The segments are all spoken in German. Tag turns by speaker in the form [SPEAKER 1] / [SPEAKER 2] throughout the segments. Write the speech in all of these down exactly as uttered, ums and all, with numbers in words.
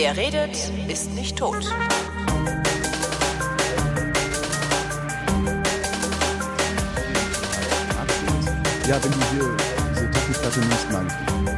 [SPEAKER 1] Wer redet, ist nicht tot.
[SPEAKER 2] Ja, wenn du hier diese Technikplatte nimmst, meine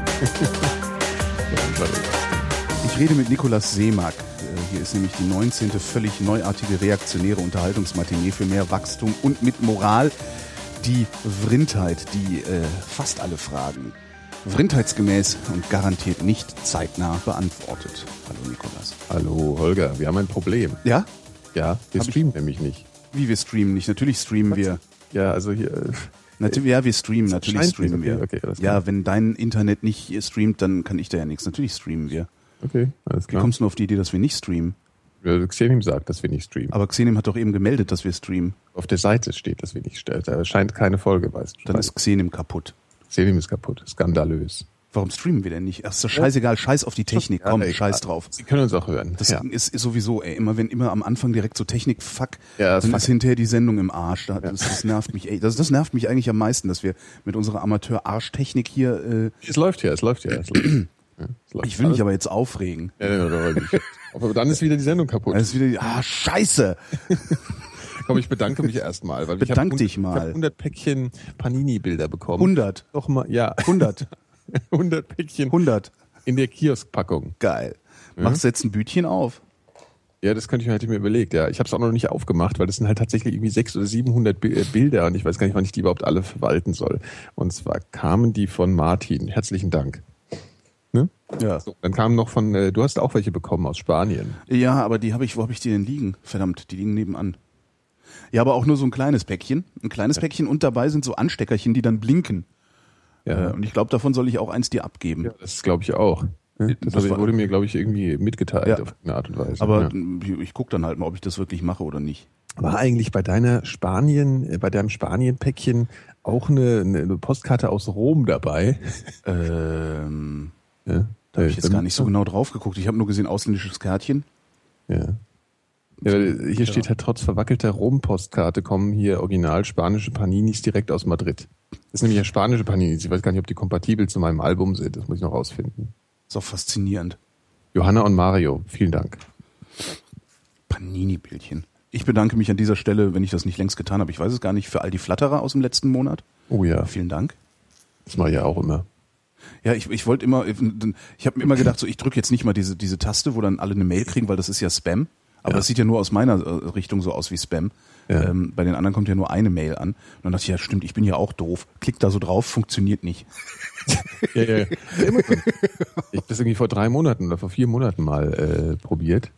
[SPEAKER 2] ich. Ich rede mit Nikolaus Seemack. Hier ist nämlich die neunzehnte völlig neuartige reaktionäre Unterhaltungsmatinee für mehr Wachstum und mit Moral. Die Vrindheit, die äh, fast alle Fragen vrindheitsgemäß und garantiert nicht zeitnah beantwortet. Hallo Nikolaus.
[SPEAKER 3] Hallo Holger, wir haben ein Problem.
[SPEAKER 2] Ja?
[SPEAKER 3] Ja, wir
[SPEAKER 2] Hab
[SPEAKER 3] streamen
[SPEAKER 2] ich...
[SPEAKER 3] nämlich nicht.
[SPEAKER 2] Wie, wir streamen nicht? Natürlich streamen
[SPEAKER 3] Was?
[SPEAKER 2] wir.
[SPEAKER 3] Ja, also hier...
[SPEAKER 2] Natürlich, ja, wir streamen, natürlich streamen wir.
[SPEAKER 3] Okay, okay,
[SPEAKER 2] ja, wenn dein Internet nicht streamt, dann kann ich da ja nichts. Natürlich streamen wir.
[SPEAKER 3] Okay, alles
[SPEAKER 2] Wie
[SPEAKER 3] klar.
[SPEAKER 2] kommst du nur auf die Idee, dass wir nicht streamen?
[SPEAKER 3] Ja, Xenim sagt, dass wir nicht streamen.
[SPEAKER 2] Aber Xenim hat doch eben gemeldet, dass wir streamen.
[SPEAKER 3] Auf der Seite steht, dass wir nicht streamen. Da scheint keine Folge, weißt du.
[SPEAKER 2] Dann ist Xenim kaputt.
[SPEAKER 3] Xenim ist kaputt, skandalös.
[SPEAKER 2] Warum streamen wir denn nicht? Ach, ist doch scheißegal, scheiß auf die Technik, komm,
[SPEAKER 3] ja,
[SPEAKER 2] scheiß drauf.
[SPEAKER 3] Sie können uns auch hören.
[SPEAKER 2] Das
[SPEAKER 3] ja.
[SPEAKER 2] ist, ist sowieso, ey, immer wenn immer am Anfang direkt so Technik, fuck,
[SPEAKER 3] ja,
[SPEAKER 2] dann
[SPEAKER 3] fuck.
[SPEAKER 2] ist hinterher die Sendung im Arsch. Das,
[SPEAKER 3] Ja.
[SPEAKER 2] das, das nervt mich, ey. Das, das nervt mich eigentlich am meisten, dass wir mit unserer Amateur-Arsch-Technik hier... Äh,
[SPEAKER 3] Es läuft ja, es läuft ja. Es läuft. Ja, es läuft.
[SPEAKER 2] ich will mich aber jetzt aufregen.
[SPEAKER 3] Ja, ja, ja, ja. Aber dann ist wieder die Sendung kaputt.
[SPEAKER 2] Das ist wieder, ah, scheiße!
[SPEAKER 3] Komm, ich bedanke mich erstmal. Weil
[SPEAKER 2] Bedank
[SPEAKER 3] ich
[SPEAKER 2] dich
[SPEAKER 3] hab,
[SPEAKER 2] mal.
[SPEAKER 3] Ich habe hundert Päckchen Panini-Bilder bekommen.
[SPEAKER 2] hundert.
[SPEAKER 3] Doch mal, ja.
[SPEAKER 2] hundert.
[SPEAKER 3] hundert Päckchen
[SPEAKER 2] hundert.
[SPEAKER 3] in der Kioskpackung.
[SPEAKER 2] Geil.
[SPEAKER 3] Ja.
[SPEAKER 2] Machst jetzt ein Bütchen auf.
[SPEAKER 3] Ja, das könnte ich mir, hätte ich mir überlegt, ja. Ich habe es auch noch nicht aufgemacht, weil das sind halt tatsächlich irgendwie sechshundert oder siebenhundert Bilder und ich weiß gar nicht, wann ich die überhaupt alle verwalten soll. Und zwar kamen die von Martin. Herzlichen Dank. Ne?
[SPEAKER 2] Ja.
[SPEAKER 3] So, dann kamen noch von, äh, du hast auch welche bekommen aus Spanien.
[SPEAKER 2] Ja, aber die habe ich, wo habe ich die denn liegen? Verdammt, die liegen nebenan. Ja, aber auch nur so ein kleines Päckchen. Ein kleines
[SPEAKER 3] Ja.
[SPEAKER 2] Päckchen und dabei sind so Ansteckerchen, die dann blinken.
[SPEAKER 3] Ja.
[SPEAKER 2] Äh, und ich glaube, davon soll ich auch eins dir abgeben.
[SPEAKER 3] Ja, das glaube ich auch. Das,
[SPEAKER 2] Das
[SPEAKER 3] das
[SPEAKER 2] war-
[SPEAKER 3] wurde mir, glaube ich, irgendwie mitgeteilt
[SPEAKER 2] Ja.
[SPEAKER 3] auf eine Art und Weise.
[SPEAKER 2] Aber
[SPEAKER 3] ja.
[SPEAKER 2] ich gucke dann halt mal, ob ich das wirklich mache oder nicht.
[SPEAKER 3] War eigentlich bei deiner Spanien, äh, bei deinem Spanien-Päckchen auch eine, eine eine Postkarte aus Rom dabei?
[SPEAKER 2] Ähm,
[SPEAKER 3] Ja.
[SPEAKER 2] da habe ich jetzt gar nicht so genau drauf geguckt. Ich habe nur gesehen, ausländisches Kärtchen.
[SPEAKER 3] Ja. Ja, hier steht halt, trotz verwackelter Rom-Postkarte kommen hier original spanische Paninis direkt aus Madrid. Das sind nämlich ja spanische Paninis. Ich weiß gar nicht, ob die kompatibel zu meinem Album sind. Das muss ich noch rausfinden.
[SPEAKER 2] Ist auch faszinierend.
[SPEAKER 3] Johanna und Mario, vielen Dank.
[SPEAKER 2] Panini-Bildchen. Ich bedanke mich an dieser Stelle, wenn ich das nicht längst getan habe. Ich weiß es gar nicht, für all die Flatterer aus dem letzten Monat.
[SPEAKER 3] Oh ja,
[SPEAKER 2] Vielen Dank.
[SPEAKER 3] das mache ich ja auch immer.
[SPEAKER 2] Ja, ich, ich wollte immer, ich habe mir immer gedacht, so ich drücke jetzt nicht mal diese, diese Taste, wo dann alle eine Mail kriegen, weil das ist ja Spam. Aber
[SPEAKER 3] Ja.
[SPEAKER 2] das sieht ja nur aus meiner äh, Richtung so aus wie Spam.
[SPEAKER 3] Ja.
[SPEAKER 2] Ähm, bei den anderen kommt ja nur eine Mail an. Und dann dachte ich, ja stimmt, ich bin ja auch doof. Klick da so drauf, funktioniert nicht.
[SPEAKER 3] Ja, ja, ja. Immer schon. Ich habe das irgendwie vor drei Monaten oder vor vier Monaten mal äh, probiert.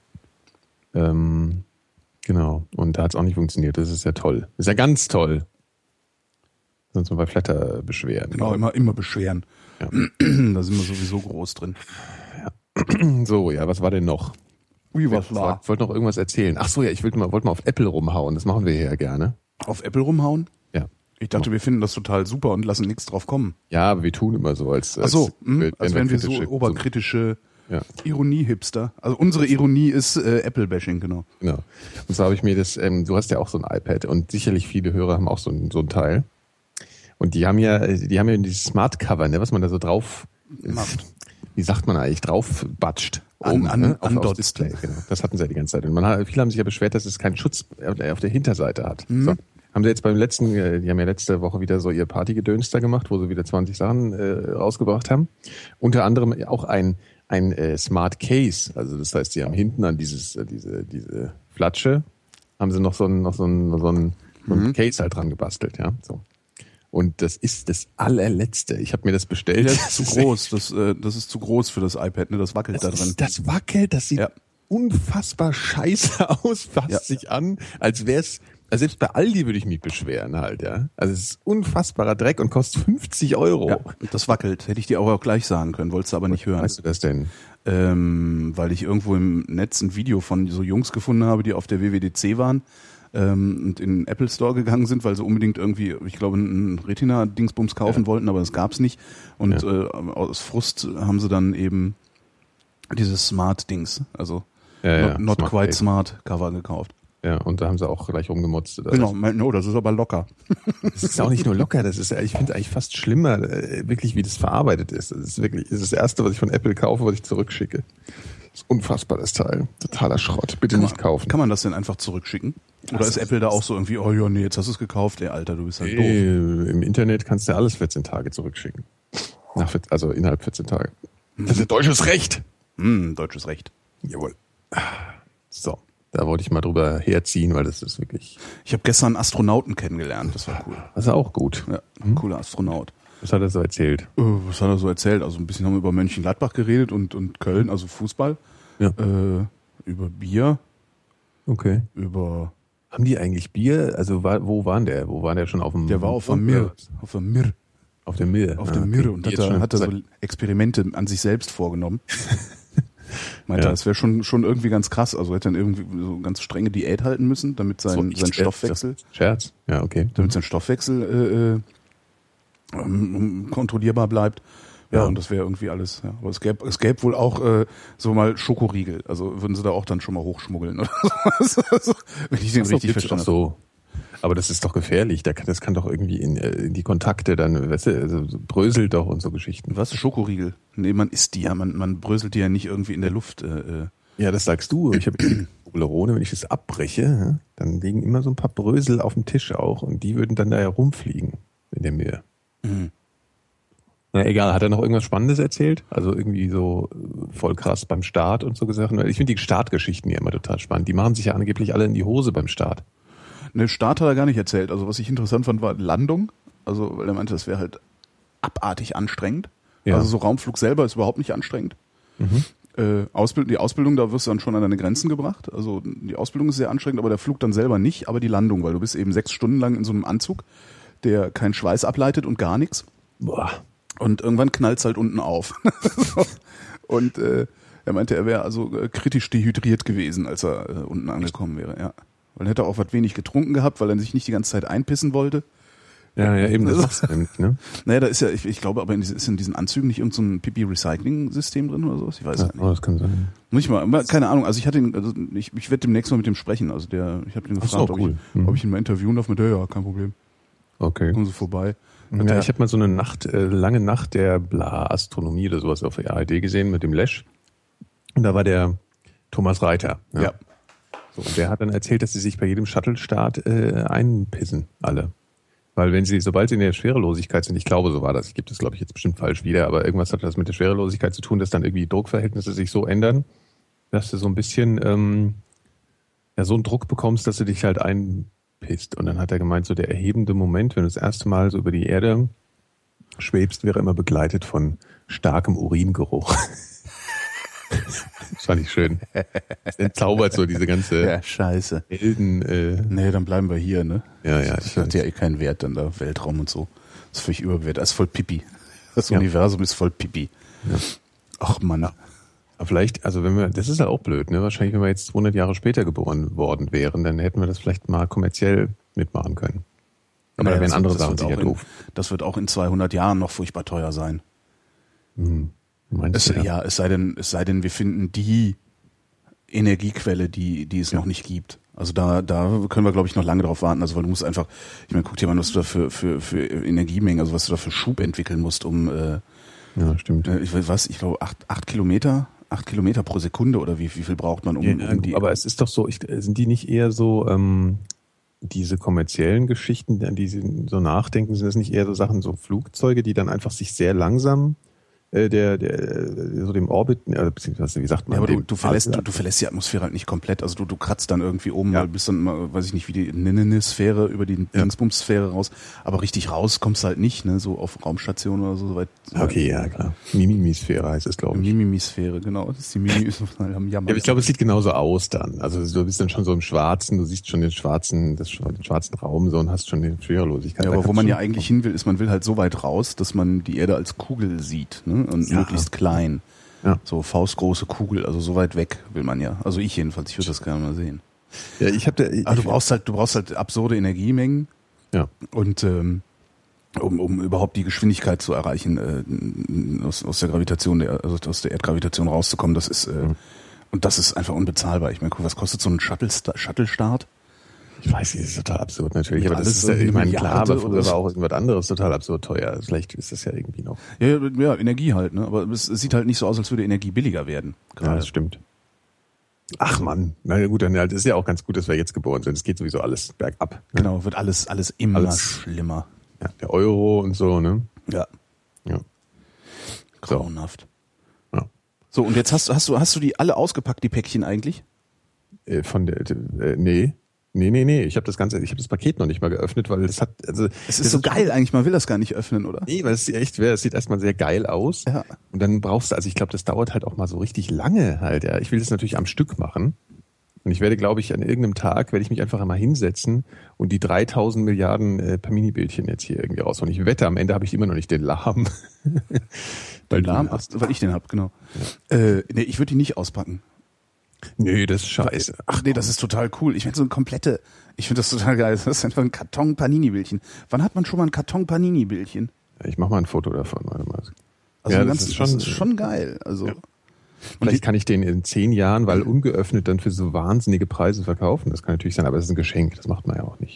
[SPEAKER 3] Ähm, genau. Und da hat es auch nicht funktioniert. Das ist ja toll. Das ist ja ganz toll. Sonst mal bei Flatter beschweren.
[SPEAKER 2] Genau, immer, immer beschweren.
[SPEAKER 3] Ja.
[SPEAKER 2] Da sind wir sowieso groß drin.
[SPEAKER 3] So, ja, was war denn noch?
[SPEAKER 2] Wie,
[SPEAKER 3] Ich wollte noch irgendwas erzählen. Ach so, ja, ich wollte mal, wollte mal auf Apple rumhauen. Das machen wir hier ja gerne.
[SPEAKER 2] Auf Apple rumhauen?
[SPEAKER 3] Ja.
[SPEAKER 2] Ich dachte, wir finden das total super und lassen nichts drauf kommen.
[SPEAKER 3] Ja, aber wir tun immer so, als,
[SPEAKER 2] Ach so, mh,
[SPEAKER 3] als,
[SPEAKER 2] als wären wir so
[SPEAKER 3] kritische-
[SPEAKER 2] oberkritische
[SPEAKER 3] Ja.
[SPEAKER 2] Ironie-Hipster. Also unsere Ironie ist äh, Apple-Bashing, genau.
[SPEAKER 3] Genau. Und so habe ich mir das, ähm, du hast ja auch so ein iPad und sicherlich viele Hörer haben auch so ein, so ein Teil. Und die haben ja, die haben ja dieses Smart Cover, ne, was man da so drauf,
[SPEAKER 2] Macht.
[SPEAKER 3] wie sagt man eigentlich, drauf batscht.
[SPEAKER 2] An-
[SPEAKER 3] oben,
[SPEAKER 2] an-
[SPEAKER 3] ne, auf,
[SPEAKER 2] andotzt.
[SPEAKER 3] aufs Display. Genau. Das hatten sie ja die ganze Zeit. Und man hat, viele haben sich ja beschwert, dass es keinen Schutz auf der Hinterseite hat.
[SPEAKER 2] Mhm.
[SPEAKER 3] So. Haben sie jetzt beim letzten, äh, die haben ja letzte Woche wieder so ihr Partygedöns da gemacht, wo sie wieder zwanzig Sachen äh, rausgebracht haben. Unter anderem auch ein, ein äh, Smart Case. Also das heißt, die haben hinten an dieses, äh, diese, diese Flatsche, haben sie noch so ein, noch so ein, so ein, so ein
[SPEAKER 2] Mhm.
[SPEAKER 3] Case halt dran gebastelt, ja. So. Und das ist das allerletzte. Ich habe mir das bestellt.
[SPEAKER 2] Das ist zu groß. Das, äh, das ist zu groß für das iPad, ne? Das wackelt
[SPEAKER 3] Das,
[SPEAKER 2] da drin.
[SPEAKER 3] ist, das wackelt, das sieht
[SPEAKER 2] Ja.
[SPEAKER 3] unfassbar scheiße aus, fasst
[SPEAKER 2] Ja.
[SPEAKER 3] sich an, als wär's, also selbst bei Aldi würde ich mich beschweren halt, ja. Also es ist unfassbarer Dreck und kostet fünfzig Euro.
[SPEAKER 2] Ja, das wackelt. Hätte ich dir auch gleich sagen können, wolltest du aber nicht hören.
[SPEAKER 3] Weißt du das denn?
[SPEAKER 2] Ähm, weil ich irgendwo im Netz ein Video von so Jungs gefunden habe, die auf der W W D C waren ähm, und in den Apple Store gegangen sind, weil sie unbedingt irgendwie, ich glaube, ein Retina-Dingsbums kaufen
[SPEAKER 3] Ja.
[SPEAKER 2] wollten, aber das gab's nicht. Und
[SPEAKER 3] Ja.
[SPEAKER 2] äh, aus Frust haben sie dann eben dieses Smart-Dings, also
[SPEAKER 3] Ja, ja,
[SPEAKER 2] not, not
[SPEAKER 3] Smart
[SPEAKER 2] quite
[SPEAKER 3] Case.
[SPEAKER 2] smart Cover gekauft.
[SPEAKER 3] Ja, und da haben sie auch gleich rumgemotzt. Das
[SPEAKER 2] Genau, mein- no, das ist aber locker.
[SPEAKER 3] Das ist auch nicht nur locker, das ist, ich finde es eigentlich fast schlimmer, äh, wirklich, wie das verarbeitet ist. Das ist wirklich, das ist das Erste, was ich von Apple kaufe, was ich zurückschicke. Das ist unfassbar, das Teil. Totaler Schrott. Bitte
[SPEAKER 2] Kann
[SPEAKER 3] nicht
[SPEAKER 2] man,
[SPEAKER 3] kaufen.
[SPEAKER 2] Kann man das denn einfach zurückschicken? Oder
[SPEAKER 3] Das
[SPEAKER 2] ist Apple da auch so irgendwie, oh ja, nee, jetzt hast du es gekauft, ey, Alter, du bist halt doof.
[SPEAKER 3] Äh, Im Internet kannst du alles vierzehn Tage zurückschicken. Nach, vier- also innerhalb vierzehn Tage. Das ist ja deutsches Recht.
[SPEAKER 2] Hm, deutsches Recht.
[SPEAKER 3] Jawohl. So, da wollte ich mal drüber herziehen, weil das ist wirklich...
[SPEAKER 2] Ich habe gestern einen Astronauten kennengelernt, das war cool.
[SPEAKER 3] Das ist auch gut.
[SPEAKER 2] Ja, ein cooler Astronaut.
[SPEAKER 3] Was hat er so erzählt?
[SPEAKER 2] Äh, was hat er so erzählt? Also ein bisschen haben wir über Mönchengladbach geredet und, und Köln, also Fußball.
[SPEAKER 3] Ja.
[SPEAKER 2] Äh, über Bier,
[SPEAKER 3] Okay.
[SPEAKER 2] über...
[SPEAKER 3] Haben die eigentlich Bier? Also war, wo waren der? Wo war der schon auf dem...
[SPEAKER 2] Der war auf der Mir. Auf der Mir.
[SPEAKER 3] Auf der Mir.
[SPEAKER 2] Auf
[SPEAKER 3] Ah,
[SPEAKER 2] der
[SPEAKER 3] okay.
[SPEAKER 2] Mir und
[SPEAKER 3] Die
[SPEAKER 2] hat
[SPEAKER 3] jetzt
[SPEAKER 2] da,
[SPEAKER 3] schon
[SPEAKER 2] hat da so
[SPEAKER 3] seit-
[SPEAKER 2] Experimente an sich selbst vorgenommen. Meinte,
[SPEAKER 3] Ja.
[SPEAKER 2] das wäre schon, schon irgendwie ganz krass. Also hätte dann irgendwie so ganz strenge Diät halten müssen, damit sein,
[SPEAKER 3] So, ich
[SPEAKER 2] sein
[SPEAKER 3] Scherz,
[SPEAKER 2] Stoffwechsel,
[SPEAKER 3] Scherz? Ja, okay.
[SPEAKER 2] damit sein Stoffwechsel äh, äh, ähm, kontrollierbar bleibt. Ja,
[SPEAKER 3] Ja.
[SPEAKER 2] und das wäre irgendwie alles. Ja. Aber es gäbe, es gäbe wohl auch äh, so mal Schokoriegel. Also würden sie da auch dann schon mal hochschmuggeln oder sowas. Also, wenn ich den
[SPEAKER 3] Ach so,
[SPEAKER 2] richtig
[SPEAKER 3] gibt's-
[SPEAKER 2] verstanden
[SPEAKER 3] ach so. Aber das ist doch gefährlich. Da kann- Das kann doch irgendwie in, äh, in die Kontakte dann, weißt du, also so bröselt doch und so Geschichten.
[SPEAKER 2] Was? Schokoriegel? Nee, man isst die ja. Man, man bröselt die ja nicht irgendwie in der Luft. Äh, äh.
[SPEAKER 3] Ja, das sagst du. Ich habe Toblerone, wenn ich das abbreche, ja, dann liegen immer so ein paar Brösel auf dem Tisch auch und die würden dann da herumfliegen in der Meer.
[SPEAKER 2] Mhm.
[SPEAKER 3] Na egal, hat er noch irgendwas Spannendes erzählt? Also irgendwie so äh, voll krass beim Start und so Sachen. Ich finde die Startgeschichten ja immer total spannend. Die machen sich ja angeblich alle in die Hose beim Start.
[SPEAKER 2] Ne, Start hat er gar nicht erzählt. Also was ich interessant fand, war Landung. Also weil er meinte, das wäre halt abartig anstrengend.
[SPEAKER 3] Ja.
[SPEAKER 2] Also so Raumflug selber ist überhaupt nicht anstrengend.
[SPEAKER 3] Mhm.
[SPEAKER 2] Äh, Ausbild- die Ausbildung, da wirst du dann schon an deine Grenzen gebracht. Also die Ausbildung ist sehr anstrengend, aber der Flug dann selber nicht, aber die Landung, weil du bist eben sechs Stunden lang in so einem Anzug, der keinen Schweiß ableitet und gar nichts.
[SPEAKER 3] Boah.
[SPEAKER 2] Und irgendwann knallt's halt unten auf. Und äh, er meinte, er wäre also äh, kritisch dehydriert gewesen, als er äh, unten angekommen wäre. Ja. Weil er hätte auch was wenig getrunken gehabt, weil er sich nicht die ganze Zeit einpissen wollte.
[SPEAKER 3] Ja, ja, eben, das machst du nämlich, ne?
[SPEAKER 2] Naja, da ist ja, ich, ich glaube, aber in diesen, ist in diesen Anzügen nicht irgend so ein Pipi-Recycling-System drin oder sowas? Ich weiß
[SPEAKER 3] Ja,
[SPEAKER 2] ja nicht.
[SPEAKER 3] oh, das kann sein.
[SPEAKER 2] Muss ich mal, aber keine Ahnung. Also ich hatte ihn, also ich, ich werde demnächst mal mit dem sprechen. Also der, ich habe den
[SPEAKER 3] Ach so,
[SPEAKER 2] gefragt,
[SPEAKER 3] cool.
[SPEAKER 2] ob, ich,
[SPEAKER 3] Mhm.
[SPEAKER 2] ob ich ihn mal interviewen darf mit der, ja, kein Problem.
[SPEAKER 3] Okay.
[SPEAKER 2] Kommen Sie vorbei.
[SPEAKER 3] Ja,
[SPEAKER 2] Der-
[SPEAKER 3] ich habe mal so eine Nacht, äh, lange Nacht der Bla-Astronomie oder sowas auf der A R D gesehen mit dem Lesch. Und da war der Thomas Reiter.
[SPEAKER 2] ja.
[SPEAKER 3] So, und der hat dann erzählt, dass sie sich bei jedem Shuttle-Start äh, einpissen, alle. Weil wenn sie, sobald sie in der Schwerelosigkeit sind, ich glaube, so war das, ich gebe das, glaube ich, jetzt bestimmt falsch wieder, aber irgendwas hat das mit der Schwerelosigkeit zu tun, dass dann irgendwie Druckverhältnisse sich so ändern, dass du so ein bisschen ähm, ja, so einen Druck bekommst, dass du dich halt einpisst. Und dann hat er gemeint, so der erhebende Moment, wenn du das erste Mal so über die Erde schwebst, wäre immer begleitet von starkem Uringeruch. Das fand ich schön. Das entzaubert so diese ganze
[SPEAKER 2] Ja, scheiße.
[SPEAKER 3] Helden. Äh,
[SPEAKER 2] Nee, dann bleiben wir hier, ne?
[SPEAKER 3] Ja, ja,
[SPEAKER 2] Das
[SPEAKER 3] ich
[SPEAKER 2] hat
[SPEAKER 3] weiß.
[SPEAKER 2] ja eh keinen Wert, dann da Weltraum und so. Das ist völlig überbewertet. Das ist voll Pipi. Das
[SPEAKER 3] Ja.
[SPEAKER 2] Universum ist voll Pipi.
[SPEAKER 3] Ja.
[SPEAKER 2] Ach Mann.
[SPEAKER 3] Aber vielleicht, also wenn wir, das ist ja auch blöd, ne? Wahrscheinlich, wenn wir jetzt zweihundert Jahre später geboren worden wären, dann hätten wir das vielleicht mal kommerziell mitmachen können. Aber
[SPEAKER 2] Naja,
[SPEAKER 3] da wären
[SPEAKER 2] das-
[SPEAKER 3] andere
[SPEAKER 2] das
[SPEAKER 3] Sachen
[SPEAKER 2] wird
[SPEAKER 3] sicher
[SPEAKER 2] auch in-
[SPEAKER 3] doof.
[SPEAKER 2] Das wird auch in zweihundert Jahren noch furchtbar teuer sein.
[SPEAKER 3] Hm. Meinst
[SPEAKER 2] Es,
[SPEAKER 3] du,
[SPEAKER 2] ja, es sei denn, es sei denn, wir finden die Energiequelle, die, die es
[SPEAKER 3] Ja.
[SPEAKER 2] noch nicht gibt. Also da, da können wir, glaube ich, noch lange drauf warten. Also weil du musst einfach, ich meine, guck dir mal, was du da für, für, für Energiemengen, also was du da für Schub entwickeln musst, um, äh,
[SPEAKER 3] Ja, stimmt.
[SPEAKER 2] ich weiß was, ich glaube, acht, acht Kilometer, acht Kilometer pro Sekunde oder wie, wie viel braucht man, um,
[SPEAKER 3] Ja,
[SPEAKER 2] um die.
[SPEAKER 3] aber es ist doch so, ich, sind die nicht eher so, ähm, diese kommerziellen Geschichten, an die sie so nachdenken, sind das nicht eher so Sachen, so Flugzeuge, die dann einfach sich sehr langsam äh, der, der, so dem Orbit, äh, beziehungsweise wie sagt man,
[SPEAKER 2] Ja, aber du,
[SPEAKER 3] dem-
[SPEAKER 2] du verlässt, du, du verlässt die Atmosphäre halt nicht komplett. Also du, du kratzt dann irgendwie oben,
[SPEAKER 3] Ja.
[SPEAKER 2] mal, bist dann mal, weiß ich nicht, wie die Ninene-Sphäre über die
[SPEAKER 3] Ja.
[SPEAKER 2] Dingsbums-Sphäre raus. Aber richtig raus kommst du halt nicht, ne, so auf Raumstationen oder so, soweit.
[SPEAKER 3] Okay, ja, klar. Mimimisphäre heißt es, glaube ich.
[SPEAKER 2] Mimimisphäre, genau. Das ist die Mimimisphäre am Jammer.
[SPEAKER 3] Ja, aber ich glaube, es sieht genauso aus dann. Also du bist dann schon so im Schwarzen, du siehst schon den schwarzen, das, den schwarzen Raum so und hast schon die Schwerelosigkeit.
[SPEAKER 2] Ja,
[SPEAKER 3] Da
[SPEAKER 2] aber wo
[SPEAKER 3] kannst
[SPEAKER 2] man
[SPEAKER 3] du
[SPEAKER 2] ja
[SPEAKER 3] schon-
[SPEAKER 2] eigentlich hin will, ist, man will halt so weit raus, dass man die Erde als Kugel sieht, ne? Und
[SPEAKER 3] Ja.
[SPEAKER 2] möglichst klein.
[SPEAKER 3] Ja.
[SPEAKER 2] So faustgroße Kugel, also so weit weg will man ja. Also ich jedenfalls, ich würde das gerne mal sehen.
[SPEAKER 3] Ja, ich habe da. Ich,
[SPEAKER 2] Aber du brauchst halt, du brauchst halt absurde Energiemengen.
[SPEAKER 3] Ja.
[SPEAKER 2] Und ähm, um, um überhaupt die Geschwindigkeit zu erreichen, äh, aus, aus der Gravitation, der, also aus der Erdgravitation rauszukommen, das ist äh,
[SPEAKER 3] Mhm.
[SPEAKER 2] und das ist einfach unbezahlbar. Ich meine, guck, was kostet so ein Shuttle Shuttle-Start?
[SPEAKER 3] Ich weiß, das ist total absurd natürlich,
[SPEAKER 2] Mit
[SPEAKER 3] aber das
[SPEAKER 2] alles
[SPEAKER 3] ist ja,
[SPEAKER 2] irgendwie
[SPEAKER 3] ich meine,
[SPEAKER 2] Milliarde
[SPEAKER 3] klar, aber
[SPEAKER 2] oder
[SPEAKER 3] früher
[SPEAKER 2] so.
[SPEAKER 3] war auch irgendwas anderes total absurd teuer. Vielleicht ist das ja irgendwie noch.
[SPEAKER 2] Ja, ja, ja, Energie halt, ne? Aber es, es sieht halt nicht so aus, als würde Energie billiger werden.
[SPEAKER 3] Ja,
[SPEAKER 2] Gerade.
[SPEAKER 3] das stimmt. Ach Mann, na gut, dann ist ja auch ganz gut, dass wir jetzt geboren sind. Es geht sowieso alles bergab. Ne?
[SPEAKER 2] Genau, wird alles, alles immer alles, schlimmer.
[SPEAKER 3] Ja, der Euro und so, ne?
[SPEAKER 2] Ja.
[SPEAKER 3] Ja.
[SPEAKER 2] Grauenhaft.
[SPEAKER 3] Ja.
[SPEAKER 2] So, und jetzt hast, hast du, hast du die alle ausgepackt, die Päckchen eigentlich?
[SPEAKER 3] Äh, von der, äh, nee. Nee, nee, nee, ich habe das ganze, ich habe das Paket noch nicht mal geöffnet, weil es hat, also
[SPEAKER 2] es ist so geil eigentlich, man will das gar nicht öffnen, oder?
[SPEAKER 3] Nee, weil es echt wäre, es sieht erstmal sehr geil aus.
[SPEAKER 2] Ja.
[SPEAKER 3] Und dann brauchst du, also ich glaube, das dauert halt auch mal so richtig lange halt, ja. Ich will das natürlich am Stück machen. Und ich werde, glaube ich, an irgendeinem Tag werde ich mich einfach einmal hinsetzen und die dreitausend Milliarden äh, Panini-Bildchen jetzt hier irgendwie rausholen. Ich wette, am Ende habe ich immer noch nicht den Lahm.
[SPEAKER 2] Den Lahm? Ach, weil ich den hab, genau. Ja. Äh, nee, ich würde die nicht auspacken.
[SPEAKER 3] Nee, das ist scheiße.
[SPEAKER 2] Ach nee, das ist total cool. Ich finde so ein komplette, ich finde das total geil. Das ist einfach ein Karton Panini-Bildchen. Wann hat man schon mal ein Karton Panini-Bildchen?
[SPEAKER 3] Ich mache mal ein Foto davon. Warte mal.
[SPEAKER 2] Also
[SPEAKER 3] ja,
[SPEAKER 2] ganz,
[SPEAKER 3] das, ist schon,
[SPEAKER 2] das ist schon geil. Also
[SPEAKER 3] ja. Vielleicht kann ich den in zehn Jahren, weil ungeöffnet, dann für so wahnsinnige Preise verkaufen. Das kann natürlich sein, aber das ist ein Geschenk. Das macht man ja auch nicht.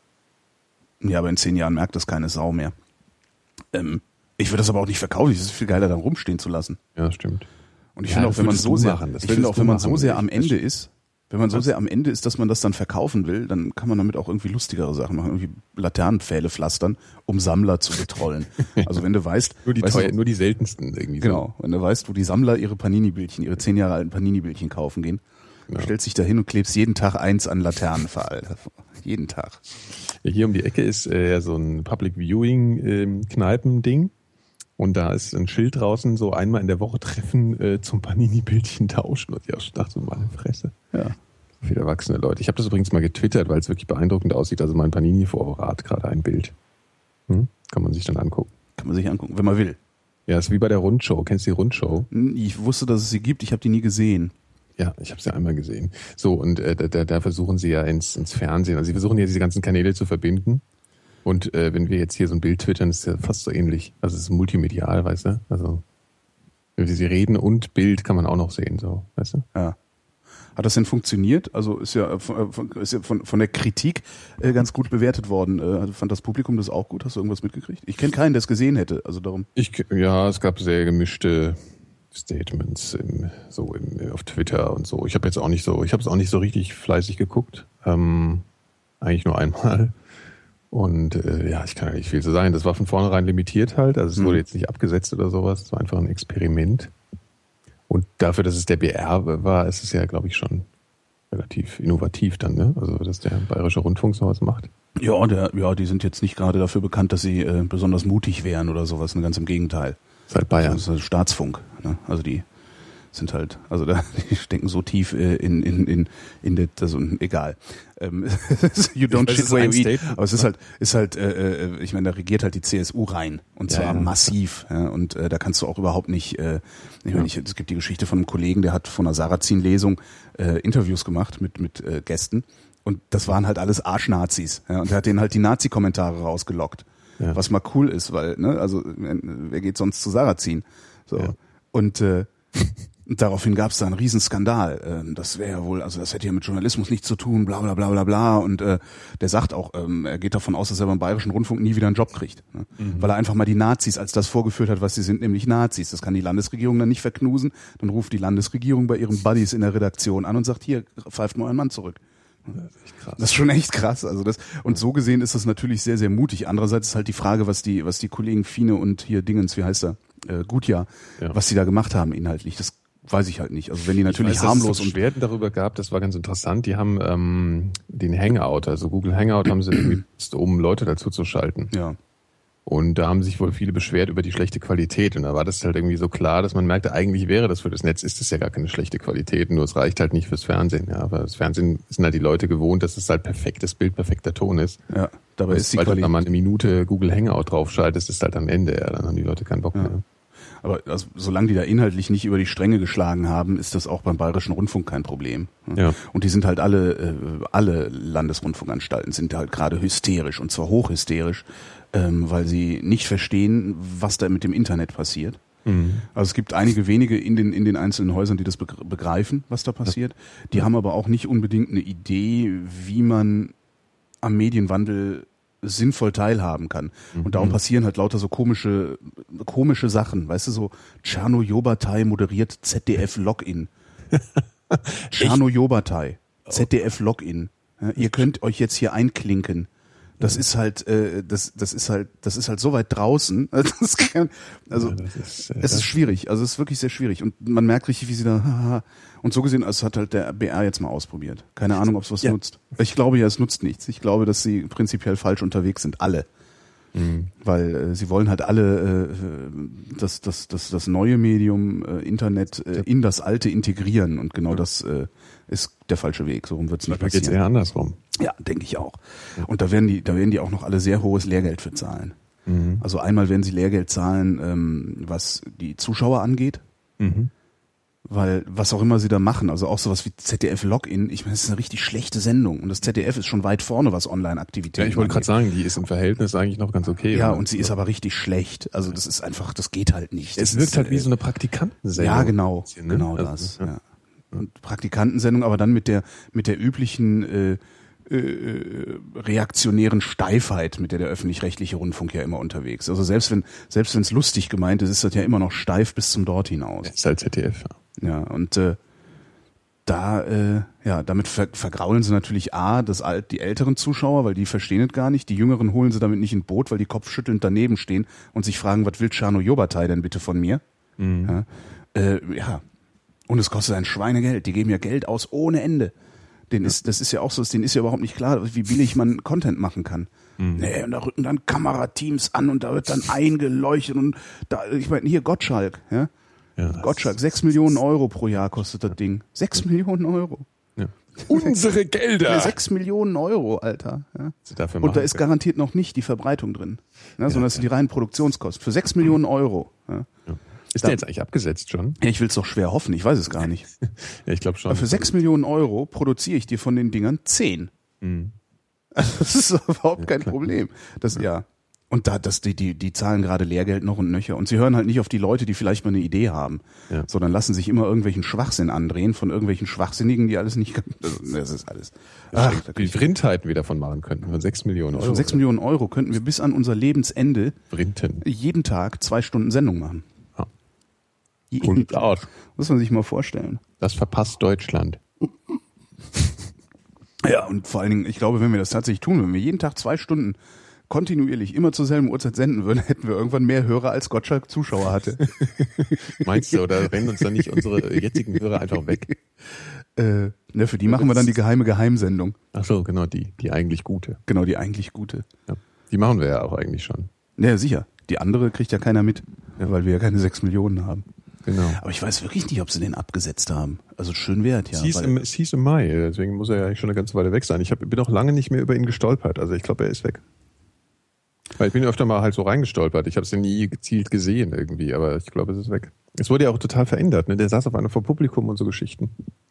[SPEAKER 2] Ja, aber in zehn Jahren merkt das keine Sau mehr. Ähm, ich würde das aber auch nicht verkaufen. Es ist viel geiler, dann rumstehen zu lassen.
[SPEAKER 3] Ja, stimmt.
[SPEAKER 2] Und ich
[SPEAKER 3] ja,
[SPEAKER 2] finde auch, wenn man so sehr, ich finde auch, wenn man so sehr
[SPEAKER 3] machen,
[SPEAKER 2] am Ende ist, wenn man so sehr am Ende ist, dass man das dann verkaufen will, dann kann man damit auch irgendwie lustigere Sachen machen, irgendwie Laternenpfähle pflastern, um Sammler zu betrollen. Also wenn du weißt,
[SPEAKER 3] nur die
[SPEAKER 2] weißt
[SPEAKER 3] teuer,
[SPEAKER 2] du,
[SPEAKER 3] nur die seltensten irgendwie.
[SPEAKER 2] Genau, so. Wenn du weißt, wo die Sammler ihre Panini-Bildchen, ihre zehn Jahre alten Panini-Bildchen kaufen gehen, ja. stellst dich da hin und klebst jeden Tag eins an Laternenpfahl. Jeden Tag.
[SPEAKER 3] Ja, hier um die Ecke ist äh, ja so ein Public Viewing ähm, Kneipen-Ding. Und da ist ein Schild draußen, so einmal in der Woche treffen äh, zum Panini-Bildchen tauschen. Und ich auch dachte, so meine Fresse.
[SPEAKER 2] Ja.
[SPEAKER 3] So viele erwachsene Leute. Ich habe das übrigens mal getwittert, weil es wirklich beeindruckend aussieht. Also mein Panini-Vorrat, gerade ein Bild. Hm? Kann man sich dann angucken.
[SPEAKER 2] Kann man sich angucken, wenn man will.
[SPEAKER 3] Ja, ist wie bei der Rundschau. Kennst du die Rundschau?
[SPEAKER 2] Ich wusste, dass es sie gibt. Ich habe die nie gesehen.
[SPEAKER 3] Ja, ich habe sie ja einmal gesehen. So, und äh, da, da versuchen sie ja ins, ins Fernsehen, also sie versuchen ja diese ganzen Kanäle zu verbinden. Und äh, wenn wir jetzt hier so ein Bild twittern, ist es ja fast so ähnlich. Also es ist multimedial, weißt du? Also wenn wir sie reden und Bild kann man auch noch sehen, so, weißt du?
[SPEAKER 2] Ja. Hat das denn funktioniert? Also ist ja von, ist ja von, von der Kritik äh, ganz gut bewertet worden. Äh, fand das Publikum das auch gut? Hast du irgendwas mitgekriegt? Ich kenne keinen, der es gesehen hätte. Also darum.
[SPEAKER 3] Ich, ja, es gab sehr gemischte Statements im, so im, auf Twitter und so. Ich habe jetzt auch nicht so, ich habe es auch nicht so richtig fleißig geguckt. Ähm, eigentlich nur einmal. Und äh, ja, ich kann ja nicht viel zu sagen. Das war von vornherein limitiert halt. Also es mhm. wurde jetzt nicht abgesetzt oder sowas. Es war einfach ein Experiment. Und dafür, dass es der B R war, ist es ja, glaube ich, schon relativ innovativ dann, ne? Also, dass der Bayerische Rundfunk sowas macht.
[SPEAKER 2] Ja, der, ja, die sind jetzt nicht gerade dafür bekannt, dass sie äh, besonders mutig wären oder sowas. Ne? Ganz im Gegenteil.
[SPEAKER 3] Das ist halt Bayern.
[SPEAKER 2] Das ist halt Staatsfunk. Ne? Also die sind halt, also da, die stecken so tief äh, in in in in der, also egal. Ähm, you don't shit where you eat. Aber es ist halt, ist halt, äh, ich meine, da regiert halt die C S U rein und zwar ja, ja. massiv. Ja, und äh, da kannst du auch überhaupt nicht. Äh, ich meine, ich, es gibt die Geschichte von einem Kollegen, der hat von einer Sarrazin-Lesung äh, Interviews gemacht mit mit äh, Gästen und das waren halt alles Arschnazis. Ja, und er hat denen halt die Nazi-Kommentare rausgelockt, ja. was mal cool ist, weil ne, also wer geht sonst zu Sarrazin? So ja. und äh, Und daraufhin gab es da einen Riesenskandal. Das wäre ja wohl, also das hätte ja mit Journalismus nichts zu tun, bla bla bla bla bla. Und äh, der sagt auch, ähm, er geht davon aus, dass er beim Bayerischen Rundfunk nie wieder einen Job kriegt. Ne? Mhm. Weil er einfach mal die Nazis als das vorgeführt hat, was sie sind, nämlich Nazis. Das kann die Landesregierung dann nicht verknusen. Dann ruft die Landesregierung bei ihren Buddies in der Redaktion an und sagt, hier, pfeift mal euren Mann zurück. Das ist echt krass. Das ist schon echt krass. Also das, und so gesehen ist das natürlich sehr, sehr mutig. Andererseits ist halt die Frage, was die, was die Kollegen Fiene und hier Dingens, wie heißt er, äh, Gutjahr, ja. was sie da gemacht haben inhaltlich. Das weiß ich halt nicht. Also wenn die natürlich ich weiß, harmlos dass es so
[SPEAKER 3] und Beschwerden darüber gab, das war ganz interessant. Die haben ähm, den Hangout, also Google Hangout, haben sie irgendwie benutzt, um Leute dazu zu schalten.
[SPEAKER 2] Ja.
[SPEAKER 3] Und da haben sich wohl viele beschwert über die schlechte Qualität. Und da war das halt irgendwie so klar, dass man merkte, eigentlich wäre das für das Netz, ist das ja gar keine schlechte Qualität. Nur es reicht halt nicht fürs Fernsehen. Ja, aber das Fernsehen sind halt die Leute gewohnt, dass es halt perfektes Bild, perfekter Ton ist.
[SPEAKER 2] Ja, dabei
[SPEAKER 3] und
[SPEAKER 2] ist die
[SPEAKER 3] Qualität. Wenn
[SPEAKER 2] Qualität.
[SPEAKER 3] man eine Minute Google Hangout draufschaltet, ist es halt am Ende. Ja, dann haben die Leute keinen Bock
[SPEAKER 2] ja.
[SPEAKER 3] mehr.
[SPEAKER 2] Aber also, solange die da inhaltlich nicht über die Stränge geschlagen haben, ist das auch beim Bayerischen Rundfunk kein Problem.
[SPEAKER 3] Ja.
[SPEAKER 2] Und die sind halt alle, äh, alle Landesrundfunkanstalten sind halt gerade hysterisch und zwar hochhysterisch, ähm, weil sie nicht verstehen, was da mit dem Internet passiert. Mhm. Also es gibt einige wenige in den in den einzelnen Häusern, die das begreifen, was da passiert. Die ja. haben aber auch nicht unbedingt eine Idee, wie man am Medienwandel sinnvoll teilhaben kann. Und darum passieren halt lauter so komische komische Sachen, weißt du, so Tscherno Jobatai moderiert Z D F Login. Czarno Jobatai, Z D F Login. Ja, ihr könnt euch jetzt hier einklinken. Das ist halt, äh, das, das ist halt, das ist halt so weit draußen. Das kann, also ja, das ist, äh, es ist schwierig. Also es ist wirklich sehr schwierig und man merkt richtig, wie sie da. Und so gesehen, es hat halt der B R jetzt mal ausprobiert. Keine Ahnung, ob es was ja. nutzt. Ich glaube ja, es nutzt nichts. Ich glaube, dass sie prinzipiell falsch unterwegs sind, alle. Mhm. Weil äh, sie wollen halt alle äh, das, das, das, das neue Medium äh, Internet äh, in das alte integrieren und genau ja. das äh, ist der falsche Weg. So rum wird es nicht passieren.
[SPEAKER 3] Da geht's eher andersrum.
[SPEAKER 2] Ja, denke ich auch. Und da werden die, da werden die auch noch alle sehr hohes Lehrgeld für zahlen. Mhm. Also einmal werden sie Lehrgeld zahlen, ähm, was die Zuschauer angeht. Mhm. Weil was auch immer sie da machen, also auch sowas wie Z D F Login, ich meine, das ist eine richtig schlechte Sendung und das Z D F ist schon weit vorne, was Online-Aktivitäten angeht.
[SPEAKER 3] Ja, ich wollte gerade sagen, die ist im Verhältnis eigentlich noch ganz okay.
[SPEAKER 2] Ja, und sie ist aber richtig schlecht. Also das ist einfach, das geht halt nicht.
[SPEAKER 3] Es
[SPEAKER 2] das
[SPEAKER 3] wirkt
[SPEAKER 2] ist,
[SPEAKER 3] halt wie so eine Praktikantensendung.
[SPEAKER 2] Ja, genau,
[SPEAKER 3] bisschen,
[SPEAKER 2] ne? genau
[SPEAKER 3] also,
[SPEAKER 2] das.
[SPEAKER 3] Ja.
[SPEAKER 2] Ja. Und Praktikantensendung, aber dann mit der mit der üblichen äh, äh, reaktionären Steifheit, mit der der öffentlich-rechtliche Rundfunk ja immer unterwegs. Also selbst wenn selbst wenn es lustig gemeint ist, ist das ja immer noch steif bis zum Dort hinaus.
[SPEAKER 3] Das ist halt Z D F. Ja,
[SPEAKER 2] ja und äh, da äh, ja damit ver vergraulen sie natürlich a das alt die älteren Zuschauer, weil die verstehen es gar nicht. Die Jüngeren holen sie damit nicht in Boot, weil die kopfschüttelnd daneben stehen und sich fragen, was will Czarno Jobatai denn bitte von mir? Mhm. Ja, äh, ja. Und es kostet ein Schweinegeld. Die geben ja Geld aus ohne Ende. Den ja. ist, das ist ja auch so, denen ist ja überhaupt nicht klar, wie billig man Content machen kann. Mhm. Nee, und da rücken dann Kamerateams an und da wird dann eingeleuchtet und da, ich meine, hier Gottschalk, ja. ja Gottschalk, sechs Millionen Euro pro Jahr kostet das Ding. Sechs Millionen Euro.
[SPEAKER 3] Ja. Unsere Gelder!
[SPEAKER 2] Sechs Millionen Euro, Alter. Ja.
[SPEAKER 3] Dafür
[SPEAKER 2] und da ist garantiert noch nicht die Verbreitung drin, ja, sondern das sind die reinen Produktionskosten. Für sechs Millionen Euro. Ja.
[SPEAKER 3] Ja. Ist da, der jetzt eigentlich abgesetzt schon?
[SPEAKER 2] Ja, ich will es doch schwer hoffen, ich weiß es gar nicht.
[SPEAKER 3] Ja, ich glaube schon.
[SPEAKER 2] Aber für sechs Millionen Euro produziere ich dir von den Dingern zehn. Mhm. Also das ist überhaupt ja, kein klar. Problem. Das, ja. ja. Und da, das, die, die, die zahlen gerade Lehrgeld noch und nöcher. Und sie hören halt nicht auf die Leute, die vielleicht mal eine Idee haben, ja. sondern lassen sich immer irgendwelchen Schwachsinn andrehen von irgendwelchen Schwachsinnigen, die alles nicht, das ist alles.
[SPEAKER 3] Ach, Ach, wie Vrindheiten wir davon machen könnten. Von sechs Millionen Euro.
[SPEAKER 2] Von sechs Millionen Euro könnten wir bis an unser Lebensende
[SPEAKER 3] Vrinten.
[SPEAKER 2] jeden Tag zwei Stunden Sendung machen.
[SPEAKER 3] Und aus.
[SPEAKER 2] Muss man sich mal vorstellen.
[SPEAKER 3] Das verpasst Deutschland.
[SPEAKER 2] Ja, und vor allen Dingen, ich glaube, wenn wir das tatsächlich tun, wenn wir jeden Tag zwei Stunden kontinuierlich immer zur selben Uhrzeit senden würden, hätten wir irgendwann mehr Hörer als Gottschalk Zuschauer hatte.
[SPEAKER 3] Meinst du, oder rennen uns dann nicht unsere jetzigen Hörer einfach weg?
[SPEAKER 2] Äh, ne, für die machen wir dann die geheime Geheimsendung.
[SPEAKER 3] Ach so, genau, die, die eigentlich gute.
[SPEAKER 2] Genau, die eigentlich gute.
[SPEAKER 3] Ja. Die machen wir ja auch eigentlich schon.
[SPEAKER 2] Ja, sicher. Die andere kriegt ja keiner mit, ja. weil wir ja keine sechs Millionen haben.
[SPEAKER 3] Genau.
[SPEAKER 2] Aber ich weiß wirklich nicht, ob sie den abgesetzt haben. Also schön wert, ja.
[SPEAKER 3] Es hieß, im, es hieß im Mai, deswegen muss er ja eigentlich schon eine ganze Weile weg sein. Ich hab, bin auch lange nicht mehr über ihn gestolpert. Also ich glaube, er ist weg. Weil ich bin öfter mal halt so reingestolpert. Ich habe es ja nie gezielt gesehen irgendwie, aber ich glaube, es ist weg. Es wurde ja auch total verändert. Ne? Der saß auf einmal vor Publikum und so Geschichten.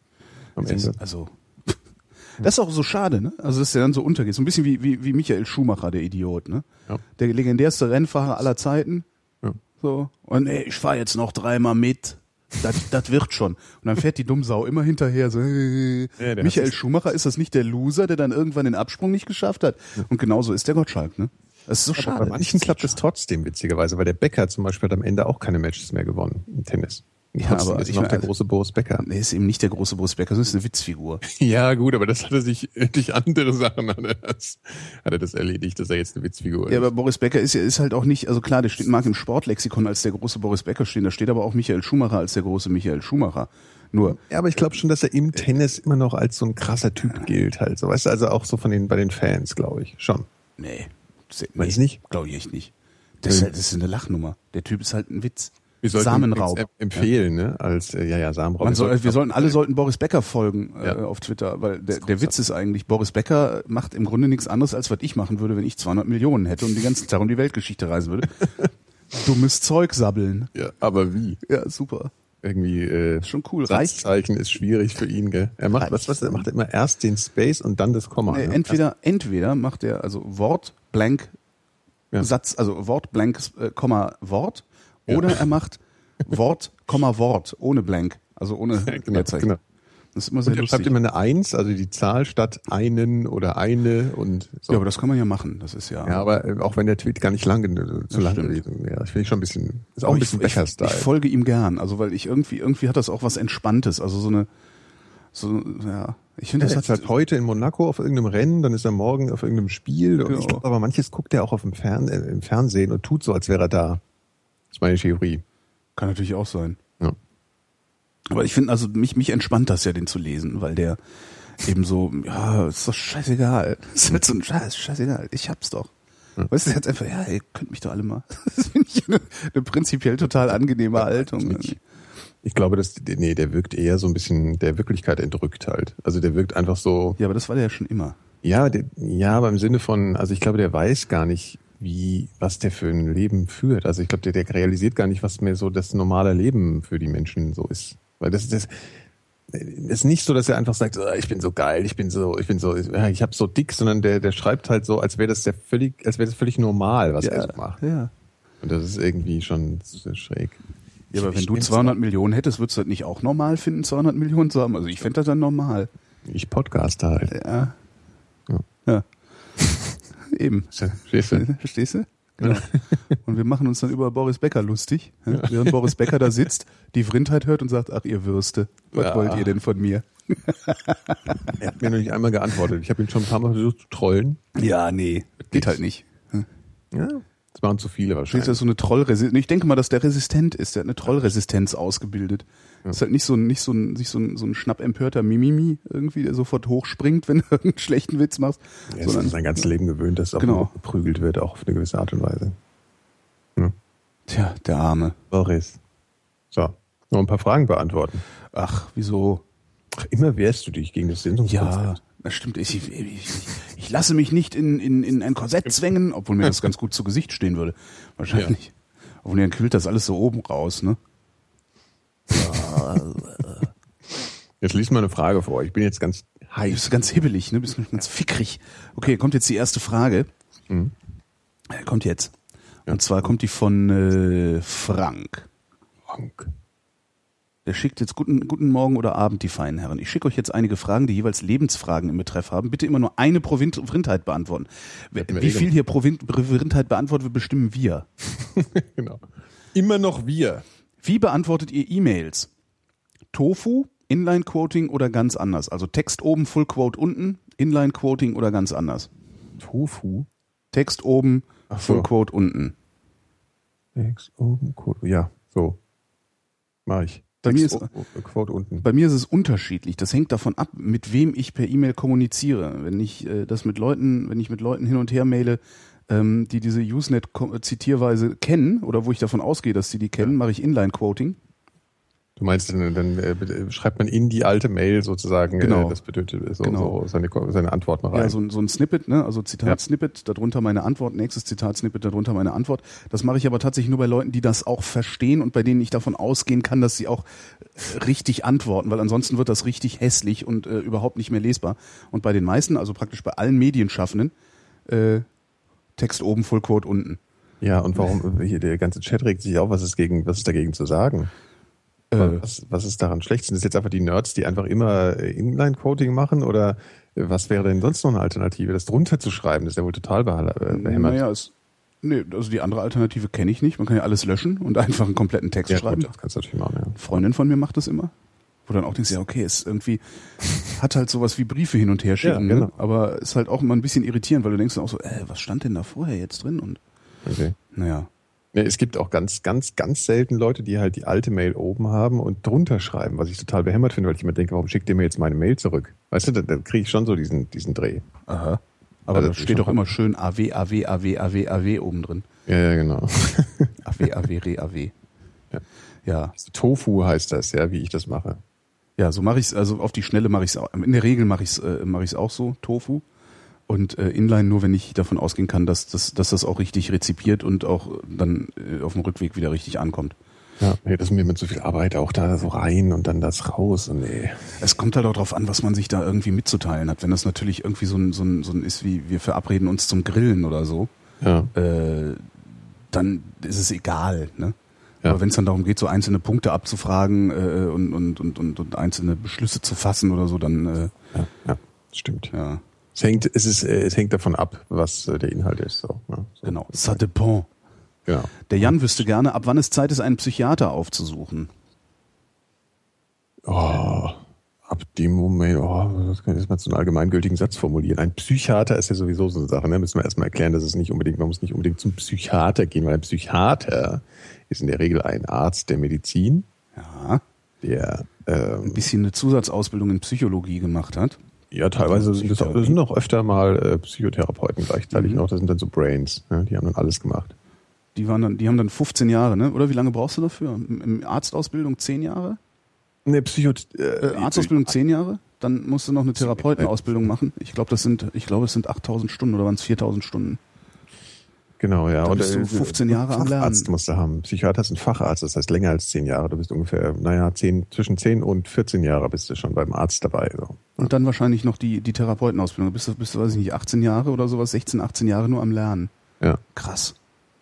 [SPEAKER 3] Am Ende.
[SPEAKER 2] Ist, also das ist auch so schade, ne? Also dass der dann so untergeht. So ein bisschen wie, wie, wie Michael Schumacher, der Idiot, ne? Ja. Der legendärste Rennfahrer aller Zeiten. Ja. So. Und ey, ich fahr jetzt noch dreimal mit. Das, das wird schon. Und dann fährt die Dummsau immer hinterher. So, äh, ja, Michael Schumacher, ist das nicht der Loser, der dann irgendwann den Absprung nicht geschafft hat? Ja. Und genauso ist der Gottschalk, ne? Das ist so schade.
[SPEAKER 3] Aber bei manchen klappt es trotzdem, witzigerweise, weil der Becker zum Beispiel hat am Ende auch keine Matches mehr gewonnen im Tennis.
[SPEAKER 2] Ja, aber
[SPEAKER 3] ist noch meine, der große Boris Becker.
[SPEAKER 2] Nee, ist eben nicht der große Boris Becker, das ist eine Witzfigur.
[SPEAKER 3] Ja, gut, aber das hat er sich durch andere Sachen hat er, das, hat er das erledigt, dass er jetzt eine Witzfigur ist.
[SPEAKER 2] Ja, aber Boris Becker ist ja ist halt auch nicht, also klar, der steht, mag im Sportlexikon als der große Boris Becker stehen, da steht aber auch Michael Schumacher als der große Michael Schumacher. Nur.
[SPEAKER 3] Ja, aber ich glaube schon, dass er im Tennis immer noch als so ein krasser Typ äh, gilt halt. So, weißt du, also auch so von den, bei den Fans, glaube ich. Schon.
[SPEAKER 2] Nee. nee
[SPEAKER 3] Weiß nicht?
[SPEAKER 2] Glaube ich echt nicht. Das ist, halt, das ist eine Lachnummer. Der Typ ist halt ein Witz.
[SPEAKER 3] Wir sollten
[SPEAKER 2] Samenraub.
[SPEAKER 3] empfehlen, ja. ne? Als äh, ja ja Samenraub.
[SPEAKER 2] Man soll, wir sollten alle sollten Boris Becker folgen äh, ja. auf Twitter, weil der, der Witz ist eigentlich, Boris Becker macht im Grunde nichts anderes, als was ich machen würde, wenn ich zweihundert Millionen hätte und die ganze Zeit um die Weltgeschichte reisen würde. Dummes Zeug sabbeln.
[SPEAKER 3] Ja, aber wie?
[SPEAKER 2] Ja, super.
[SPEAKER 3] Irgendwie äh,
[SPEAKER 2] ist schon cool.
[SPEAKER 3] Satzzeichen ist schwierig für ihn, gell? Er macht Reich. was was er macht immer erst den Space und dann das Komma.
[SPEAKER 2] Nee,
[SPEAKER 3] ne?
[SPEAKER 2] Entweder erst entweder macht er also Wort blank ja. Satz, also Wort blank äh, Komma Wort oder ja. er macht Wort, Komma, Wort, ohne Blank, also ohne
[SPEAKER 3] ja, genau,
[SPEAKER 2] Leerzeichen.
[SPEAKER 3] Genau.
[SPEAKER 2] Das ist immer sehr
[SPEAKER 3] und er
[SPEAKER 2] lustig.
[SPEAKER 3] schreibt immer eine Eins, also die Zahl statt einen oder eine und so.
[SPEAKER 2] Ja, aber das kann man ja machen, das ist ja...
[SPEAKER 3] Ja, aber auch wenn der Tweet gar nicht lang, zu lang ist. Ja, das finde ich schon ein bisschen, ist auch aber ein bisschen Becker-Style.
[SPEAKER 2] Ich, ich folge ihm gern, also weil ich irgendwie, irgendwie hat das auch was Entspanntes, also so eine, So, ja. Ich finde,
[SPEAKER 3] das
[SPEAKER 2] das
[SPEAKER 3] ist halt heute in Monaco auf irgendeinem Rennen, dann ist er morgen auf irgendeinem Spiel.
[SPEAKER 2] Genau.
[SPEAKER 3] Ich glaube, aber manches guckt er auch auf dem Fern- äh, im Fernsehen und tut so, als wäre er da. Das ist meine Theorie.
[SPEAKER 2] Kann natürlich auch sein.
[SPEAKER 3] Ja.
[SPEAKER 2] Aber ich finde, also mich, mich entspannt das ja, den zu lesen, weil der eben so, ja, ist doch scheißegal. Ist halt so ein Scheiß, scheißegal. Ich hab's doch. Ja. Weißt du, der hat einfach, ja, ihr könnt mich doch alle mal. Das finde ich eine, eine prinzipiell total angenehme Haltung.
[SPEAKER 3] Ich, ich glaube, dass, nee, der wirkt eher so ein bisschen der Wirklichkeit entrückt halt. Also der wirkt einfach so.
[SPEAKER 2] Ja, aber das war der ja schon immer.
[SPEAKER 3] Ja, der, ja, aber im Sinne von, also ich glaube, der weiß gar nicht, wie, was der für ein Leben führt. Also ich glaube, der, der realisiert gar nicht, was mehr so das normale Leben für die Menschen so ist. Weil das, das, das ist nicht so, dass er einfach sagt, oh, ich bin so geil, ich bin so, ich bin so, ich habe so dick, sondern der, der schreibt halt so, als wäre das der völlig, als wäre das völlig normal, was
[SPEAKER 2] ja,
[SPEAKER 3] er so macht.
[SPEAKER 2] Ja.
[SPEAKER 3] Und das ist irgendwie schon schräg.
[SPEAKER 2] Ja, aber ich, wenn ich du zweihundert Millionen hättest, würdest du das nicht auch normal finden, zweihundert Millionen zu haben? Also ich fände das dann normal.
[SPEAKER 3] Ich podcaste halt.
[SPEAKER 2] Ja. Ja. ja. Eben.
[SPEAKER 3] Verstehst du?
[SPEAKER 2] Verstehst du? Genau. Und wir machen uns dann über Boris Becker lustig, ja? Während Boris Becker da sitzt, die Vrindheit hört und sagt, ach ihr Würste, was ja. wollt ihr denn von mir?
[SPEAKER 3] Er hat mir noch nicht einmal geantwortet. Ich habe ihn schon ein paar Mal versucht zu trollen.
[SPEAKER 2] Ja, nee, geht halt nicht.
[SPEAKER 3] Ja, das machen zu viele wahrscheinlich.
[SPEAKER 2] Das ist so eine Trollresistenz. Ich denke mal, dass der resistent ist. Der hat eine Trollresistenz ausgebildet. Ja. Ist halt nicht so ein, nicht so ein, nicht so ein, so ein schnappempörter Mimimi irgendwie, der sofort hochspringt, wenn du irgendeinen schlechten Witz machst.
[SPEAKER 3] Er ist sein ganzes Leben gewöhnt, dass er
[SPEAKER 2] genau.
[SPEAKER 3] geprügelt wird, auch auf eine gewisse Art und Weise.
[SPEAKER 2] Hm. Tja, der Arme.
[SPEAKER 3] Boris. So, noch ein paar Fragen beantworten.
[SPEAKER 2] Ach, wieso?
[SPEAKER 3] Ach, immer wehrst du dich gegen das Sendungskonzept.
[SPEAKER 2] Ja, das stimmt. Ich, ich, ich, ich lasse mich nicht in, in, in ein Korsett zwängen, obwohl mir das ganz gut zu Gesicht stehen würde. Wahrscheinlich. Ja. Obwohl dann quillt das alles so oben raus, ne?
[SPEAKER 3] Jetzt lies mal eine Frage vor. Ich bin jetzt ganz heiß.
[SPEAKER 2] Du bist ganz hibbelig, ne? Bist ganz fickrig. Okay, kommt jetzt die erste Frage. Mhm. Kommt jetzt. Ja. Und zwar kommt die von äh, Frank.
[SPEAKER 3] Frank.
[SPEAKER 2] Der schickt jetzt guten, guten Morgen oder Abend, die feinen Herren. Ich schicke euch jetzt einige Fragen, die jeweils Lebensfragen im Betreff haben. Bitte immer nur eine pro Vrindheit beantworten. Wie viel hier pro Vrindheit beantwortet wird, bestimmen wir.
[SPEAKER 3] Genau. Immer noch wir.
[SPEAKER 2] Wie beantwortet ihr E-Mails? Tofu, Inline-Quoting oder ganz anders? Also Text oben, Full Quote unten, Inline-Quoting oder ganz anders?
[SPEAKER 3] Tofu?
[SPEAKER 2] Text oben,
[SPEAKER 3] Ach so.
[SPEAKER 2] Full Quote unten.
[SPEAKER 3] Text oben, Quote, ja, so. Mach ich.
[SPEAKER 2] Bei mir, ist,
[SPEAKER 3] Quote unten.
[SPEAKER 2] bei mir ist es unterschiedlich. Das hängt davon ab, mit wem ich per E-Mail kommuniziere. Wenn ich äh, das mit Leuten, wenn ich mit Leuten hin und her maile, ähm, die diese Usenet-Zitierweise kennen oder wo ich davon ausgehe, dass sie die kennen, ja. mache ich Inline-Quoting.
[SPEAKER 3] Du meinst, dann, dann äh, schreibt man in die alte Mail sozusagen
[SPEAKER 2] genau.
[SPEAKER 3] äh, das bedeutet so,
[SPEAKER 2] genau.
[SPEAKER 3] so seine, seine Antwort mal rein.
[SPEAKER 2] Ja, so, so ein Snippet, ne? Also Zitat-Snippet, ja. darunter meine Antwort, nächstes Zitat-Snippet, darunter meine Antwort. Das mache ich aber tatsächlich nur bei Leuten, die das auch verstehen und bei denen ich davon ausgehen kann, dass sie auch richtig antworten, weil ansonsten wird das richtig hässlich und äh, überhaupt nicht mehr lesbar. Und bei den meisten, also praktisch bei allen Medienschaffenden, äh, Text oben, Full Quote unten.
[SPEAKER 3] Ja, und warum, hier der ganze Chat regt sich auf, was ist gegen, was ist dagegen zu sagen? Was, was ist daran schlecht? Sind das jetzt einfach die Nerds, die einfach immer Inline-Quoting machen? Oder was wäre denn sonst noch eine Alternative? Das drunter zu schreiben, das ist ja wohl total behämmert.
[SPEAKER 2] Naja, es, nee, also die andere Alternative kenne ich nicht. Man kann ja alles löschen und einfach einen kompletten Text
[SPEAKER 3] ja,
[SPEAKER 2] schreiben.
[SPEAKER 3] Gut, das kannst du natürlich machen, ja.
[SPEAKER 2] Eine Freundin von mir macht das immer. Wo dann auch denkst, ja okay, ist irgendwie, hat halt sowas wie Briefe hin und her schicken, ja, genau. ne? Aber ist halt auch immer ein bisschen irritierend, weil du denkst dann auch so, äh, was stand denn da vorher jetzt drin? Und
[SPEAKER 3] okay.
[SPEAKER 2] Naja.
[SPEAKER 3] Ja, es gibt auch ganz, ganz, ganz selten Leute, die halt die alte Mail oben haben und drunter schreiben, was ich total behämmert finde, weil ich immer denke, warum schickt ihr mir jetzt meine Mail zurück? Weißt du, da, da kriege ich schon so diesen, diesen Dreh.
[SPEAKER 2] Aha. Aber also, da steht doch immer schön A W, A W, A W, A W, A W oben drin.
[SPEAKER 3] Ja, ja, genau.
[SPEAKER 2] A W, A W, Re, A W.
[SPEAKER 3] Ja.
[SPEAKER 2] ja.
[SPEAKER 3] Also, Tofu heißt das, ja, wie ich das mache.
[SPEAKER 2] Ja, so mache ich es, also auf die Schnelle mache ich es auch. In der Regel mache ich es äh, mache ich es auch so, Tofu. Und äh, Inline nur, wenn ich davon ausgehen kann, dass, dass, dass das auch richtig rezipiert und auch dann äh, auf dem Rückweg wieder richtig ankommt.
[SPEAKER 3] Ja, nee, das ist mir mit so viel Arbeit auch da so rein und dann das raus und nee.
[SPEAKER 2] Es kommt halt auch drauf an, was man sich da irgendwie mitzuteilen hat. Wenn das natürlich irgendwie so ein, so ein, so ein ist wie, wir verabreden uns zum Grillen oder so,
[SPEAKER 3] ja.
[SPEAKER 2] äh, dann ist es egal, ne?
[SPEAKER 3] Ja.
[SPEAKER 2] Aber wenn es dann darum geht, so einzelne Punkte abzufragen äh, und, und, und, und, und einzelne Beschlüsse zu fassen oder so, dann äh,
[SPEAKER 3] ja, ja, stimmt.
[SPEAKER 2] Ja.
[SPEAKER 3] Es hängt, es ist, es hängt davon ab, was der Inhalt ist. So, ja, so.
[SPEAKER 2] Genau, ça dépend.
[SPEAKER 3] Genau.
[SPEAKER 2] Der Jan wüsste gerne, ab wann es Zeit ist, einen Psychiater aufzusuchen.
[SPEAKER 3] Oh, ab ab dem Moment, oh, das kann ich jetzt mal zu einem allgemeingültigen Satz formulieren. Ein Psychiater ist ja sowieso so eine Sache, ne? Müssen wir erstmal erklären, dass es nicht unbedingt, man muss nicht unbedingt zum Psychiater gehen, weil ein Psychiater ist in der Regel ein Arzt der Medizin,
[SPEAKER 2] Ja.
[SPEAKER 3] der ähm,
[SPEAKER 2] Ein bisschen eine Zusatzausbildung in Psychologie gemacht hat.
[SPEAKER 3] ja teilweise sind das, das sind auch öfter mal äh, Psychotherapeuten gleichzeitig
[SPEAKER 2] Mhm.
[SPEAKER 3] noch, das sind dann so Brains, ne? Die haben dann alles gemacht.
[SPEAKER 2] Die waren dann, die haben dann fünfzehn Jahre, ne? Oder wie lange brauchst du dafür? Im im Arztausbildung zehn Jahre?
[SPEAKER 3] Ne, Psycho
[SPEAKER 2] Äh,
[SPEAKER 3] äh,
[SPEAKER 2] Arztausbildung zehn Jahre? Dann musst du noch eine Therapeutenausbildung machen. Ich glaube, das sind, ich glaube, es sind achttausend Stunden oder waren es viertausend Stunden?
[SPEAKER 3] Genau, ja.
[SPEAKER 2] Da
[SPEAKER 3] Und
[SPEAKER 2] bist du
[SPEAKER 3] äh,
[SPEAKER 2] fünfzehn Jahre am
[SPEAKER 3] Facharzt
[SPEAKER 2] Lernen.
[SPEAKER 3] musst du haben. Psychiater ist ein Facharzt, das heißt länger als zehn Jahre. Du bist ungefähr, naja, zehn, zwischen zehn und vierzehn Jahre bist du schon beim Arzt dabei. So.
[SPEAKER 2] Und dann wahrscheinlich noch die, die Therapeutenausbildung. Bist du, bist du, weiß ich nicht, achtzehn Jahre oder sowas, sechzehn, achtzehn Jahre nur am Lernen.
[SPEAKER 3] Ja.
[SPEAKER 2] Krass.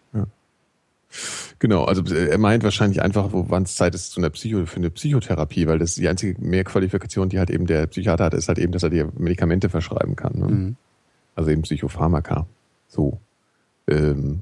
[SPEAKER 3] Genau, also er meint wahrscheinlich einfach, wann es Zeit ist zu einer Psycho, für eine Psychotherapie, weil das ist die einzige Mehrqualifikation, die halt eben der Psychiater hat, ist halt eben, dass er dir Medikamente verschreiben kann. Ne?
[SPEAKER 2] Mhm.
[SPEAKER 3] Also eben Psychopharmaka. So. Ähm,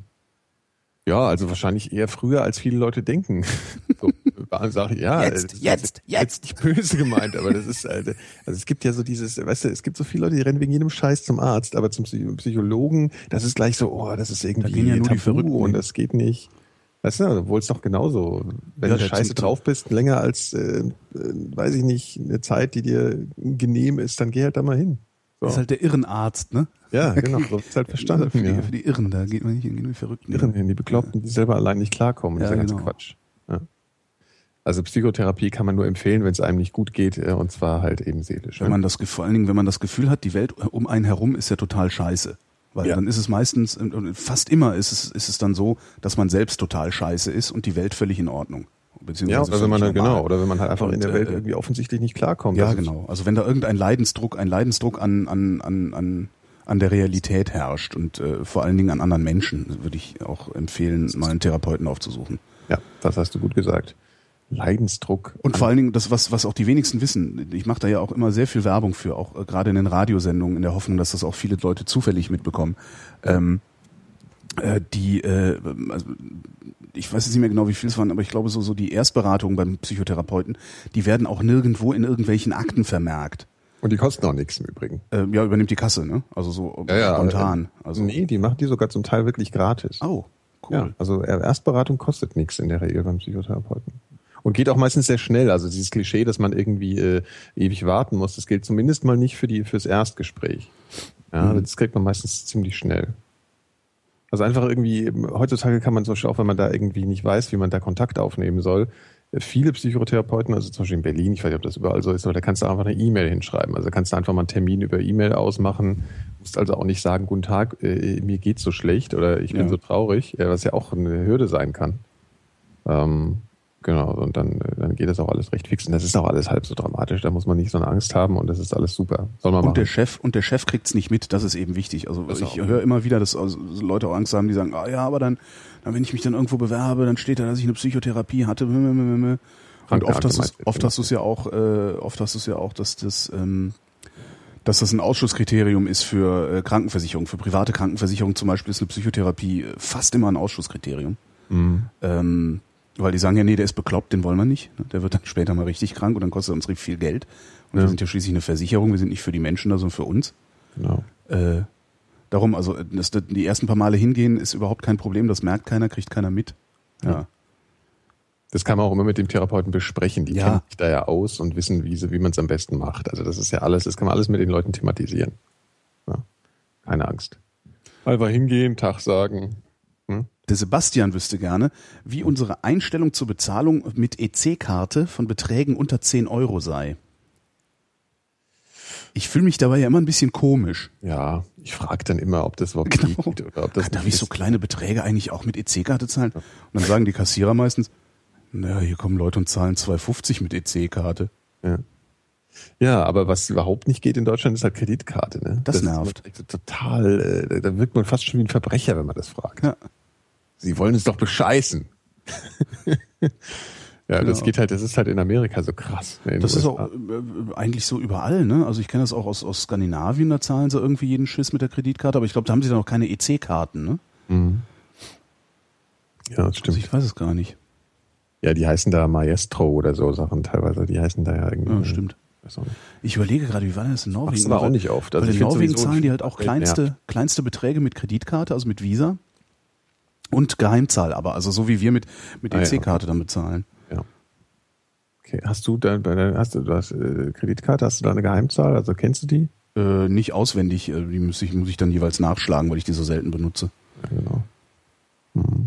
[SPEAKER 3] ja, also wahrscheinlich eher früher, als viele Leute denken. So, sag ich, ja,
[SPEAKER 2] Jetzt,
[SPEAKER 3] das ist
[SPEAKER 2] jetzt, jetzt.
[SPEAKER 3] nicht böse gemeint, aber das ist, also es gibt ja so dieses, weißt du, es gibt so viele Leute, die rennen wegen jedem Scheiß zum Arzt, aber zum Psy- Psychologen, das ist gleich so, oh, das ist irgendwie
[SPEAKER 2] gehen ja nur die
[SPEAKER 3] Tabu
[SPEAKER 2] Verrückten
[SPEAKER 3] und
[SPEAKER 2] hin.
[SPEAKER 3] das geht nicht. Weißt du, obwohl es doch genauso, wenn
[SPEAKER 2] Ja,
[SPEAKER 3] du
[SPEAKER 2] der
[SPEAKER 3] scheiße
[SPEAKER 2] zum-
[SPEAKER 3] drauf bist, länger als, äh, äh, weiß ich nicht, eine Zeit, die dir genehm ist, dann geh halt da mal hin. So.
[SPEAKER 2] Das ist halt der Irrenarzt, ne?
[SPEAKER 3] Ja, genau, so ist halt verstanden.
[SPEAKER 2] Für die,
[SPEAKER 3] Ja.
[SPEAKER 2] für die Irren, da geht man nicht hin, gehen die Verrückten.
[SPEAKER 3] Irren hin, die Bekloppten, die selber allein nicht klarkommen,
[SPEAKER 2] Ja,
[SPEAKER 3] dieser ganze
[SPEAKER 2] genau.
[SPEAKER 3] Quatsch. Ja. Also Psychotherapie kann man nur empfehlen, wenn es einem nicht gut geht, äh, und zwar halt eben seelisch.
[SPEAKER 2] Wenn
[SPEAKER 3] ne?
[SPEAKER 2] man das, Ge- vor allen Dingen, wenn man das Gefühl hat, die Welt um einen herum ist ja total scheiße. Weil
[SPEAKER 3] Ja.
[SPEAKER 2] dann ist es meistens, und fast immer ist es, ist es dann so, dass man selbst total scheiße ist und die Welt völlig in Ordnung. Beziehungsweise
[SPEAKER 3] Ja, oder wenn man
[SPEAKER 2] völlig
[SPEAKER 3] dann,
[SPEAKER 2] normal.
[SPEAKER 3] genau, oder wenn man halt einfach
[SPEAKER 2] Und,
[SPEAKER 3] in der Welt
[SPEAKER 2] äh,
[SPEAKER 3] irgendwie offensichtlich nicht klarkommt.
[SPEAKER 2] Ja,
[SPEAKER 3] Das ist-
[SPEAKER 2] genau. Also wenn da irgendein Leidensdruck, ein Leidensdruck an, an, an, an, an der Realität herrscht und äh, vor allen Dingen an anderen Menschen, würde ich auch empfehlen, mal einen Therapeuten aufzusuchen.
[SPEAKER 3] Ja, das hast du gut gesagt. Leidensdruck.
[SPEAKER 2] Und
[SPEAKER 3] an-
[SPEAKER 2] vor allen Dingen, das, was, was auch die wenigsten wissen, ich mache da ja auch immer sehr viel Werbung für, auch äh, gerade in den Radiosendungen, in der Hoffnung, dass das auch viele Leute zufällig mitbekommen. Ähm, äh, die, äh, also, ich weiß jetzt nicht mehr genau, wie viel es waren, aber ich glaube, so, so die Erstberatungen beim Psychotherapeuten, die werden auch nirgendwo in irgendwelchen Akten vermerkt.
[SPEAKER 3] Und die kosten auch nichts im Übrigen.
[SPEAKER 2] Äh, ja, übernimmt die Kasse, ne? Also so spontan. Also,
[SPEAKER 3] nee, die machen die sogar zum Teil wirklich gratis.
[SPEAKER 2] Oh, cool.
[SPEAKER 3] Ja, also Erstberatung kostet nichts in der Regel beim Psychotherapeuten. Und geht auch meistens sehr schnell. Also dieses Klischee, dass man irgendwie äh, ewig warten muss, das gilt zumindest mal nicht für die fürs Erstgespräch. Ja,
[SPEAKER 2] Mhm.
[SPEAKER 3] das kriegt man meistens ziemlich schnell. Also einfach irgendwie, heutzutage kann man zum Beispiel auch, wenn man da irgendwie nicht weiß, wie man da Kontakt aufnehmen soll, äh, viele Psychotherapeuten, also zum Beispiel in Berlin, ich weiß nicht, ob das überall so ist, aber da kannst du einfach eine E-Mail hinschreiben. Also da kannst du einfach mal einen Termin über E-Mail ausmachen, musst also auch nicht sagen, guten Tag, äh, mir geht's so schlecht oder ich bin
[SPEAKER 2] Ja.
[SPEAKER 3] so traurig, äh, was ja auch eine Hürde sein kann. Ähm, genau, und dann, äh, dann geht das auch alles recht fix. Und das ist auch alles halb so dramatisch, da muss man nicht so eine Angst haben und das ist alles super. Soll man
[SPEAKER 2] Und der
[SPEAKER 3] machen.
[SPEAKER 2] Chef, und der Chef kriegt's nicht mit, das ist eben wichtig. Also
[SPEAKER 3] Das
[SPEAKER 2] ich
[SPEAKER 3] auch.
[SPEAKER 2] höre immer wieder, dass also Leute auch Angst haben, die sagen, ah ja, aber dann, dann, wenn ich mich dann irgendwo bewerbe, dann steht da, dass ich eine Psychotherapie hatte. Und oft hast du
[SPEAKER 3] Krankenakte
[SPEAKER 2] oft hast du es ja auch, äh, oft hast du es ja auch, dass das, ähm, dass das ein Ausschusskriterium ist für äh, Krankenversicherung, für private Krankenversicherung zum Beispiel ist eine Psychotherapie äh, fast immer ein Ausschusskriterium.
[SPEAKER 3] Mhm.
[SPEAKER 2] Ähm, weil die sagen ja, nee, der ist bekloppt, den wollen wir nicht. Der wird dann später mal richtig krank und dann kostet er uns richtig viel Geld. Und
[SPEAKER 3] Ja.
[SPEAKER 2] wir sind ja schließlich eine Versicherung, wir sind nicht für die Menschen da, sondern für uns.
[SPEAKER 3] Genau.
[SPEAKER 2] Äh, darum, also das, die ersten paar Male hingehen ist überhaupt kein Problem, das merkt keiner, kriegt keiner mit. Ja.
[SPEAKER 3] Das kann man auch immer mit dem Therapeuten besprechen. Die
[SPEAKER 2] Ja.
[SPEAKER 3] kennen sich da ja aus und wissen, wie, sie, wie man es am besten macht. Also das ist ja alles, das kann man alles mit den Leuten thematisieren. Ja. Keine Angst. Einfach hingehen, Tag sagen. Hm?
[SPEAKER 2] Der Sebastian wüsste gerne, wie unsere Einstellung zur Bezahlung mit E C-Karte von Beträgen unter zehn Euro sei. Ich fühle mich dabei ja immer ein bisschen komisch.
[SPEAKER 3] Ja, ich frage dann immer, ob das überhaupt
[SPEAKER 2] Genau.
[SPEAKER 3] geht oder ob das
[SPEAKER 2] Darf
[SPEAKER 3] nicht
[SPEAKER 2] ich so
[SPEAKER 3] ist.
[SPEAKER 2] kleine Beträge eigentlich auch mit E C-Karte zahlen? Und dann sagen die Kassierer meistens, naja, hier kommen Leute und zahlen zwei fünfzig mit E C-Karte.
[SPEAKER 3] Ja. Ja, aber was überhaupt nicht geht in Deutschland, ist halt Kreditkarte. Ne?
[SPEAKER 2] Das
[SPEAKER 3] ist
[SPEAKER 2] nervt.
[SPEAKER 3] echt so total, äh, da wirkt man fast schon wie ein Verbrecher, wenn man das fragt.
[SPEAKER 2] Ja.
[SPEAKER 3] Sie wollen es doch bescheißen. Ja, das
[SPEAKER 2] Genau.
[SPEAKER 3] geht halt, das ist halt in Amerika so krass. Ne, in den
[SPEAKER 2] Das ist
[SPEAKER 3] U S A.
[SPEAKER 2] auch äh, eigentlich so überall, ne? Also ich kenne das auch aus, aus Skandinavien, da zahlen sie irgendwie jeden Schiss mit der Kreditkarte, aber ich glaube, da haben sie dann noch keine E C-Karten, ne?
[SPEAKER 3] Mhm. Ja, das
[SPEAKER 2] Also
[SPEAKER 3] stimmt.
[SPEAKER 2] ich weiß es gar nicht.
[SPEAKER 3] Ja, die heißen da Maestro oder so Sachen teilweise. Die heißen da ja irgendwie.
[SPEAKER 2] Ja, stimmt. Ich überlege gerade, wie war das in Norwegen?
[SPEAKER 3] Machst du aber auch nicht oft.
[SPEAKER 2] Also in Norwegen
[SPEAKER 3] sowieso
[SPEAKER 2] zahlen die halt auch kleinste,
[SPEAKER 3] nervt.
[SPEAKER 2] kleinste Beträge mit Kreditkarte, also mit Visa und Geheimzahl, aber also so wie wir mit, mit
[SPEAKER 3] Ah,
[SPEAKER 2] E C-Karte
[SPEAKER 3] ja.
[SPEAKER 2] dann bezahlen.
[SPEAKER 3] Ja. Okay, hast du da bei der, hast du, du hast äh, Kreditkarte, hast du da eine Geheimzahl? Also kennst du die?
[SPEAKER 2] Äh, nicht auswendig, äh, die muss ich, muss ich dann jeweils nachschlagen, weil ich die so selten benutze.
[SPEAKER 3] Ja, genau. Hm.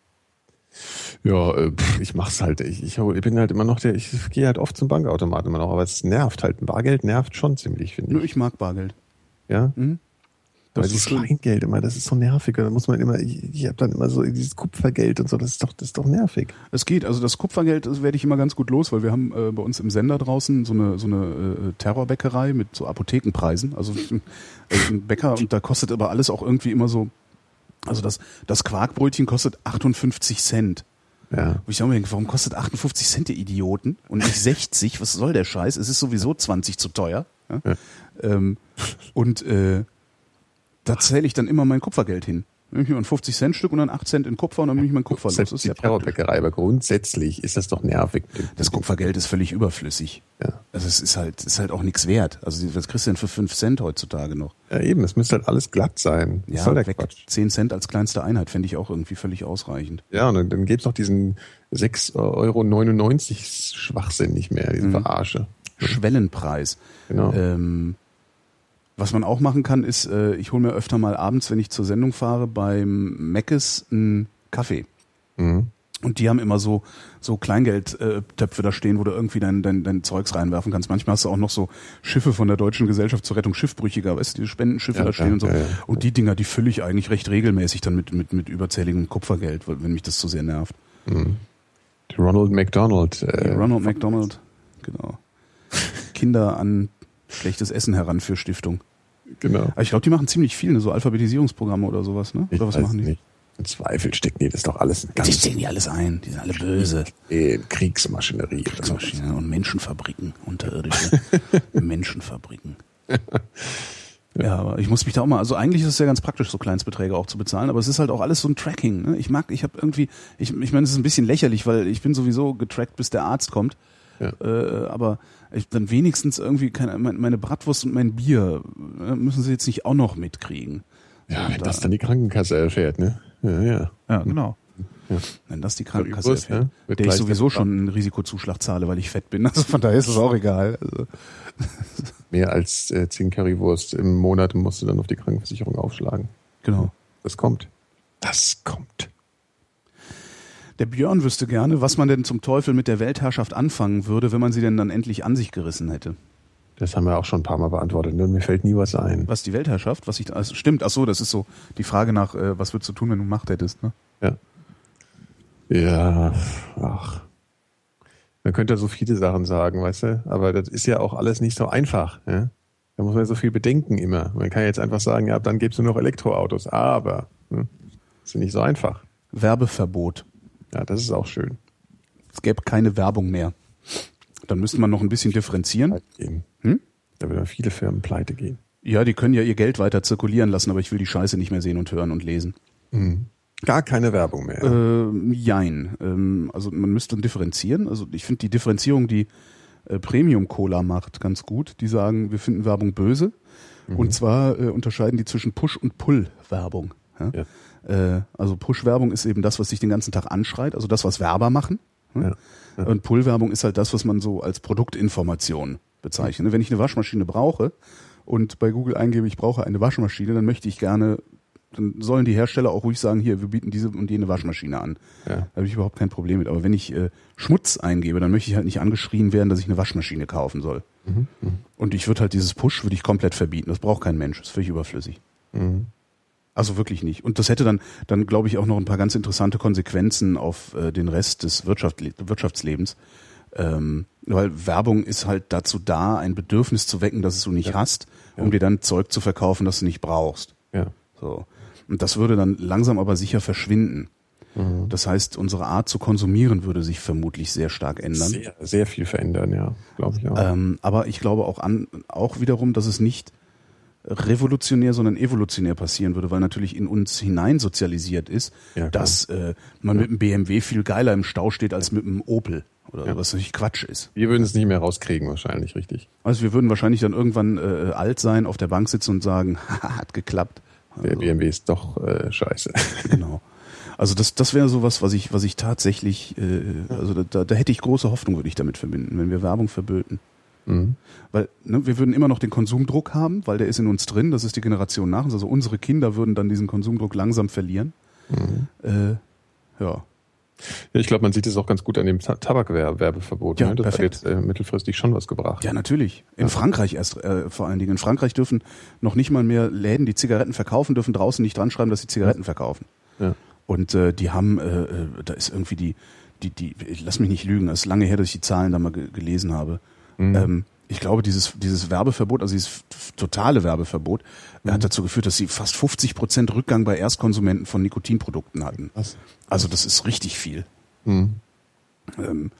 [SPEAKER 3] Ja, äh, pff, ich mach's halt. Ich, ich, ich bin halt immer noch der, ich gehe halt oft zum Bankautomaten immer noch, aber es nervt halt. Ein Bargeld nervt schon ziemlich, finde
[SPEAKER 2] Nö,
[SPEAKER 3] ich.
[SPEAKER 2] ich mag Bargeld.
[SPEAKER 3] Ja?
[SPEAKER 2] Mhm.
[SPEAKER 3] Aber
[SPEAKER 2] Das ist
[SPEAKER 3] dieses
[SPEAKER 2] schön.
[SPEAKER 3] Kleingeld immer, das ist so nervig. Da muss man immer, ich, ich habe dann immer so dieses Kupfergeld und so, das ist doch, das ist doch nervig.
[SPEAKER 2] Es geht, also das Kupfergeld, das werde ich immer ganz gut los, weil wir haben äh, bei uns im Sender draußen so eine so eine äh, Terrorbäckerei mit so Apothekenpreisen, also äh, ein Bäcker, und da kostet aber alles auch irgendwie immer so, also das das Quarkbrötchen kostet achtundfünfzig Cent.
[SPEAKER 3] Ja.
[SPEAKER 2] Wo ich auch mir denke, warum kostet achtundfünfzig Cent, ihr Idioten? Und nicht sechzig, was soll der Scheiß? Es ist sowieso zwanzig zu teuer. Ja?
[SPEAKER 3] Ja.
[SPEAKER 2] Ähm, und äh, da zähle ich dann immer mein Kupfergeld hin. Dann nehme ich mir ein fünfzig Cent Stück und dann acht Cent in Kupfer und dann nehme ich mein Kupfer los. Das
[SPEAKER 3] Das
[SPEAKER 2] ist
[SPEAKER 3] ist
[SPEAKER 2] ja
[SPEAKER 3] die
[SPEAKER 2] praktisch.
[SPEAKER 3] Terrorbäckerei, aber grundsätzlich ist das doch nervig.
[SPEAKER 2] Das Kupfergeld ist völlig überflüssig.
[SPEAKER 3] Ja.
[SPEAKER 2] Also es ist halt, ist halt auch nichts wert. Also was kriegst du denn für fünf Cent heutzutage noch?
[SPEAKER 3] Ja, eben, es müsste halt alles glatt sein. Was soll der
[SPEAKER 2] weg.
[SPEAKER 3] Quatsch?
[SPEAKER 2] zehn Cent als kleinste Einheit fände ich auch irgendwie völlig ausreichend.
[SPEAKER 3] Ja, und dann, dann gibt's noch diesen sechs Euro neunundneunzig Schwachsinn nicht mehr, diese
[SPEAKER 2] Mhm.
[SPEAKER 3] Verarsche.
[SPEAKER 2] Schwellenpreis.
[SPEAKER 3] Genau.
[SPEAKER 2] Ähm, was man auch machen kann, ist, äh, ich hole mir öfter mal abends, wenn ich zur Sendung fahre, beim Meckes einen Kaffee.
[SPEAKER 3] Mhm.
[SPEAKER 2] Und die haben immer so so Kleingeldtöpfe da stehen, wo du irgendwie dein, dein, dein Zeugs reinwerfen kannst. Manchmal hast du auch noch so Schiffe von der Deutschen Gesellschaft zur Rettung Schiffbrüchiger, weißt du, diese Spendenschiffe
[SPEAKER 3] Ja,
[SPEAKER 2] da stehen
[SPEAKER 3] ja,
[SPEAKER 2] und so.
[SPEAKER 3] ja, ja.
[SPEAKER 2] Und die Dinger, die fülle ich eigentlich recht regelmäßig dann mit mit mit überzähligem Kupfergeld, weil- wenn mich das zu sehr nervt.
[SPEAKER 3] Mhm. Die Ronald McDonald. Äh,
[SPEAKER 2] Ronald McDonald, genau. Kinder an schlechtes Essen heran für Stiftung.
[SPEAKER 3] Genau.
[SPEAKER 2] Aber ich glaube, die machen ziemlich viel, ne? So Alphabetisierungsprogramme oder sowas, ne?
[SPEAKER 3] Ich
[SPEAKER 2] Oder was
[SPEAKER 3] weiß
[SPEAKER 2] machen die?
[SPEAKER 3] nicht. Im Zweifel stecken die das doch alles in
[SPEAKER 2] Die
[SPEAKER 3] ganz
[SPEAKER 2] stecken die alles ein, die sind alle böse.
[SPEAKER 3] in Kriegsmaschinerie. oder so.
[SPEAKER 2] Kriegsmaschinen und Menschenfabriken, unterirdische Menschenfabriken. Ja, aber ich muss mich da auch mal, also eigentlich ist es ja ganz praktisch, so Kleinstbeträge auch zu bezahlen, aber es ist halt auch alles so ein Tracking. Ne? Ich mag, ich habe irgendwie, ich, ich meine, es ist ein bisschen lächerlich, weil ich bin sowieso getrackt, bis der Arzt kommt.
[SPEAKER 3] Ja.
[SPEAKER 2] Äh, aber ich, dann wenigstens irgendwie keine, meine Bratwurst und mein Bier äh, müssen sie jetzt nicht auch noch mitkriegen.
[SPEAKER 3] Ja,
[SPEAKER 2] So,
[SPEAKER 3] wenn
[SPEAKER 2] da-
[SPEAKER 3] das dann die Krankenkasse erfährt, ne? Ja, ja.
[SPEAKER 2] Ja, genau.
[SPEAKER 3] Ja.
[SPEAKER 2] Wenn das die Krankenkasse
[SPEAKER 3] Currywurst,
[SPEAKER 2] erfährt,
[SPEAKER 3] ne? Wird
[SPEAKER 2] der ich
[SPEAKER 3] gleich
[SPEAKER 2] sowieso
[SPEAKER 3] bezahlt.
[SPEAKER 2] schon einen Risikozuschlag zahle, weil ich fett bin. Also von daher ist es auch egal. Also,
[SPEAKER 3] Mehr als äh, zehn Currywurst im Monat musst du dann auf die Krankenversicherung aufschlagen.
[SPEAKER 2] genau.
[SPEAKER 3] Das kommt. Das kommt.
[SPEAKER 2] Der Björn wüsste gerne, was man denn zum Teufel mit der Weltherrschaft anfangen würde, wenn man sie denn dann endlich an sich gerissen hätte.
[SPEAKER 3] Das haben wir auch schon ein paar Mal beantwortet. Nur mir fällt nie was ein.
[SPEAKER 2] Was die Weltherrschaft, was ich da, also stimmt, ach so, das ist so die Frage nach, äh, was würdest du tun, wenn du Macht hättest, ne?
[SPEAKER 3] Ja. Ja, ach. Man könnte so viele Sachen sagen, weißt du? Aber das ist ja auch alles nicht so einfach. Ja? Da muss man so viel bedenken immer. Man kann jetzt einfach sagen, ja, dann gibt's nur noch Elektroautos. Aber hm, ist ja nicht so einfach.
[SPEAKER 2] Werbeverbot.
[SPEAKER 3] Ja, das ist auch schön.
[SPEAKER 2] Es gäbe keine Werbung mehr. Dann müsste man noch ein bisschen differenzieren.
[SPEAKER 3] Pleite gehen.
[SPEAKER 2] Hm?
[SPEAKER 3] Da würden viele Firmen pleite gehen.
[SPEAKER 2] Ja, die können ja ihr Geld weiter zirkulieren lassen, aber ich will die Scheiße nicht mehr sehen und hören und lesen.
[SPEAKER 3] Mhm. Gar keine Werbung mehr.
[SPEAKER 2] Ähm, jein. Ähm, also man müsste differenzieren. Also ich finde die Differenzierung, die äh, Premium Cola macht, ganz gut. Die sagen, wir finden Werbung böse.
[SPEAKER 3] Mhm.
[SPEAKER 2] Und zwar äh, unterscheiden die zwischen Push- und Pull-Werbung. Ja?
[SPEAKER 3] Ja.
[SPEAKER 2] Äh, also Push-Werbung ist eben das, was sich den ganzen Tag anschreit, also das, was Werber machen. Ja?
[SPEAKER 3] Ja. Ja.
[SPEAKER 2] Und Pull-Werbung ist halt das, was man so als Produktinformation bezeichnet. Wenn ich eine Waschmaschine brauche und bei Google eingebe, ich brauche eine Waschmaschine, dann möchte ich gerne, dann sollen die Hersteller auch ruhig sagen, hier, wir bieten diese und jene Waschmaschine an.
[SPEAKER 3] Ja.
[SPEAKER 2] Da habe ich überhaupt kein Problem mit. Aber wenn ich äh, Schmutz eingebe, dann möchte ich halt nicht angeschrien werden, dass ich eine Waschmaschine kaufen soll.
[SPEAKER 3] Mhm. Mhm.
[SPEAKER 2] Und ich würde halt dieses Push würde ich komplett verbieten. Das braucht kein Mensch. Das ist völlig überflüssig.
[SPEAKER 3] Mhm.
[SPEAKER 2] Also wirklich nicht. Und das hätte dann, dann glaube ich, auch noch ein paar ganz interessante Konsequenzen auf äh, den Rest des Wirtschaft, Wirtschaftslebens. Ähm, weil Werbung ist halt dazu da, ein Bedürfnis zu wecken, das du nicht
[SPEAKER 3] Ja.
[SPEAKER 2] hast, um
[SPEAKER 3] Ja.
[SPEAKER 2] dir dann Zeug zu verkaufen, das du nicht brauchst.
[SPEAKER 3] Ja.
[SPEAKER 2] So. Und das würde dann langsam aber sicher verschwinden.
[SPEAKER 3] Mhm.
[SPEAKER 2] Das heißt, unsere Art zu konsumieren würde sich vermutlich sehr stark ändern.
[SPEAKER 3] Sehr, sehr viel verändern, ja, glaube ich auch.
[SPEAKER 2] Ähm, aber ich glaube auch an, auch wiederum, dass es nicht revolutionär, sondern evolutionär passieren würde, weil natürlich in uns hinein sozialisiert ist,
[SPEAKER 3] Ja, klar.
[SPEAKER 2] dass äh, man mit einem B M W viel geiler im Stau steht als mit einem Opel oder
[SPEAKER 3] Ja.
[SPEAKER 2] was natürlich Quatsch ist.
[SPEAKER 3] Wir würden es nicht mehr rauskriegen wahrscheinlich, richtig.
[SPEAKER 2] Also wir würden wahrscheinlich dann irgendwann äh, alt sein, auf der Bank sitzen und sagen, haha, hat geklappt. Also,
[SPEAKER 3] Der B M W ist doch äh, scheiße.
[SPEAKER 2] genau. Also das, das wäre sowas, was ich, was ich tatsächlich, äh, also da, da, da hätte ich große Hoffnung, würde ich damit verbinden, wenn wir Werbung verböten.
[SPEAKER 3] Mhm.
[SPEAKER 2] Weil ne, wir würden immer noch den Konsumdruck haben, weil der ist in uns drin, das ist die Generation nach uns. Also unsere Kinder würden dann diesen Konsumdruck langsam verlieren.
[SPEAKER 3] Mhm.
[SPEAKER 2] Äh, ja.
[SPEAKER 3] Ja, ich glaube, man sieht es auch ganz gut an dem Ta- Tabakwerbeverbot.
[SPEAKER 2] Ja,
[SPEAKER 3] ne? Das
[SPEAKER 2] perfekt.
[SPEAKER 3] hat jetzt äh, mittelfristig schon was gebracht.
[SPEAKER 2] Ja, natürlich. In
[SPEAKER 3] Ja.
[SPEAKER 2] Frankreich erst äh, vor allen Dingen. In Frankreich dürfen noch nicht mal mehr Läden, die Zigaretten verkaufen, dürfen draußen nicht dran schreiben, dass sie Zigaretten verkaufen.
[SPEAKER 3] Ja.
[SPEAKER 2] Und äh, die haben, äh, äh, da ist irgendwie die, die, die, lass mich nicht lügen, es ist lange her, dass ich die Zahlen da mal ge- gelesen habe.
[SPEAKER 3] Mhm.
[SPEAKER 2] Ähm, ich glaube, dieses, dieses Werbeverbot, also dieses f- totale Werbeverbot,
[SPEAKER 3] Mhm.
[SPEAKER 2] hat dazu geführt, dass sie fast fünfzig Prozent Rückgang bei Erstkonsumenten von Nikotinprodukten hatten.
[SPEAKER 3] Was?
[SPEAKER 2] Also das ist richtig viel.
[SPEAKER 3] Mhm.
[SPEAKER 2] Ähm,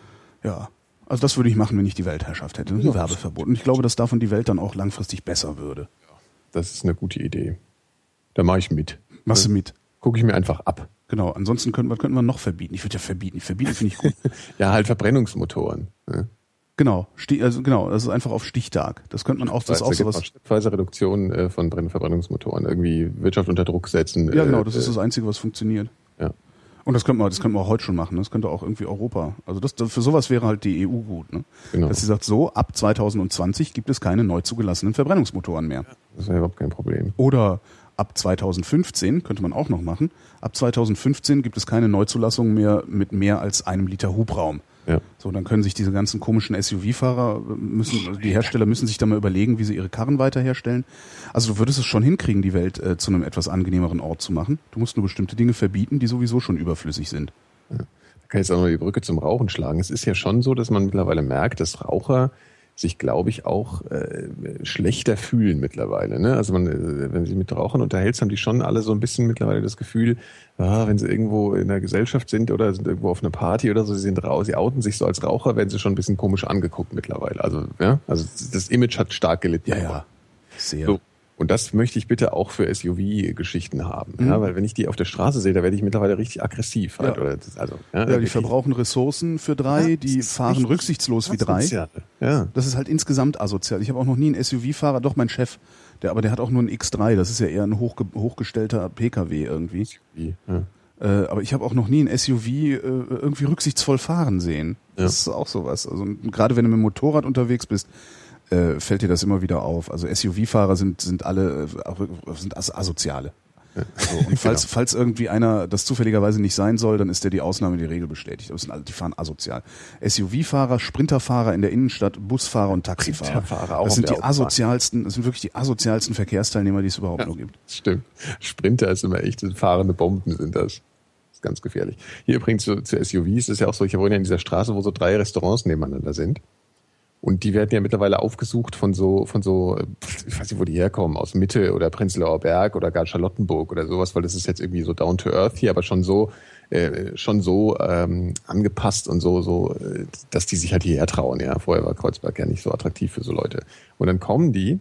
[SPEAKER 2] ja, also das würde ich machen, wenn ich die Weltherrschaft hätte. Ein
[SPEAKER 3] Ja.
[SPEAKER 2] Werbeverbot. Und ich glaube, dass davon die Welt dann auch langfristig besser würde.
[SPEAKER 3] Das ist eine gute Idee. Da mache ich mit.
[SPEAKER 2] Machst du mit?
[SPEAKER 3] Gucke ich mir einfach ab.
[SPEAKER 2] Genau, ansonsten könnten wir, könnten wir noch verbieten. Ich würde ja verbieten. Verbieten finde ich gut.
[SPEAKER 3] Ja, halt Verbrennungsmotoren. Ne?
[SPEAKER 2] Genau, Sti- also genau, das ist einfach auf Stichtag. Das könnte man auch, das ist auch sowas.
[SPEAKER 3] Schrittweise Reduktion äh, von Brenn- Verbrennungsmotoren. Irgendwie Wirtschaft unter Druck setzen.
[SPEAKER 2] Ja,
[SPEAKER 3] äh,
[SPEAKER 2] genau, das ist
[SPEAKER 3] äh,
[SPEAKER 2] das Einzige, was funktioniert.
[SPEAKER 3] Ja.
[SPEAKER 2] Und das könnte man, das könnte man auch heute schon machen. Das könnte auch irgendwie Europa. Also das, das für sowas wäre halt die E U gut, ne?
[SPEAKER 3] Genau.
[SPEAKER 2] Dass sie sagt, so ab zwanzig zwanzig gibt es keine neu zugelassenen Verbrennungsmotoren mehr.
[SPEAKER 3] Das wäre überhaupt kein Problem.
[SPEAKER 2] Oder ab zwanzig fünfzehn könnte man auch noch machen. Ab zwanzig fünfzehn gibt es keine Neuzulassungen mehr mit mehr als einem Liter Hubraum.
[SPEAKER 3] Ja.
[SPEAKER 2] So, dann können sich diese ganzen komischen S U V-Fahrer müssen, also die Hersteller müssen sich da mal überlegen, wie sie ihre Karren weiter herstellen. Also du würdest es schon hinkriegen, die Welt äh, zu einem etwas angenehmeren Ort zu machen. Du musst nur bestimmte Dinge verbieten, die sowieso schon überflüssig sind.
[SPEAKER 3] Da kann ich jetzt auch noch die Brücke zum Rauchen schlagen. Es ist ja schon so, dass man mittlerweile merkt, dass Raucher sich, glaube ich, auch äh, schlechter fühlen mittlerweile. Ne? Also man, äh, wenn sie mit Rauchern unterhältst, haben die schon alle so ein bisschen mittlerweile das Gefühl, ah, wenn sie irgendwo in der Gesellschaft sind oder sind irgendwo auf einer Party oder so, sie sind raus, sie outen sich so als Raucher, werden sie schon ein bisschen komisch angeguckt mittlerweile. Also ja, also das Image hat stark gelitten.
[SPEAKER 2] Ja, ja. Sehr.
[SPEAKER 3] So. Und das möchte ich bitte auch für S U V-Geschichten haben.
[SPEAKER 2] Mhm.
[SPEAKER 3] Ja, weil wenn ich die auf der Straße sehe, da werde ich mittlerweile richtig aggressiv. Halt,
[SPEAKER 2] Ja.
[SPEAKER 3] oder das, also, ja,
[SPEAKER 2] Ja, die
[SPEAKER 3] wirklich
[SPEAKER 2] verbrauchen Ressourcen für drei,
[SPEAKER 3] Ja,
[SPEAKER 2] die
[SPEAKER 3] das ist
[SPEAKER 2] fahren
[SPEAKER 3] richtig
[SPEAKER 2] rücksichtslos wie drei.
[SPEAKER 3] asozial. Ja.
[SPEAKER 2] Das ist halt insgesamt asozial. Ich habe auch noch nie einen S U V-Fahrer, doch mein Chef, der, aber der hat auch nur einen X drei, das ist ja eher ein hochge hochgestellter P K W irgendwie.
[SPEAKER 3] Wie, ja.
[SPEAKER 2] Äh, aber ich habe auch noch nie ein S U V äh, irgendwie rücksichtsvoll fahren sehen.
[SPEAKER 3] Ja.
[SPEAKER 2] Das ist auch sowas. Also gerade wenn du mit dem Motorrad unterwegs bist, äh, fällt dir das immer wieder auf. Also S U V-Fahrer sind sind alle äh, sind as asoziale. So, und falls
[SPEAKER 3] Genau.
[SPEAKER 2] falls irgendwie einer das zufälligerweise nicht sein soll, dann ist der die Ausnahme die Regel bestätigt. Aber es sind alle, die fahren asozial. S U V-Fahrer, Sprinterfahrer in der Innenstadt, Busfahrer und Taxifahrer.
[SPEAKER 3] Sprinterfahrer auch
[SPEAKER 2] Das
[SPEAKER 3] auf
[SPEAKER 2] sind
[SPEAKER 3] der
[SPEAKER 2] die
[SPEAKER 3] Autobahn.
[SPEAKER 2] asozialsten, das sind wirklich die asozialsten Verkehrsteilnehmer, die es überhaupt nur gibt.
[SPEAKER 3] Stimmt. Sprinter ist immer echt, fahrende Bomben sind das. Das ist ganz gefährlich. Hier übrigens zu, zu S U Vs ist ja auch so, ich wohne ja in dieser Straße, wo so drei Restaurants nebeneinander sind. Und die werden ja mittlerweile aufgesucht von so, von so, ich weiß nicht, wo die herkommen, aus Mitte oder Prenzlauer Berg oder gar Charlottenburg oder sowas, weil das ist jetzt irgendwie so down to earth hier, aber schon so, äh, schon so ähm, angepasst und so, so, äh, dass die sich halt hierher trauen. Ja, vorher war Kreuzberg ja nicht so attraktiv für so Leute. Und dann kommen die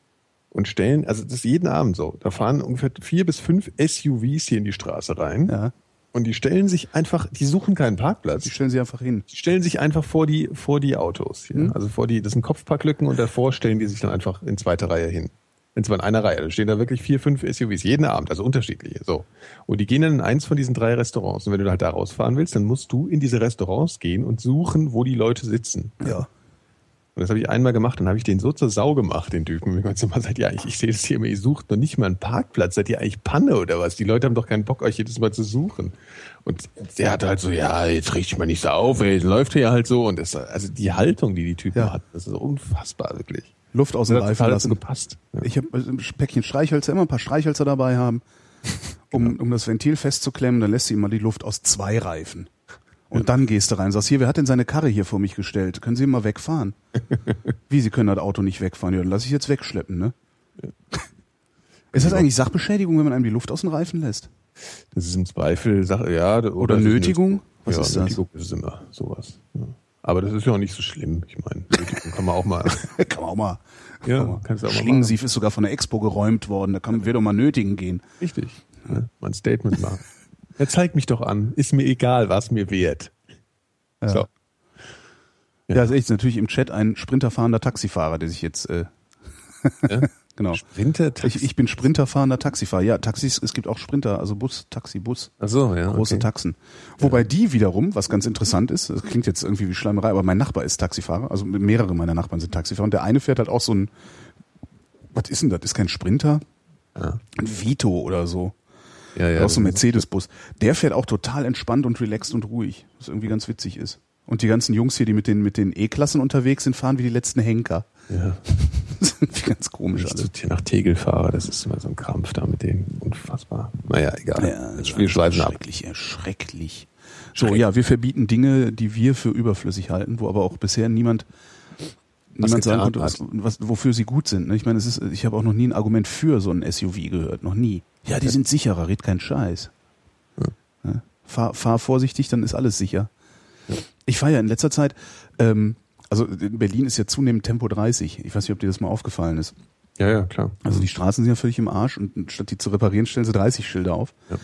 [SPEAKER 3] und stellen, also das ist jeden Abend so, da fahren ungefähr vier bis fünf S U Vs hier in die Straße rein.
[SPEAKER 2] Ja.
[SPEAKER 3] Und die stellen sich einfach, die suchen keinen Parkplatz.
[SPEAKER 2] Die stellen sie einfach hin.
[SPEAKER 3] Die stellen sich einfach vor die, vor die Autos. Hier.
[SPEAKER 2] Mhm.
[SPEAKER 3] Also vor die, das sind Kopfparklücken und davor stellen die sich dann einfach in zweiter Reihe hin. Und zwar in einer Reihe. Da stehen da wirklich vier, fünf S U Vs, jeden Abend, also unterschiedliche. So. Und die gehen dann in eins von diesen drei Restaurants. Und wenn du halt da rausfahren willst, dann musst du in diese Restaurants gehen und suchen, wo die Leute sitzen.
[SPEAKER 2] Ja.
[SPEAKER 3] Und das habe ich einmal gemacht, dann habe ich den so zur Sau gemacht, den Typen. Ich meinte, seid ihr eigentlich, ich sehe das hier immer, ihr sucht noch nicht mal einen Parkplatz, seid ihr eigentlich Panne oder was? Die Leute haben doch keinen Bock, euch jedes Mal zu suchen. Und der hat halt so, ja, jetzt richte ich mal nicht so auf, ey, läuft hier halt so. Und das, also die Haltung, die die Typen
[SPEAKER 2] Ja.
[SPEAKER 3] hatten, das ist unfassbar, wirklich.
[SPEAKER 2] Luft aus dem
[SPEAKER 3] Das hat
[SPEAKER 2] Reifen
[SPEAKER 3] total
[SPEAKER 2] lassen.
[SPEAKER 3] gepasst. Ja.
[SPEAKER 2] Ich habe ein Päckchen Streichhölzer, immer ein paar Streichhölzer dabei haben, um, um das Ventil festzuklemmen. Dann lässt sie immer die Luft aus zwei Reifen. Und dann gehst du rein und sagst, hier, wer hat denn seine Karre hier vor mich gestellt? Können Sie mal wegfahren? Wie, Sie können das Auto nicht wegfahren? Ja, dann lass ich jetzt wegschleppen, ne? Ist das eigentlich Sachbeschädigung, wenn man einem die Luft aus den Reifen lässt?
[SPEAKER 3] Das ist im Zweifel, Sache, ja. Oder,
[SPEAKER 2] Oder
[SPEAKER 3] es ist
[SPEAKER 2] Nötigung? Was
[SPEAKER 3] ja,
[SPEAKER 2] ist das?
[SPEAKER 3] Nötigung ist es immer, sowas. Ja. Aber das ist ja auch nicht so schlimm. Ich meine, Nötigung kann man auch mal.
[SPEAKER 2] Kann man auch mal.
[SPEAKER 3] Ja,
[SPEAKER 2] kann man.
[SPEAKER 3] kannst du auch mal
[SPEAKER 2] Schlingensief ist sogar von der Expo geräumt worden. Da kann, wird doch mal nötigen gehen.
[SPEAKER 3] Richtig. Ja, mal ein Statement machen. Ja, zeig mich doch an. Ist mir egal, was mir wert.
[SPEAKER 2] Ja.
[SPEAKER 3] So.
[SPEAKER 2] Ja, das ist echt natürlich im Chat ein sprinterfahrender Taxifahrer, der sich jetzt äh,
[SPEAKER 3] Ja?
[SPEAKER 2] genau.
[SPEAKER 3] Sprinter, Taxi.
[SPEAKER 2] Ich, ich bin sprinterfahrender Taxifahrer. Ja, Taxis, es gibt auch Sprinter, also Bus, Taxi, Bus.
[SPEAKER 3] Ach so, ja.
[SPEAKER 2] Große
[SPEAKER 3] okay.
[SPEAKER 2] Taxen. Wobei ja. die wiederum, was ganz interessant ist, das klingt jetzt irgendwie wie Schleimerei, aber mein Nachbar ist Taxifahrer, also mehrere meiner Nachbarn sind Taxifahrer und der eine fährt halt auch so ein, was ist denn das? Ist kein Sprinter?
[SPEAKER 3] Ja.
[SPEAKER 2] Ein Vito oder so.
[SPEAKER 3] Ja, ja.
[SPEAKER 2] Auch so ein Mercedes-Bus. Der fährt auch total entspannt und relaxed und ruhig, was irgendwie ganz witzig ist. Und die ganzen Jungs hier, die mit den mit den E-Klassen unterwegs sind, fahren wie die letzten Henker.
[SPEAKER 3] Ja.
[SPEAKER 2] Das ist irgendwie ganz komisch alles.
[SPEAKER 3] Ich nach Tegel fahre, das ist immer so ein Krampf da mit denen. Unfassbar. Naja, egal.
[SPEAKER 2] Ja,
[SPEAKER 3] das Spiel schweifen ab.
[SPEAKER 2] Schrecklich, ja, schrecklich. So, ja, wir verbieten Dinge, die wir für überflüssig halten, wo aber auch bisher niemand
[SPEAKER 3] Was
[SPEAKER 2] niemand sagen
[SPEAKER 3] getan
[SPEAKER 2] konnte, was, was, wofür sie gut sind. Ich meine, es ist, ich habe auch noch nie ein Argument für so ein S U V gehört, noch nie. Ja, die sind sicherer, red kein Scheiß. Ja. Fahr, fahr vorsichtig, dann ist alles sicher.
[SPEAKER 3] Ja.
[SPEAKER 2] Ich fahre ja in letzter Zeit, ähm, also in Berlin ist ja zunehmend Tempo dreißig. Ich weiß nicht, ob dir das mal aufgefallen ist.
[SPEAKER 3] Ja, ja, klar.
[SPEAKER 2] Also die Straßen sind ja völlig im Arsch und statt die zu reparieren, stellen sie dreißig Schilder auf.
[SPEAKER 3] Ja.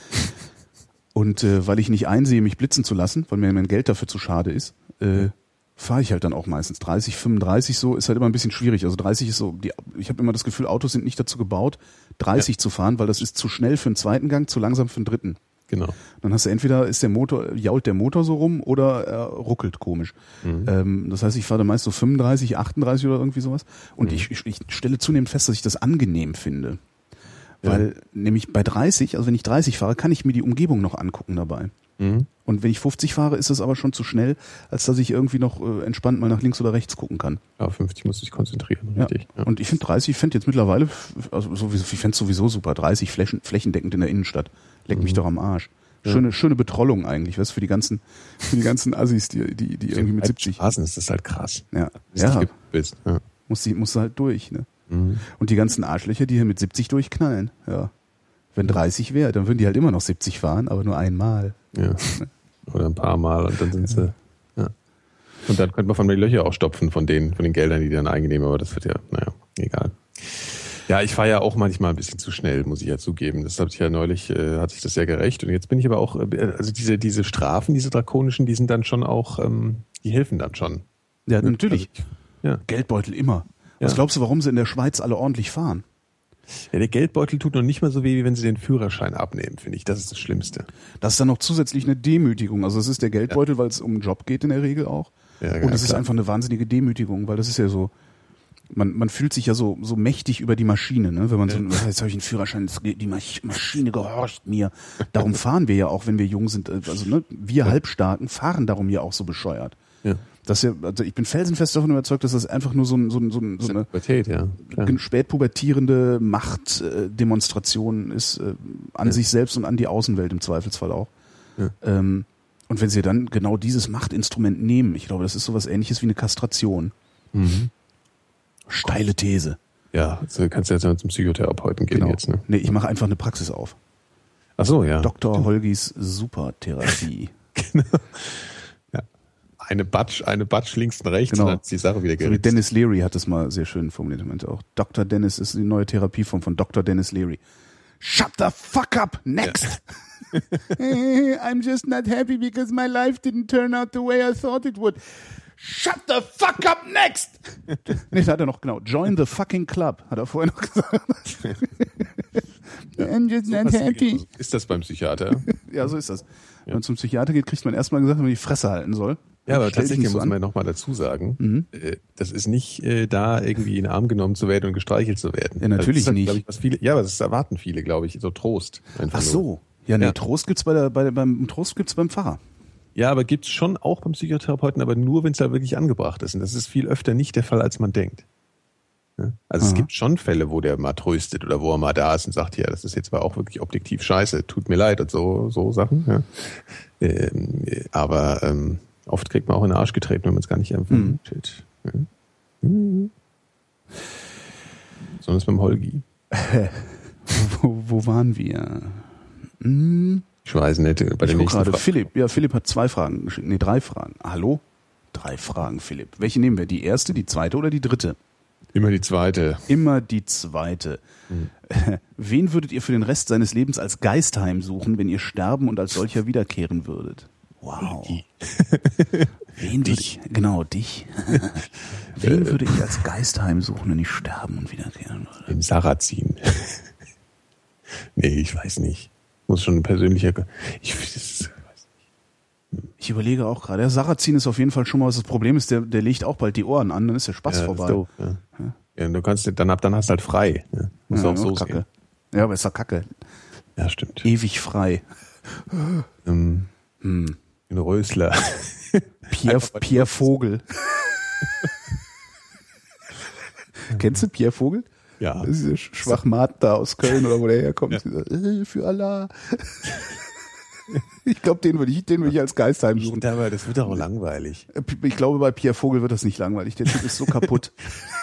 [SPEAKER 2] Und äh, weil ich nicht einsehe, mich blitzen zu lassen, weil mir mein Geld dafür zu schade ist, äh, fahre ich halt dann auch meistens dreißig, fünfunddreißig so, ist halt immer ein bisschen schwierig. Also dreißig ist so, die, ich habe immer das Gefühl, Autos sind nicht dazu gebaut, dreißig ja. zu fahren, weil das ist zu schnell für den zweiten Gang, zu langsam für den dritten.
[SPEAKER 3] Genau.
[SPEAKER 2] Dann hast du entweder ist der Motor, jault der Motor so rum oder er ruckelt komisch. Mhm. Ähm, das heißt, ich fahre dann meist so fünfunddreißig, achtunddreißig oder irgendwie sowas. Und mhm. ich, ich, ich stelle zunehmend fest, dass ich das angenehm finde. Weil ja. nämlich bei dreißig, also wenn ich dreißig fahre, kann ich mir die Umgebung noch angucken dabei. Mhm. Und wenn ich fünfzig fahre, ist es aber schon zu schnell, als dass ich irgendwie noch äh, entspannt mal nach links oder rechts gucken kann.
[SPEAKER 3] Ja, fünfzig muss ich konzentrieren, richtig.
[SPEAKER 2] Ja. Ja. Und ich finde dreißig, ich fände jetzt mittlerweile, also sowieso, ich fände es sowieso super, dreißig Flächen, flächendeckend in der Innenstadt. Leck mich mhm. doch am Arsch. Schöne, ja. schöne Betrollung eigentlich, was für die ganzen, für die ganzen Assis, die, die, die irgendwie mit siebzig.
[SPEAKER 3] Straßen ist das halt krass.
[SPEAKER 2] Ja.
[SPEAKER 3] Ja. Bist. Ja.
[SPEAKER 2] Muss die, musst du halt durch, ne?
[SPEAKER 3] Mhm.
[SPEAKER 2] Und die ganzen Arschlöcher, die hier mit siebzig durchknallen, ja. Wenn dreißig wäre, dann würden die halt immer noch siebzig fahren, aber nur einmal.
[SPEAKER 3] Ja. Oder ein paar Mal und dann sind sie, ja. Und dann könnte man von den Löcher auch stopfen von den, von den Geldern, die dann eingenehmen, aber das wird ja, naja, egal. Ja, ich fahre ja auch manchmal ein bisschen zu schnell, muss ich ja zugeben. Das habe ich ja neulich, äh, hat sich das sehr gerecht. Und jetzt bin ich aber auch, äh, also diese diese Strafen, diese drakonischen, die sind dann schon auch, ähm, die helfen dann schon.
[SPEAKER 2] Ja, natürlich.
[SPEAKER 3] Also, ja.
[SPEAKER 2] Geldbeutel immer.
[SPEAKER 3] Ja.
[SPEAKER 2] Was glaubst du, warum sie in der Schweiz alle ordentlich fahren?
[SPEAKER 3] Ja, der Geldbeutel tut noch nicht mal so weh, wie wenn sie den Führerschein abnehmen, finde ich. Das ist das Schlimmste.
[SPEAKER 2] Das ist dann noch zusätzlich eine Demütigung. Also es ist der Geldbeutel, ja. weil es um einen Job geht in der Regel auch. Ja, und es ist einfach eine wahnsinnige Demütigung, weil das ist ja so, man man fühlt sich ja so so mächtig über die Maschine, ne? Wenn man ja. so, jetzt habe ich einen Führerschein, die Maschine gehorcht mir. Darum fahren wir ja auch, wenn wir jung sind. Also ne, wir ja. Halbstarken fahren darum ja auch so bescheuert. Ja. Das ja, also ich bin felsenfest davon überzeugt, dass das einfach nur so, ein, so, ein, so, ein, so eine
[SPEAKER 3] Pubertät, ja,
[SPEAKER 2] spätpubertierende Machtdemonstration ist äh, an ja. sich selbst und an die Außenwelt im Zweifelsfall auch. Ja. Ähm, und wenn sie dann genau dieses Machtinstrument nehmen, ich glaube, das ist sowas Ähnliches wie eine Kastration.
[SPEAKER 3] Mhm.
[SPEAKER 2] Steile These.
[SPEAKER 3] Ja, also kannst du jetzt mal zum Psychotherapeuten gehen
[SPEAKER 2] genau.
[SPEAKER 3] jetzt. Ne?
[SPEAKER 2] Nee, ich mache einfach eine Praxis auf.
[SPEAKER 3] Ach so, ja.
[SPEAKER 2] Doktor Holgis Supertherapie.
[SPEAKER 3] Genau. Eine Batsch, eine Batsch links und rechts,
[SPEAKER 2] genau.
[SPEAKER 3] und dann ist die Sache wieder geritzt.
[SPEAKER 2] So Dennis Leary hat das mal sehr schön formuliert. Er meinte auch, Doktor Dennis ist die neue Therapieform von Doktor Dennis Leary. Shut the fuck up, next! Ja. I'm just not happy because my life didn't turn out the way I thought it would. Shut the fuck up, next! Nee, da hat er noch, genau, join the fucking club, hat er vorher noch gesagt. I'm just
[SPEAKER 3] so
[SPEAKER 2] not happy.
[SPEAKER 3] Ist das beim Psychiater?
[SPEAKER 2] Ja, so ist das. Wenn man zum Psychiater geht, kriegt man erstmal gesagt, dass man die Fresse halten soll.
[SPEAKER 3] Ja, aber tatsächlich so muss man nochmal dazu sagen, mhm. äh, das ist nicht äh, da, irgendwie in den Arm genommen zu werden und gestreichelt zu werden.
[SPEAKER 2] Ja, natürlich
[SPEAKER 3] also das ist,
[SPEAKER 2] nicht.
[SPEAKER 3] Ich, was viele, ja, aber das erwarten viele, glaube ich, so Trost.
[SPEAKER 2] Ach so. Nur. Ja, nee, ja. Trost gibt's bei der, bei der, beim Trost gibt's beim Pfarrer.
[SPEAKER 3] Ja, aber gibt's schon auch beim Psychotherapeuten, aber nur, wenn es da wirklich angebracht ist. Und das ist viel öfter nicht der Fall, als man denkt. Ja? Also Aha. es gibt schon Fälle, wo der mal tröstet oder wo er mal da ist und sagt, ja, das ist jetzt aber auch wirklich objektiv scheiße, tut mir leid und so, so Sachen. Ja? Ähm, aber ähm, oft kriegt man auch in den Arsch getreten, wenn man es gar nicht empfindet. Mhm. Ja. Mhm. Besonders beim Holgi.
[SPEAKER 2] wo, wo waren wir? Hm.
[SPEAKER 3] Ich weiß nicht. Bei
[SPEAKER 2] ich
[SPEAKER 3] der
[SPEAKER 2] guck gerade. Philipp, ja, Philipp hat zwei Fragen geschickt. Nee, drei Fragen. Hallo? Drei Fragen, Philipp. Welche nehmen wir? Die erste, die zweite oder die dritte?
[SPEAKER 3] Immer die zweite.
[SPEAKER 2] Immer die zweite. Hm. Wen würdet ihr für den Rest seines Lebens als Geist heimsuchen, wenn ihr sterben und als solcher wiederkehren würdet? Wow. Wen würde ich, genau, dich. Wen würde ich als Geist heimsuchen, wenn ich sterben und wiederkehren würde?
[SPEAKER 3] Im Sarrazin. Nee, ich weiß nicht. Muss schon ein persönlicher... Ich, das,
[SPEAKER 2] ich überlege auch gerade, der Sarrazin ist auf jeden Fall schon mal, was das Problem ist, der, der legt auch bald die Ohren an, dann ist der Spaß
[SPEAKER 3] ja,
[SPEAKER 2] vorbei.
[SPEAKER 3] Ist doof, ja. Ja. Ja, du kannst, dann ab dann hast du halt frei. Ja. Muss
[SPEAKER 2] ja,
[SPEAKER 3] auch so
[SPEAKER 2] Kacke.
[SPEAKER 3] sehen.
[SPEAKER 2] Ja, aber ist doch Kacke.
[SPEAKER 3] Ja, stimmt.
[SPEAKER 2] Ewig frei.
[SPEAKER 3] Ähm,
[SPEAKER 2] hm.
[SPEAKER 3] Ein Rösler.
[SPEAKER 2] Pierre, Pierre Vogel. Kennst du Pierre Vogel?
[SPEAKER 3] Ja.
[SPEAKER 2] Das ist dieser Schwachmat da aus Köln oder wo der herkommt. Ja. Dieser, äh, für Allah. Ich glaube, den würde ich, den würde ich als Geist heimsuchen.
[SPEAKER 3] Aber das wird doch auch langweilig.
[SPEAKER 2] Ich glaube, bei Pierre Vogel wird das nicht langweilig. Der Typ ist so kaputt.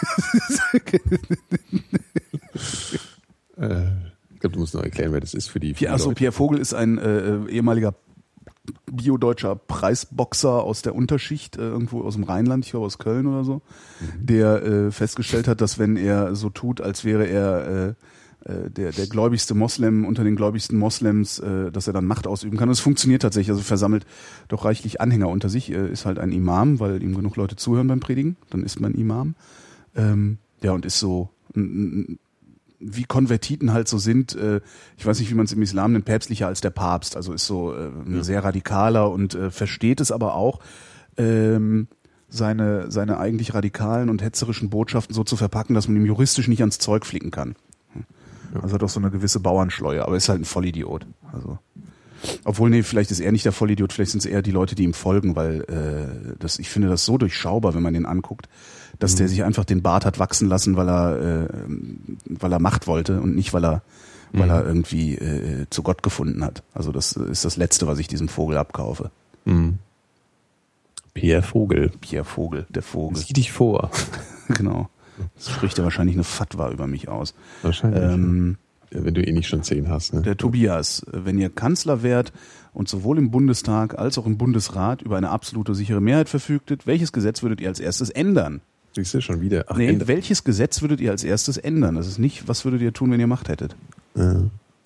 [SPEAKER 3] äh, ich glaube, du musst noch erklären, wer das ist für die. Für
[SPEAKER 2] Achso, Pierre Vogel ist ein äh, ehemaliger bio-deutscher Preisboxer aus der Unterschicht, äh, irgendwo aus dem Rheinland, ich glaube aus Köln oder so, mhm. der äh, festgestellt hat, dass wenn er so tut, als wäre er äh, äh, der, der gläubigste Moslem unter den gläubigsten Moslems, äh, dass er dann Macht ausüben kann. Und es funktioniert tatsächlich, also versammelt doch reichlich Anhänger unter sich, äh, ist halt ein Imam, weil ihm genug Leute zuhören beim Predigen, dann ist man Imam. Ähm, ja, und ist so ein, wie Konvertiten halt so sind, äh, ich weiß nicht, wie man es im Islam nennt, päpstlicher als der Papst, also ist so äh, ja. sehr radikaler und äh, versteht es aber auch, ähm, seine seine eigentlich radikalen und hetzerischen Botschaften so zu verpacken, dass man ihm juristisch nicht ans Zeug flicken kann. Ja. Also hat doch so eine gewisse Bauernschleue, aber ist halt ein Vollidiot. Also, obwohl, nee, vielleicht ist er nicht der Vollidiot, vielleicht sind es eher die Leute, die ihm folgen, weil äh, das, ich finde das so durchschaubar, wenn man den anguckt, dass mhm. der sich einfach den Bart hat wachsen lassen, weil er äh, weil er Macht wollte und nicht, weil er mhm. weil er irgendwie äh, zu Gott gefunden hat. Also das ist das Letzte, was ich diesem Vogel abkaufe.
[SPEAKER 3] Mhm. Pierre Vogel.
[SPEAKER 2] Pierre Vogel, der Vogel.
[SPEAKER 3] Sieh dich vor.
[SPEAKER 2] Genau. Das spricht ja wahrscheinlich eine Fatwa über mich aus.
[SPEAKER 3] Wahrscheinlich.
[SPEAKER 2] Ähm,
[SPEAKER 3] ja, wenn du eh nicht schon zehn hast. Ne?
[SPEAKER 2] Der Tobias, wenn ihr Kanzler wärt und sowohl im Bundestag als auch im Bundesrat über eine absolute sichere Mehrheit verfügtet, welches Gesetz würdet ihr als erstes ändern?
[SPEAKER 3] Siehst du schon wieder? Ach,
[SPEAKER 2] nee,
[SPEAKER 3] ändern.
[SPEAKER 2] Welches Gesetz würdet ihr als erstes ändern? Das ist nicht, was würdet ihr tun, wenn ihr Macht hättet?
[SPEAKER 3] Ja.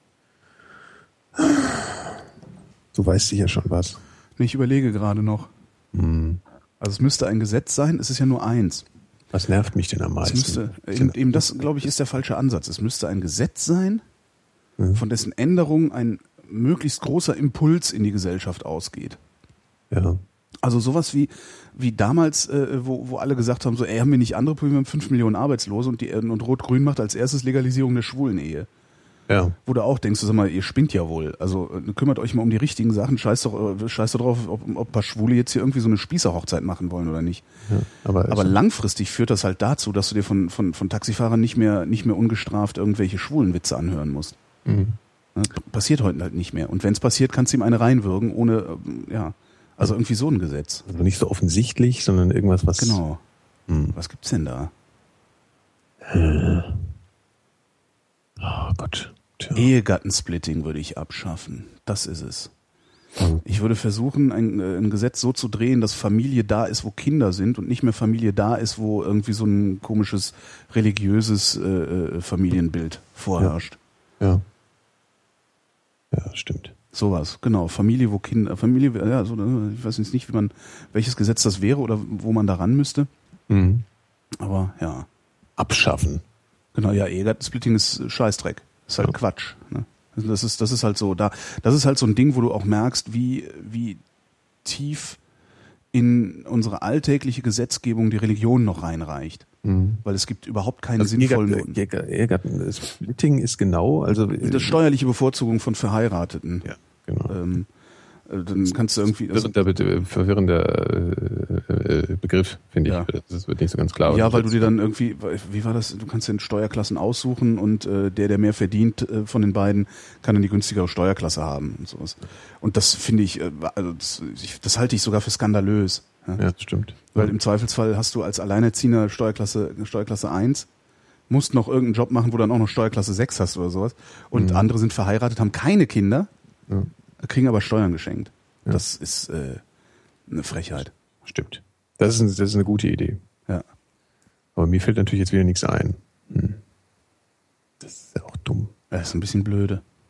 [SPEAKER 3] Du weißt sicher schon was.
[SPEAKER 2] Ich überlege gerade noch.
[SPEAKER 3] Hm.
[SPEAKER 2] Also es müsste ein Gesetz sein, es ist ja nur eins.
[SPEAKER 3] Was nervt mich denn am meisten?
[SPEAKER 2] Es müsste, eben, eben das, glaube ich, ist der falsche Ansatz. Es müsste ein Gesetz sein, hm. von dessen Änderung ein möglichst großer Impuls in die Gesellschaft ausgeht.
[SPEAKER 3] Ja.
[SPEAKER 2] Also sowas wie wie damals, äh, wo, wo alle gesagt haben, so, ey, haben wir nicht andere Probleme, wir haben fünf Millionen Arbeitslose und, die, und Rot-Grün macht als erstes Legalisierung der Schwulen-Ehe.
[SPEAKER 3] Ja.
[SPEAKER 2] Wo du auch denkst, sag mal, ihr spinnt ja wohl. Also kümmert euch mal um die richtigen Sachen, scheißt doch, scheißt doch drauf, ob, ob ein paar Schwule jetzt hier irgendwie so eine Spießerhochzeit machen wollen oder nicht.
[SPEAKER 3] Ja, aber
[SPEAKER 2] aber langfristig führt das halt dazu, dass du dir von, von, von Taxifahrern nicht mehr, nicht mehr ungestraft irgendwelche Schwulenwitze anhören musst.
[SPEAKER 3] Mhm.
[SPEAKER 2] Das passiert heute halt nicht mehr. Und wenn es passiert, kannst du ihm eine reinwürgen, ohne, ja, also irgendwie so ein Gesetz.
[SPEAKER 3] Also nicht so offensichtlich, sondern irgendwas, was...
[SPEAKER 2] Genau.
[SPEAKER 3] Hm.
[SPEAKER 2] Was gibt's denn da?
[SPEAKER 3] Äh. Oh Gott. Tja.
[SPEAKER 2] Ehegattensplitting würde ich abschaffen. Das ist es.
[SPEAKER 3] Mhm.
[SPEAKER 2] Ich würde versuchen, ein, ein Gesetz so zu drehen, dass Familie da ist, wo Kinder sind und nicht mehr Familie da ist, wo irgendwie so ein komisches religiöses äh, Familienbild vorherrscht.
[SPEAKER 3] Ja. Ja, stimmt.
[SPEAKER 2] Sowas, genau. Familie, wo Kinder, Familie, ja, so, ich weiß jetzt nicht, wie man, welches Gesetz das wäre oder wo man da ran müsste.
[SPEAKER 3] Mhm.
[SPEAKER 2] Aber ja.
[SPEAKER 3] Abschaffen.
[SPEAKER 2] Genau, ja, Ehegattensplitting ist Scheißdreck. Ist halt ja. Quatsch. Ne? Das ist, das ist halt so, da, das ist halt so ein Ding, wo du auch merkst, wie, wie tief in unsere alltägliche Gesetzgebung die Religion noch reinreicht. Mhm. Weil es gibt überhaupt keine also sinnvollen...
[SPEAKER 3] Ehegattensplitting ist genau, also...
[SPEAKER 2] Das steuerliche Bevorzugung von Verheirateten.
[SPEAKER 3] Ja, genau.
[SPEAKER 2] Ähm, dann kannst du irgendwie...
[SPEAKER 3] Das ist ein verwirrender äh, Begriff, finde ich. Ja. Das wird nicht so ganz klar.
[SPEAKER 2] Ja, weil du dir dann irgendwie... Wie war das? Du kannst den Steuerklassen aussuchen und äh, der, der mehr verdient äh, von den beiden, kann dann die günstigere Steuerklasse haben und sowas. Und das finde ich... Äh, also das, ich... Das halte ich sogar für skandalös.
[SPEAKER 3] Ja, ja, das stimmt.
[SPEAKER 2] Weil im Zweifelsfall hast du als Alleinerziehender Steuerklasse, Steuerklasse eins, musst noch irgendeinen Job machen, wo du dann auch noch Steuerklasse sechs hast oder sowas. Und mhm. andere sind verheiratet, haben keine Kinder, ja. kriegen aber Steuern geschenkt. Ja. Das ist äh, eine Frechheit.
[SPEAKER 3] Stimmt. Das ist, eine, das ist eine gute Idee.
[SPEAKER 2] Ja.
[SPEAKER 3] Aber mir fällt natürlich jetzt wieder nichts ein. Hm. Das ist ja auch dumm.
[SPEAKER 2] Das ist ein bisschen blöde.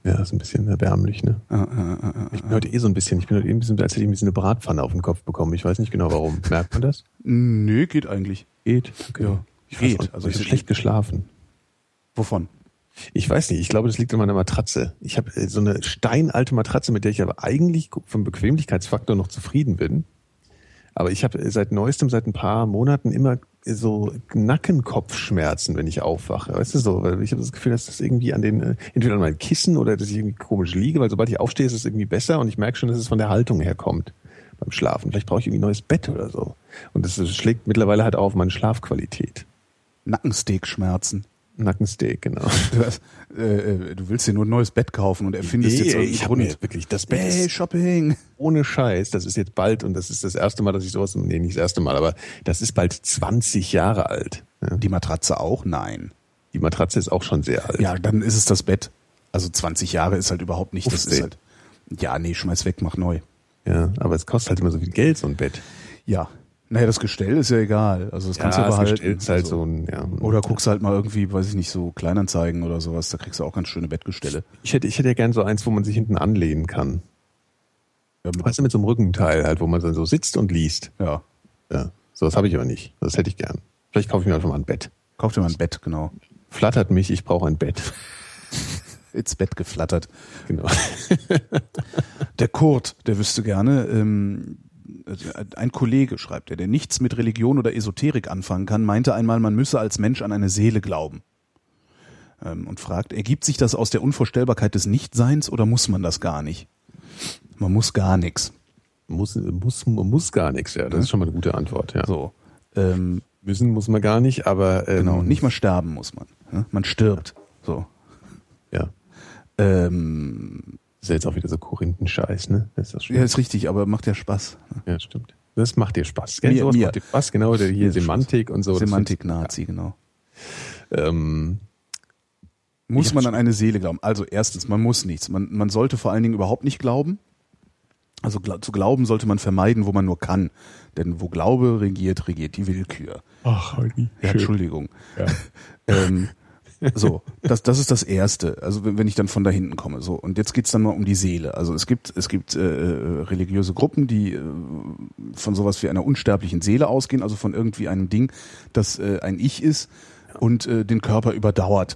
[SPEAKER 3] Ja, ist ein bisschen erbärmlich, ne?
[SPEAKER 2] Ah, ah, ah, ah,
[SPEAKER 3] ich bin heute eh so ein bisschen, ich bin heute eh ein bisschen, als hätte ich ein bisschen eine Bratpfanne auf den Kopf bekommen. Ich weiß nicht genau warum. Merkt man das?
[SPEAKER 2] Nö, geht eigentlich.
[SPEAKER 3] Geht? Okay.
[SPEAKER 2] Ja,
[SPEAKER 3] Ich
[SPEAKER 2] geht.
[SPEAKER 3] weiß auch,
[SPEAKER 2] Also
[SPEAKER 3] ich habe
[SPEAKER 2] ich-
[SPEAKER 3] schlecht geschlafen.
[SPEAKER 2] Wovon?
[SPEAKER 3] Ich weiß nicht, ich glaube, das liegt an meiner Matratze. Ich habe äh, so eine steinalte Matratze, mit der ich aber eigentlich vom Bequemlichkeitsfaktor noch zufrieden bin. Aber ich habe äh, seit neuestem, seit ein paar Monaten immer äh, so Nackenkopfschmerzen, wenn ich aufwache. Weißt du so? Weil ich habe das Gefühl, dass das irgendwie an den, äh, entweder an meinen Kissen oder dass ich irgendwie komisch liege, weil sobald ich aufstehe, ist es irgendwie besser und ich merke schon, dass es von der Haltung herkommt beim Schlafen. Vielleicht brauche ich irgendwie ein neues Bett oder so. Und das, das schlägt mittlerweile halt auch auf meine Schlafqualität.
[SPEAKER 2] Nackensteakschmerzen.
[SPEAKER 3] Nackensteak, genau.
[SPEAKER 2] Du, hast, äh, du willst dir nur ein neues Bett kaufen und erfindest
[SPEAKER 3] Nee,
[SPEAKER 2] jetzt
[SPEAKER 3] ey,
[SPEAKER 2] irgendeinen
[SPEAKER 3] ich hab
[SPEAKER 2] Grund.
[SPEAKER 3] mir wirklich das Bett
[SPEAKER 2] Hey,
[SPEAKER 3] ist
[SPEAKER 2] Shopping.
[SPEAKER 3] ohne Scheiß, das ist jetzt bald und das ist das erste Mal, dass ich sowas, nee, nicht das erste Mal, aber das ist bald zwanzig Jahre alt. Ja.
[SPEAKER 2] Die Matratze auch? Nein.
[SPEAKER 3] Die Matratze ist auch schon sehr alt.
[SPEAKER 2] Ja, dann ist es das Bett. Also zwanzig Jahre ist halt überhaupt nicht. Das
[SPEAKER 3] fünfzehn.
[SPEAKER 2] ist halt. Ja, nee, schmeiß weg, mach neu.
[SPEAKER 3] Ja, aber es kostet halt immer so viel Geld, so ein Bett.
[SPEAKER 2] Ja. Naja, das Gestell ist ja egal. Also das kannst du ja
[SPEAKER 3] das
[SPEAKER 2] behalten.
[SPEAKER 3] Gestell ist halt
[SPEAKER 2] also,
[SPEAKER 3] so ein, ja.
[SPEAKER 2] Oder guckst halt mal irgendwie, weiß ich nicht, so Kleinanzeigen oder sowas. Da kriegst du auch ganz schöne Bettgestelle.
[SPEAKER 3] Ich hätte, ich hätte ja gern so eins, wo man sich hinten anlehnen kann.
[SPEAKER 2] Ja, mit,
[SPEAKER 3] Weißt du, mit so einem Rückenteil halt, wo man dann so sitzt und liest.
[SPEAKER 2] ja.
[SPEAKER 3] Ja, so das habe ich aber nicht. Das hätte ich gern. Vielleicht kaufe ich mir einfach mal ein Bett.
[SPEAKER 2] Kauf dir mal ein Bett, genau.
[SPEAKER 3] Flattert mich, ich brauche ein Bett.
[SPEAKER 2] Ins Bett geflattert.
[SPEAKER 3] Genau.
[SPEAKER 2] Der Kurt, der wüsste gerne, ähm, ein Kollege schreibt er, der nichts mit Religion oder Esoterik anfangen kann, meinte einmal, man müsse als Mensch an eine Seele glauben. Ähm, und fragt, ergibt sich das aus der Unvorstellbarkeit des Nichtseins oder muss man das gar nicht? Man muss gar nichts.
[SPEAKER 3] Muss, muss, muss gar nichts, ja. Das ist schon mal eine gute Antwort, ja.
[SPEAKER 2] So. Ähm,
[SPEAKER 3] Müssen muss man gar nicht, aber ähm,
[SPEAKER 2] genau, nicht mal sterben muss man. Ne? Man stirbt. So.
[SPEAKER 3] Ja.
[SPEAKER 2] Ähm,
[SPEAKER 3] Das ist ja jetzt auch wieder so Korinthenscheiß, ne? Ist das schon?
[SPEAKER 2] ja, ist richtig, aber macht ja Spaß.
[SPEAKER 3] Ja, stimmt. Das macht dir Spaß. Gell?
[SPEAKER 2] Mir-
[SPEAKER 3] Sowas
[SPEAKER 2] mir.
[SPEAKER 3] macht dir Spaß, genau. Der hier
[SPEAKER 2] Mir
[SPEAKER 3] Semantik und so. das
[SPEAKER 2] Semantik-Nazi, genau.
[SPEAKER 3] find's- Ähm,
[SPEAKER 2] Muss
[SPEAKER 3] Ich
[SPEAKER 2] man
[SPEAKER 3] hab's-
[SPEAKER 2] an eine Seele glauben? Also erstens, man muss nichts. Man, man sollte vor allen Dingen überhaupt nicht glauben. Also gla- zu glauben sollte man vermeiden, wo man nur kann. Denn wo Glaube regiert, regiert die Willkür.
[SPEAKER 3] Ach, Heidi.
[SPEAKER 2] Ja, Entschuldigung.
[SPEAKER 3] Ja.
[SPEAKER 2] Ähm, so, das, das ist das Erste. Also wenn, wenn ich dann von da hinten komme. So, und jetzt geht's dann mal um die Seele. Also es gibt es gibt äh, religiöse Gruppen, die äh, von sowas wie einer unsterblichen Seele ausgehen, also von irgendwie einem Ding, das äh, ein Ich ist und äh, den Körper überdauert.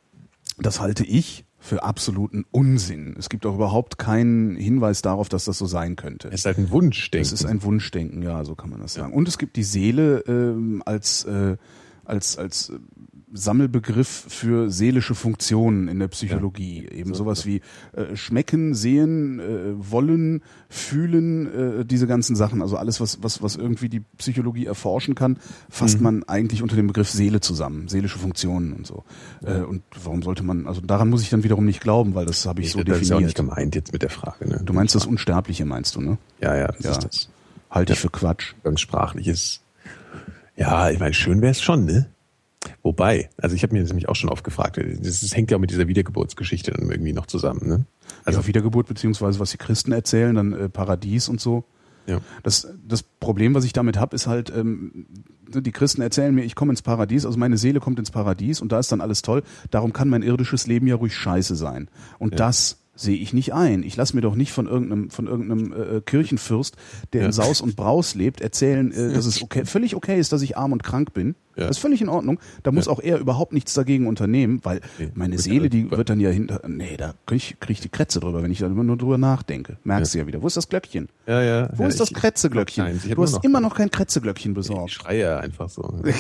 [SPEAKER 2] Das halte ich für absoluten Unsinn. Es gibt auch überhaupt keinen Hinweis darauf, dass das so sein könnte.
[SPEAKER 3] Es ist halt ein Wunschdenken.
[SPEAKER 2] Es ist ein Wunschdenken, ja, so kann man das sagen. Und es gibt die Seele ähm, als äh, als als äh, Sammelbegriff für seelische Funktionen in der Psychologie. Ja. Eben so, sowas wie äh, schmecken, sehen, äh, wollen, fühlen, äh, diese ganzen Sachen. Also alles, was was was irgendwie die Psychologie erforschen kann, fasst mhm. man eigentlich unter dem Begriff Seele zusammen. Seelische Funktionen und so. Ja. Äh, und warum sollte man? Also daran muss ich dann wiederum nicht glauben, weil das habe ich
[SPEAKER 3] nee,
[SPEAKER 2] so
[SPEAKER 3] das
[SPEAKER 2] definiert.
[SPEAKER 3] ist auch nicht gemeint jetzt mit der Frage. Ne?
[SPEAKER 2] Du meinst das Unsterbliche, meinst du, ne?
[SPEAKER 3] Ja, ja, das
[SPEAKER 2] Ja.
[SPEAKER 3] ist das.
[SPEAKER 2] Halte ich für Quatsch.
[SPEAKER 3] Ganz sprachliches. Ja, ich meine, schön wäre es schon, ne? Wobei, also ich habe mir das nämlich auch schon oft gefragt, das, das hängt ja auch mit dieser Wiedergeburtsgeschichte dann irgendwie noch zusammen, ne?
[SPEAKER 2] Also Wiedergeburt beziehungsweise was die Christen erzählen, dann äh, Paradies und so.
[SPEAKER 3] Ja.
[SPEAKER 2] Das, das Problem, was ich damit habe, ist halt, ähm, die Christen erzählen mir, ich komme ins Paradies, also meine Seele kommt ins Paradies und da ist dann alles toll. Darum kann mein irdisches Leben ja ruhig scheiße sein. Und
[SPEAKER 3] Ja.
[SPEAKER 2] das sehe ich nicht ein. Ich lasse mir doch nicht von irgendeinem von irgendeinem äh, Kirchenfürst, der
[SPEAKER 3] Ja.
[SPEAKER 2] in Saus und Braus lebt, erzählen, äh, dass es okay, völlig okay ist, dass ich arm und krank bin.
[SPEAKER 3] Ja.
[SPEAKER 2] Das ist völlig in Ordnung. Da muss
[SPEAKER 3] Ja.
[SPEAKER 2] auch er überhaupt nichts dagegen unternehmen, weil
[SPEAKER 3] Nee,
[SPEAKER 2] meine
[SPEAKER 3] wird
[SPEAKER 2] Seele,
[SPEAKER 3] ja-
[SPEAKER 2] die wird dann ja hinter, nee, da krieg ich, krieg ich die Krätze drüber, wenn ich da immer nur drüber nachdenke. Merkst du ja wieder. Wo ist das Glöckchen?
[SPEAKER 3] Ja, ja.
[SPEAKER 2] Wo
[SPEAKER 3] ja,
[SPEAKER 2] ist das
[SPEAKER 3] ich-
[SPEAKER 2] Krätzeglöckchen?
[SPEAKER 3] Nein, ich hab
[SPEAKER 2] Du hast
[SPEAKER 3] nur noch-
[SPEAKER 2] immer noch kein Krätzeglöckchen
[SPEAKER 3] Ich
[SPEAKER 2] besorgt.
[SPEAKER 3] schreie ja einfach so.
[SPEAKER 2] Ring,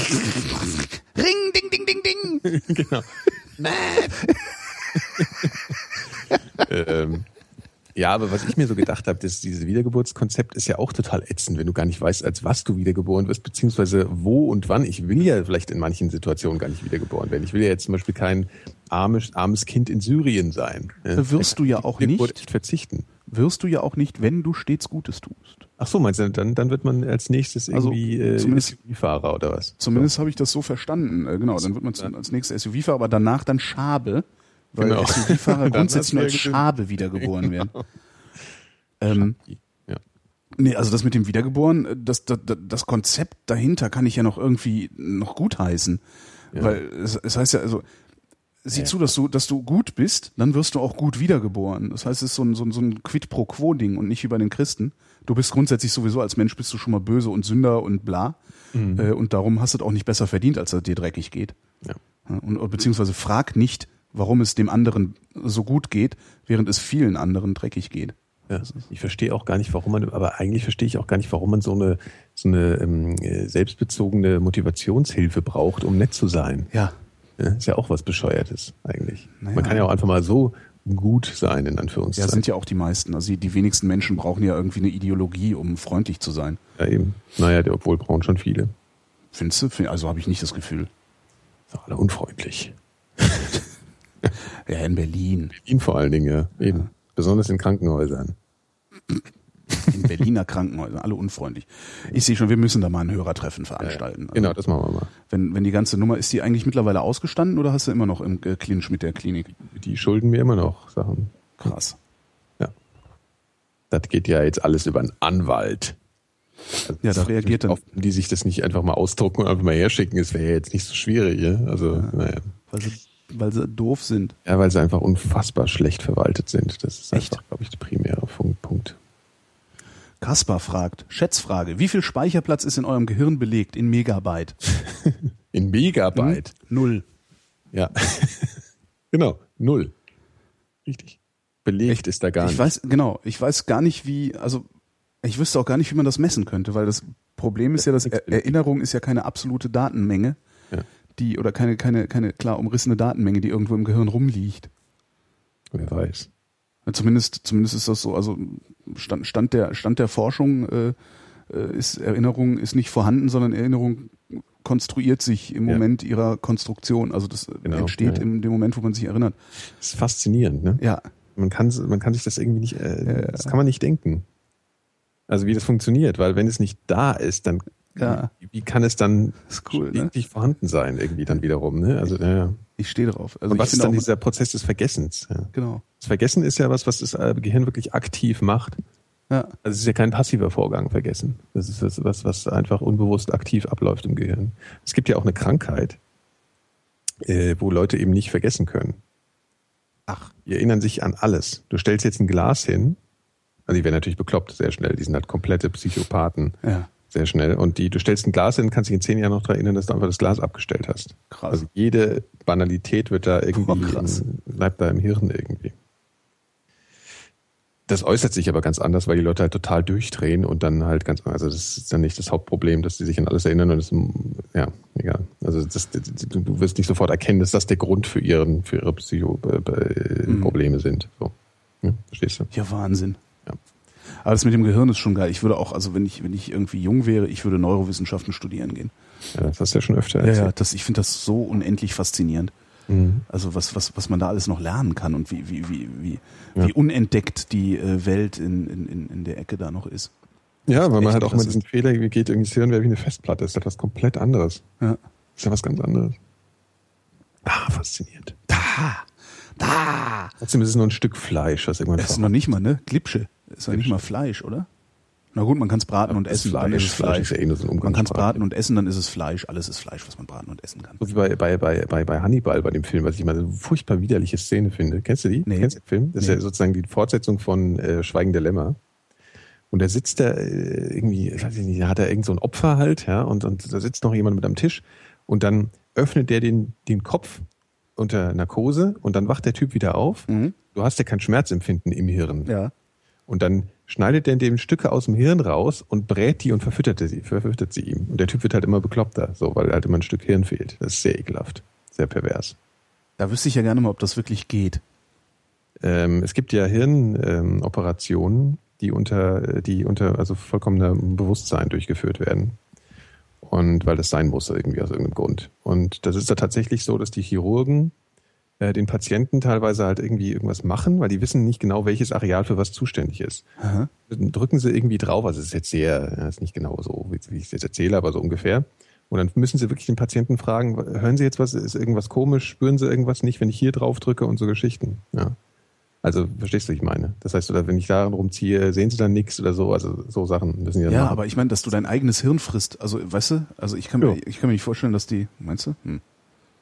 [SPEAKER 2] ding, ding, ding, ding.
[SPEAKER 3] Genau. ähm, ja, aber was ich mir so gedacht habe, dass dieses Wiedergeburtskonzept ist ja auch total ätzend, wenn du gar nicht weißt, als was du wiedergeboren wirst, beziehungsweise wo und wann. Ich will ja vielleicht in manchen Situationen gar nicht wiedergeboren werden. Ich will ja jetzt zum Beispiel kein armes, armes Kind in Syrien sein.
[SPEAKER 2] Da wirst du ja auch
[SPEAKER 3] Wiedergeburt
[SPEAKER 2] nicht.
[SPEAKER 3] echt verzichten.
[SPEAKER 2] Wirst du ja auch nicht, wenn du stets Gutes tust.
[SPEAKER 3] Ach so, meinst du, dann, dann wird man als nächstes
[SPEAKER 2] Also,
[SPEAKER 3] irgendwie äh,
[SPEAKER 2] zumindest-
[SPEAKER 3] S U V-Fahrer oder was?
[SPEAKER 2] Zumindest habe ich das so verstanden. Äh, Genau, dann wird man zum- als nächstes S U V-Fahrer, aber danach dann Schabe, weil
[SPEAKER 3] Genau.
[SPEAKER 2] S U V-Fahrer
[SPEAKER 3] Dann
[SPEAKER 2] grundsätzlich
[SPEAKER 3] hast du
[SPEAKER 2] nur
[SPEAKER 3] ja
[SPEAKER 2] als
[SPEAKER 3] gestimmt.
[SPEAKER 2] Schabe wiedergeboren werden. Ähm,
[SPEAKER 3] Ja.
[SPEAKER 2] nee, also das mit dem Wiedergeboren, äh, das, das, das Konzept dahinter kann ich ja noch irgendwie noch gutheißen.
[SPEAKER 3] Ja.
[SPEAKER 2] Weil es, es heißt ja, also sieh
[SPEAKER 3] Ja.
[SPEAKER 2] zu, dass du, dass du gut bist, dann wirst du auch gut wiedergeboren. Das heißt, es ist so ein, so ein, so ein Quid pro quo Ding und nicht wie bei den Christen. Du bist grundsätzlich sowieso als Mensch bist du schon mal böse und Sünder und bla.
[SPEAKER 3] Mhm.
[SPEAKER 2] Äh, und darum hast du es auch nicht besser verdient, als es dir dreckig geht.
[SPEAKER 3] Ja.
[SPEAKER 2] Und, beziehungsweise frag nicht, warum es dem anderen so gut geht, während es vielen anderen dreckig geht.
[SPEAKER 3] Ja, ich verstehe auch gar nicht, warum man, aber eigentlich verstehe ich auch gar nicht, warum man so eine, so eine ähm, selbstbezogene Motivationshilfe braucht, um nett zu sein.
[SPEAKER 2] Ja.
[SPEAKER 3] Ja, ist ja auch was Bescheuertes eigentlich.
[SPEAKER 2] Naja.
[SPEAKER 3] Man kann ja auch einfach mal so gut sein, in
[SPEAKER 2] Ja,
[SPEAKER 3] Anführungszeichen.
[SPEAKER 2] sind ja auch die meisten. Also die, die wenigsten Menschen brauchen ja irgendwie eine Ideologie, um freundlich zu sein.
[SPEAKER 3] Ja, eben. Naja, die, obwohl brauchen schon viele.
[SPEAKER 2] Findest du? Also habe ich nicht das Gefühl.
[SPEAKER 3] Ist auch alle unfreundlich.
[SPEAKER 2] Ja, in Berlin.
[SPEAKER 3] Berlin vor allen Dingen, ja. Eben.
[SPEAKER 2] Ja.
[SPEAKER 3] Besonders in Krankenhäusern.
[SPEAKER 2] In Berliner Krankenhäusern, alle unfreundlich. Ich sehe schon, wir müssen da mal ein Hörertreffen veranstalten.
[SPEAKER 3] Ja, genau, das machen wir mal.
[SPEAKER 2] Wenn, wenn die ganze Nummer, ist die eigentlich mittlerweile ausgestanden oder hast du immer noch im äh, Clinch mit der Klinik?
[SPEAKER 3] Die schulden mir immer noch Sachen.
[SPEAKER 2] Krass.
[SPEAKER 3] Ja. Das geht ja jetzt alles über einen Anwalt. Also
[SPEAKER 2] Ja, da reagiert dann-
[SPEAKER 3] oft, die sich das nicht einfach mal ausdrucken und einfach mal herschicken. Das wäre ja jetzt nicht so schwierig. Ja? Also, ja. naja.
[SPEAKER 2] Weil sie, weil sie doof sind.
[SPEAKER 3] Ja, weil sie einfach unfassbar schlecht verwaltet sind. Das ist
[SPEAKER 2] Echt?
[SPEAKER 3] einfach, glaube ich, der primäre Punkt.
[SPEAKER 2] Kaspar fragt, Schätzfrage, wie viel Speicherplatz ist in eurem Gehirn belegt in Megabyte?
[SPEAKER 3] In Megabyte.
[SPEAKER 2] Hm? Null.
[SPEAKER 3] Ja. Genau, null. Richtig. Belegt ist da gar
[SPEAKER 2] Ich
[SPEAKER 3] nicht.
[SPEAKER 2] weiß, genau, ich weiß gar nicht, wie, also ich wüsste auch gar nicht, wie man das messen könnte, weil das Problem ist ja, dass er Erinnerung ist ja keine absolute Datenmenge,
[SPEAKER 3] Ja.
[SPEAKER 2] die, oder keine, keine, keine klar umrissene Datenmenge, die irgendwo im Gehirn rumliegt.
[SPEAKER 3] Wer weiß.
[SPEAKER 2] Ja, Zumindest, zumindest ist das so, also Stand, Stand der, Stand der Forschung äh, äh, ist Erinnerung ist nicht vorhanden, sondern Erinnerung konstruiert sich im
[SPEAKER 3] Ja.
[SPEAKER 2] Moment ihrer Konstruktion. Also das
[SPEAKER 3] Genau,
[SPEAKER 2] entsteht
[SPEAKER 3] ja, ja.
[SPEAKER 2] in dem Moment, wo man sich erinnert.
[SPEAKER 3] Das ist faszinierend, ne?
[SPEAKER 2] Ja,
[SPEAKER 3] Man kann, man kann sich das irgendwie nicht, äh,
[SPEAKER 2] Ja, ja.
[SPEAKER 3] das kann man nicht denken. Also wie das funktioniert, weil wenn es nicht da ist, dann
[SPEAKER 2] Ja.
[SPEAKER 3] wie, wie kann es dann
[SPEAKER 2] ist cool, ne?
[SPEAKER 3] wirklich vorhanden sein irgendwie dann wiederum, ne? Also ja.
[SPEAKER 2] Ich stehe drauf. Also
[SPEAKER 3] Und
[SPEAKER 2] ich
[SPEAKER 3] was ist
[SPEAKER 2] finde
[SPEAKER 3] dann
[SPEAKER 2] auch,
[SPEAKER 3] dieser Prozess des Vergessens? Ja.
[SPEAKER 2] genau.
[SPEAKER 3] Das Vergessen ist ja was, was das äh, Gehirn wirklich aktiv macht.
[SPEAKER 2] Ja.
[SPEAKER 3] Also es ist ja kein passiver Vorgang, Vergessen. Das ist was, was, was einfach unbewusst aktiv abläuft im Gehirn. Es gibt ja auch eine Krankheit, äh, wo Leute eben nicht vergessen können.
[SPEAKER 2] Ach,
[SPEAKER 3] Die erinnern sich an alles. Du stellst jetzt ein Glas hin, also die werden natürlich bekloppt sehr schnell, die sind halt komplette Psychopathen
[SPEAKER 2] ja,
[SPEAKER 3] sehr schnell. Und die, du stellst ein Glas hin, kannst dich in zehn Jahren noch daran erinnern, dass du einfach das Glas abgestellt hast.
[SPEAKER 2] krass.
[SPEAKER 3] Also jede Banalität wird da irgendwie,
[SPEAKER 2] Oh, krass.
[SPEAKER 3] in, bleibt da im Hirn irgendwie. Das äußert sich aber ganz anders, weil die Leute halt total durchdrehen und dann halt ganz, also das ist dann nicht das Hauptproblem, dass sie sich an alles erinnern und das, ja, egal. Also das, du, du wirst nicht sofort erkennen, dass das der Grund für ihren, für ihre Psycho-Probleme
[SPEAKER 2] Mhm.
[SPEAKER 3] sind. So. Ja, verstehst du?
[SPEAKER 2] Ja, Wahnsinn.
[SPEAKER 3] Ja.
[SPEAKER 2] Aber das mit dem Gehirn ist schon geil. Ich würde auch, also wenn ich, wenn ich irgendwie jung wäre, ich würde Neurowissenschaften studieren gehen.
[SPEAKER 3] Ja, das hast du ja schon öfter
[SPEAKER 2] Ja,
[SPEAKER 3] erzählt.
[SPEAKER 2] ja, das, ich finde das so unendlich faszinierend.
[SPEAKER 3] Mhm.
[SPEAKER 2] Also was, was, was man da alles noch lernen kann und wie, wie, wie, wie,
[SPEAKER 3] Ja.
[SPEAKER 2] wie unentdeckt die äh, Welt in, in, in der Ecke da noch ist.
[SPEAKER 3] Ja, weil man
[SPEAKER 2] echt
[SPEAKER 3] halt auch
[SPEAKER 2] krass
[SPEAKER 3] mal diesen Fehler geht, irgendwie das Hirn wäre wie eine Festplatte. Das ist etwas komplett anderes.
[SPEAKER 2] Ja.
[SPEAKER 3] Das ist ja was ganz anderes. Ah, faszinierend.
[SPEAKER 2] Da, da.
[SPEAKER 3] Trotzdem ist es nur ein Stück Fleisch, was irgendwann
[SPEAKER 2] Das ist noch nicht mal, ne? Glipsche. Ist ja nicht
[SPEAKER 3] Glipsche.
[SPEAKER 2] mal Fleisch, oder? Na gut, man kann es braten und
[SPEAKER 3] Das
[SPEAKER 2] essen,
[SPEAKER 3] Fleisch,
[SPEAKER 2] dann ist es
[SPEAKER 3] Fleisch
[SPEAKER 2] Fleisch.
[SPEAKER 3] ist ja eh nur so ein
[SPEAKER 2] Man kann es
[SPEAKER 3] Umgangssprache.
[SPEAKER 2] braten und essen, dann ist es Fleisch. Alles ist Fleisch, was man braten und essen kann.
[SPEAKER 3] So wie bei, bei, bei, bei, bei Hannibal, bei dem Film, was ich mal so eine furchtbar widerliche Szene finde. Kennst du die?
[SPEAKER 2] Nee.
[SPEAKER 3] Kennst du den Film? Das
[SPEAKER 2] Nee.
[SPEAKER 3] ist ja sozusagen die Fortsetzung von äh, Schweigen der Lämmer. Und da sitzt da äh, irgendwie, ich weiß nicht, da hat er irgend so ein Opfer halt, ja, und, und da sitzt noch jemand mit am Tisch und dann öffnet der den, den Kopf unter Narkose und dann wacht der Typ wieder auf.
[SPEAKER 2] Mhm.
[SPEAKER 3] Du hast ja kein Schmerzempfinden im Hirn.
[SPEAKER 2] Ja.
[SPEAKER 3] Und dann schneidet der dem Stücke aus dem Hirn raus und brät die und verfüttert sie, verfüttert sie ihm. Und der Typ wird halt immer bekloppter, so, weil halt immer ein Stück Hirn fehlt. Das ist sehr ekelhaft, sehr pervers.
[SPEAKER 2] Da wüsste ich ja gerne mal, ob das wirklich geht.
[SPEAKER 3] Ähm, es gibt ja Hirnoperationen, die unter, die unter also vollkommenem Bewusstsein durchgeführt werden. Und weil das sein muss irgendwie aus irgendeinem Grund. Und das ist da tatsächlich so, dass die Chirurgen äh, den Patienten teilweise halt irgendwie irgendwas machen, weil die wissen nicht genau, welches Areal für was zuständig ist.
[SPEAKER 2] Aha.
[SPEAKER 3] Dann drücken sie irgendwie drauf, also es ist jetzt sehr, ja, ist nicht genau so, wie, wie ich es jetzt erzähle, aber so ungefähr. Und dann müssen sie wirklich den Patienten fragen, hören Sie jetzt was, ist irgendwas komisch, spüren Sie irgendwas nicht, wenn ich hier drauf drücke und so Geschichten. Ja. Also verstehst du, was ich meine? Das heißt, oder wenn ich daran rumziehe, sehen Sie dann nichts oder so, also so Sachen müssen die dann
[SPEAKER 2] Ja,
[SPEAKER 3] machen.
[SPEAKER 2] aber ich meine, dass du dein eigenes Hirn frisst. Also, weißt du, also ich kann mir,
[SPEAKER 3] Ja.
[SPEAKER 2] ich kann mir nicht vorstellen, dass die, meinst du? Hm.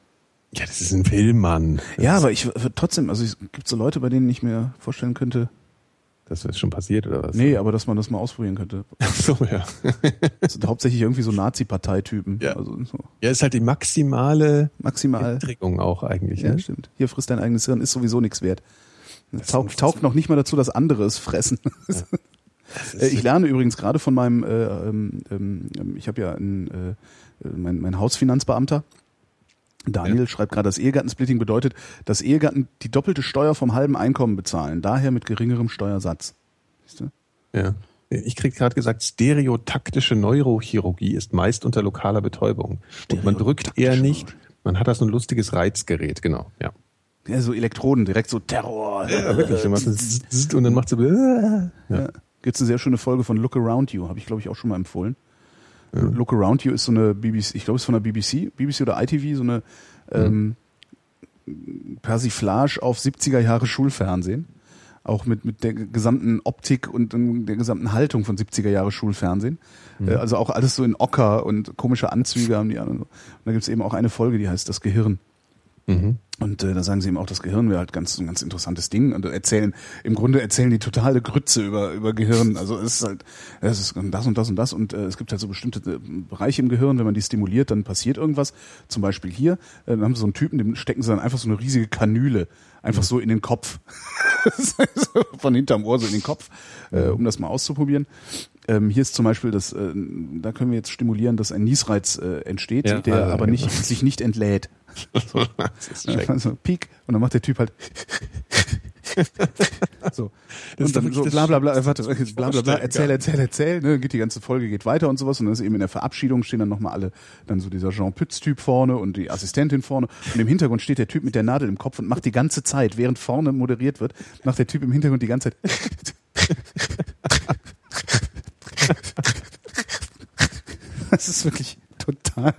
[SPEAKER 3] Ja, das ist ein Film, Mann. Das
[SPEAKER 2] Ja, aber ich trotzdem, also es gibt so Leute, bei denen ich mir vorstellen könnte.
[SPEAKER 3] Das ist schon passiert, oder was?
[SPEAKER 2] Nee, aber dass man das mal ausprobieren könnte.
[SPEAKER 3] Ach so, ja.
[SPEAKER 2] Das sind hauptsächlich irgendwie so Nazi-Parteitypen.
[SPEAKER 3] Ja.
[SPEAKER 2] Also so.
[SPEAKER 3] Ja, ist halt die maximale
[SPEAKER 2] Maximal.
[SPEAKER 3] Erträgung auch eigentlich.
[SPEAKER 2] Ja,
[SPEAKER 3] Ne?
[SPEAKER 2] stimmt. Hier frisst dein eigenes Hirn, ist sowieso nichts wert. Taugt, taugt noch nicht mal dazu, dass andere es fressen. Ja. Ich lerne übrigens gerade von meinem, äh, ähm, ähm, ich habe ja einen, äh, mein, mein Hausfinanzbeamter, Daniel,
[SPEAKER 3] ja.
[SPEAKER 2] schreibt gerade, das Ehegattensplitting bedeutet, dass Ehegatten die doppelte Steuer vom halben Einkommen bezahlen, daher mit geringerem Steuersatz. Siehst du?
[SPEAKER 3] Ja. Ich krieg gerade gesagt, stereotaktische Neurochirurgie ist meist unter lokaler Betäubung. Und man drückt eher nicht, man hat da so ein lustiges Reizgerät, genau, ja.
[SPEAKER 2] Ja, so Elektroden, direkt so Terror.
[SPEAKER 3] Ja, wirklich. Dann macht es und dann macht es so. Ja.
[SPEAKER 2] Ja. Gibt's eine sehr schöne Folge von Look Around You, habe ich glaube ich auch schon mal empfohlen. Ja. Look Around You ist so eine B B C, ich glaube es ist von der B B C, B B C oder I T V, so eine ähm, Persiflage auf siebziger Jahre Schulfernsehen. Auch mit, mit der gesamten Optik und der gesamten Haltung von siebziger Jahre Schulfernsehen. Mhm. Also auch alles so in Ocker und komische Anzüge haben die an. Und, so. Und da gibt's eben auch eine Folge, die heißt Das Gehirn. Mhm. Und äh, da sagen sie eben auch, das Gehirn wäre halt ganz, ein ganz interessantes Ding. Und erzählen, im Grunde erzählen die totale Grütze über, über Gehirn. Also es ist halt, es ist das und das und das. Und äh, es gibt halt so bestimmte äh, Bereiche im Gehirn, wenn man die stimuliert, dann passiert irgendwas. Zum Beispiel hier, äh, dann haben sie so einen Typen, dem stecken sie dann einfach so eine riesige Kanüle einfach so in den Kopf. Von hinterm Ohr so in den Kopf, äh, um das mal auszuprobieren. Ähm, hier ist zum Beispiel das, äh, da können wir jetzt stimulieren, dass ein Niesreiz äh, entsteht, ja, der also, aber nicht, sich nicht entlädt. So. Also Peak und dann macht der Typ halt so. Und dann so bla bla bla, warte, bla bla bla, erzähl, erzähl, erzähl, ne, geht die ganze Folge, geht weiter und sowas und dann ist eben in der Verabschiedung stehen dann nochmal alle, dann so dieser Jean Pütz-Typ vorne und die Assistentin vorne und im Hintergrund steht der Typ mit der Nadel im Kopf und macht die ganze Zeit, während vorne moderiert wird, macht der Typ im Hintergrund die ganze Zeit das ist wirklich total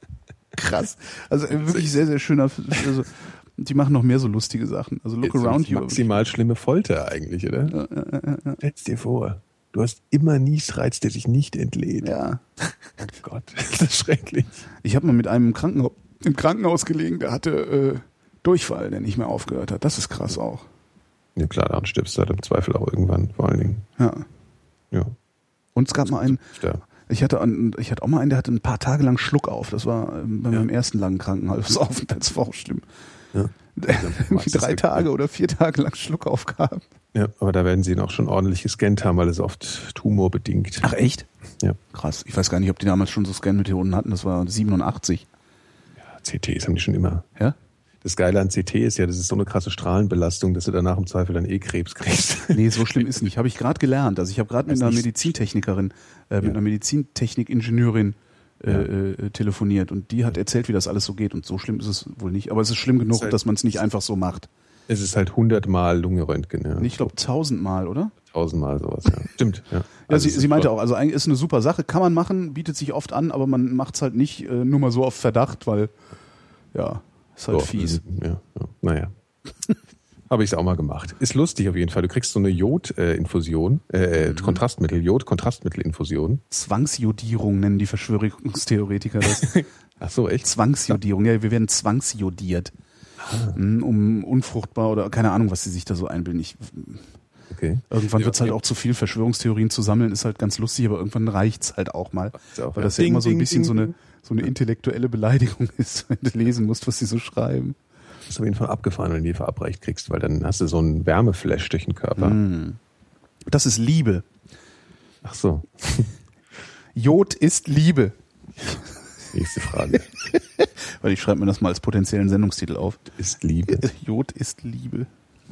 [SPEAKER 2] krass. Also wirklich sehr, sehr schöner, also die machen noch mehr so lustige Sachen. Also Look Jetzt Around You.
[SPEAKER 3] Maximal schlimme Folter eigentlich, oder? Ja, ja, ja, ja. Stell's dir vor, du hast immer Niesreiz, der sich nicht entlädt.
[SPEAKER 2] Ja.
[SPEAKER 3] Oh Gott, das ist schrecklich.
[SPEAKER 2] Ich habe mal mit einem im Krankenhaus, im Krankenhaus gelegen, der hatte äh, Durchfall, der nicht mehr aufgehört hat. Das ist krass auch.
[SPEAKER 3] Ja klar, daran stirbst du halt im Zweifel auch irgendwann, vor allen Dingen.
[SPEAKER 2] Ja.
[SPEAKER 3] Ja.
[SPEAKER 2] Und es gab mal einen, ich hatte, einen, ich hatte auch mal einen, der hatte ein paar Tage lang Schluck auf. Das war bei ja. meinem ersten langen Krankenhausaufenthalt. Das war auch schlimm. Ja. Irgendwie drei Tage oder vier Tage lang Schluck aufgaben.
[SPEAKER 3] Ja, aber da werden sie ihn auch schon ordentlich gescannt haben, weil es oft tumorbedingt.
[SPEAKER 2] Ach echt?
[SPEAKER 3] Ja.
[SPEAKER 2] Krass. Ich weiß gar nicht, ob die damals schon so Scan-Methoden hatten. Das war siebenundachtzig.
[SPEAKER 3] Ja, C Ts haben die schon immer.
[SPEAKER 2] Ja?
[SPEAKER 3] Das Geile an C T ist ja, das ist so eine krasse Strahlenbelastung, dass du danach im Zweifel dann eh Krebs kriegst.
[SPEAKER 2] Nee, so schlimm ist nicht. Habe ich gerade gelernt. Also ich habe gerade mit einer Medizintechnikerin, äh, mit ja. einer Medizintechnik-Ingenieurin äh, ja. äh, telefoniert und die hat erzählt, wie das alles so geht und so schlimm ist es wohl nicht. Aber es ist schlimm genug, halt, dass man es nicht einfach so macht.
[SPEAKER 3] Es ist halt hundertmal Lungenröntgen. Ja.
[SPEAKER 2] Ich glaube tausendmal, oder?
[SPEAKER 3] Tausendmal sowas, ja. Stimmt, ja.
[SPEAKER 2] Ja,
[SPEAKER 3] also
[SPEAKER 2] sie, sie meinte auch, also eigentlich ist eine super Sache, kann man machen, bietet sich oft an, aber man macht es halt nicht äh, nur mal so auf Verdacht, weil, ja... Ist halt so, fies.
[SPEAKER 3] Ja, ja. Naja. Habe ich es auch mal gemacht. Ist lustig auf jeden Fall. Du kriegst so eine Jod-Infusion, äh, mhm. Kontrastmittel, Jod-Kontrastmittelinfusion.
[SPEAKER 2] Zwangsjodierung nennen die Verschwörungstheoretiker das.
[SPEAKER 3] Ach so, echt?
[SPEAKER 2] Zwangsjodierung, ja, wir werden zwangsjodiert. Ah. Um unfruchtbar oder keine Ahnung, was sie sich da so einbilden. Ich,
[SPEAKER 3] okay.
[SPEAKER 2] Irgendwann
[SPEAKER 3] ja,
[SPEAKER 2] wird es halt
[SPEAKER 3] ja.
[SPEAKER 2] auch zu viel, Verschwörungstheorien zu sammeln, ist halt ganz lustig, aber irgendwann reicht's halt auch mal.
[SPEAKER 3] Auch,
[SPEAKER 2] weil das
[SPEAKER 3] ja,
[SPEAKER 2] ja
[SPEAKER 3] ding,
[SPEAKER 2] immer so ein
[SPEAKER 3] ding,
[SPEAKER 2] bisschen
[SPEAKER 3] ding.
[SPEAKER 2] so eine so eine intellektuelle Beleidigung ist, wenn du lesen musst, was sie so schreiben.
[SPEAKER 3] Das ist auf jeden Fall abgefahren, wenn du die verabreicht kriegst, weil dann hast du so einen Wärmeflash durch den Körper.
[SPEAKER 2] Mm. Das ist Liebe.
[SPEAKER 3] Ach so.
[SPEAKER 2] Jod ist Liebe.
[SPEAKER 3] Nächste Frage.
[SPEAKER 2] Weil ich schreibe mir das mal als potenziellen Sendungstitel auf.
[SPEAKER 3] Ist Liebe.
[SPEAKER 2] Jod ist Liebe.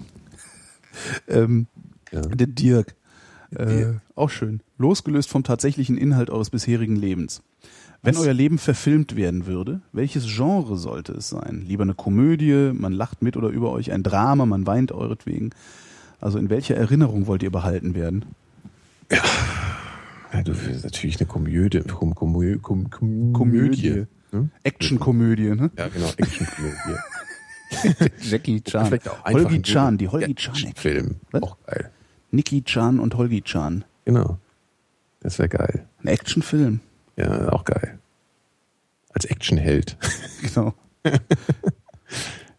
[SPEAKER 2] Ähm,
[SPEAKER 3] ja.
[SPEAKER 2] Der Dirk. Äh, auch schön. Losgelöst vom tatsächlichen Inhalt eures bisherigen Lebens. Wenn Was? euer Leben verfilmt werden würde, welches Genre sollte es sein? Lieber eine Komödie, man lacht mit oder über euch, ein Drama, man weint euretwegen. Also in welcher Erinnerung wollt ihr behalten werden?
[SPEAKER 3] Ja, ja du willst natürlich eine Komödie. Kom, Komö, Kom, Kom,
[SPEAKER 2] Komödie. Hm? Actionkomödie, ne?
[SPEAKER 3] Ja, genau, Actionkomödie.
[SPEAKER 2] Jackie Chan. Holgi Chan, die Holgi Chan.
[SPEAKER 3] Film. Auch geil.
[SPEAKER 2] Nicky Chan und Holgi Chan.
[SPEAKER 3] Genau. Das wäre geil.
[SPEAKER 2] Ein Actionfilm.
[SPEAKER 3] Ja, auch geil. Als Actionheld.
[SPEAKER 2] Genau.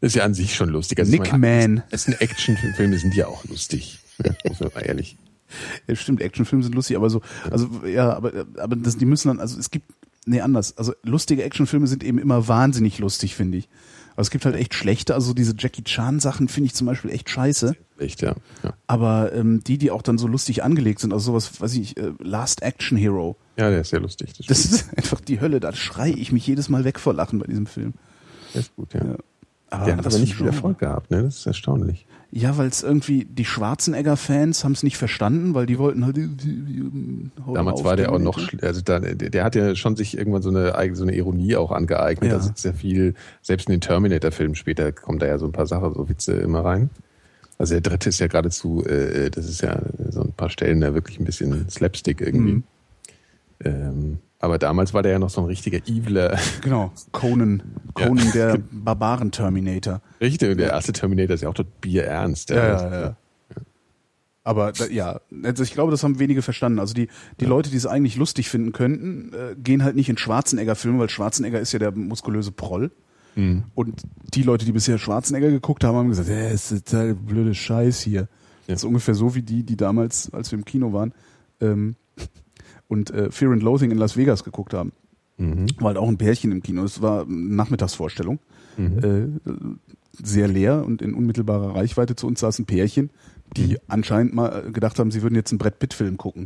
[SPEAKER 3] Das ist ja an sich schon lustig. Also
[SPEAKER 2] Nick
[SPEAKER 3] ich meine,
[SPEAKER 2] Man.
[SPEAKER 3] Es sind Actionfilme, sind ja auch lustig. Ja, muss man mal ehrlich.
[SPEAKER 2] Ja, stimmt, Actionfilme sind lustig, aber so, also ja, aber aber das, die müssen dann, also es gibt, nee, anders. Also lustige Actionfilme sind eben immer wahnsinnig lustig, finde ich. Aber es gibt halt echt schlechte, also diese Jackie Chan Sachen finde ich zum Beispiel echt scheiße.
[SPEAKER 3] Echt, ja. ja.
[SPEAKER 2] Aber ähm, die, die auch dann so lustig angelegt sind, also sowas, weiß ich, äh, Last Action Hero.
[SPEAKER 3] Ja, der ist sehr lustig. Das,
[SPEAKER 2] Das ist einfach die Hölle, da schreie ich mich jedes Mal weg vor Lachen bei diesem Film.
[SPEAKER 3] Der ist gut, ja.
[SPEAKER 2] Ja. Aber
[SPEAKER 3] Der hat
[SPEAKER 2] was
[SPEAKER 3] aber
[SPEAKER 2] für
[SPEAKER 3] nicht
[SPEAKER 2] ein
[SPEAKER 3] viel
[SPEAKER 2] Genre.
[SPEAKER 3] Erfolg gehabt, ne? Das ist erstaunlich.
[SPEAKER 2] Ja, weil es irgendwie, die Schwarzenegger-Fans haben es nicht verstanden, weil die wollten halt... Die, die, die,
[SPEAKER 3] Damals
[SPEAKER 2] auf,
[SPEAKER 3] war der auch
[SPEAKER 2] die-
[SPEAKER 3] noch, schl- also da, der, der hat ja schon sich irgendwann so eine eigene, so eine Ironie auch angeeignet.
[SPEAKER 2] Ja.
[SPEAKER 3] Da sitzt sehr viel, selbst in den Terminator-Filmen später kommt da ja so ein paar Sachen, so Witze immer rein. Also der dritte ist ja geradezu, äh, das ist ja so ein paar Stellen da wirklich ein bisschen Slapstick irgendwie.
[SPEAKER 2] Mhm.
[SPEAKER 3] Ähm, aber damals war der ja noch so ein richtiger eviler.
[SPEAKER 2] Genau, Conan, Conan
[SPEAKER 3] Ja.
[SPEAKER 2] der Barbaren-Terminator.
[SPEAKER 3] Richtig, der erste Terminator ist ja auch dort bierernst.
[SPEAKER 2] Ja, ja, ja. Aber da, ja, also ich glaube, das haben wenige verstanden. Also die die Leute, die es eigentlich lustig finden könnten, äh, gehen halt nicht in Schwarzenegger-Filme, weil Schwarzenegger ist ja der muskulöse Proll.
[SPEAKER 3] Mhm.
[SPEAKER 2] Und die Leute, die bisher Schwarzenegger geguckt haben, haben gesagt, äh, ist total blöde Scheiß hier.
[SPEAKER 3] Ja.
[SPEAKER 2] Das ist ungefähr so wie die, die damals, als wir im Kino waren, ähm, und äh, Fear and Loathing in Las Vegas geguckt haben.
[SPEAKER 3] Mhm.
[SPEAKER 2] War halt auch ein Pärchen im Kino. Es war eine Nachmittagsvorstellung.
[SPEAKER 3] Mhm.
[SPEAKER 2] Äh, sehr leer und in unmittelbarer Reichweite zu uns saß ein Pärchen, die
[SPEAKER 3] Mhm.
[SPEAKER 2] anscheinend mal gedacht haben, sie würden jetzt einen Brad Pitt-Film gucken.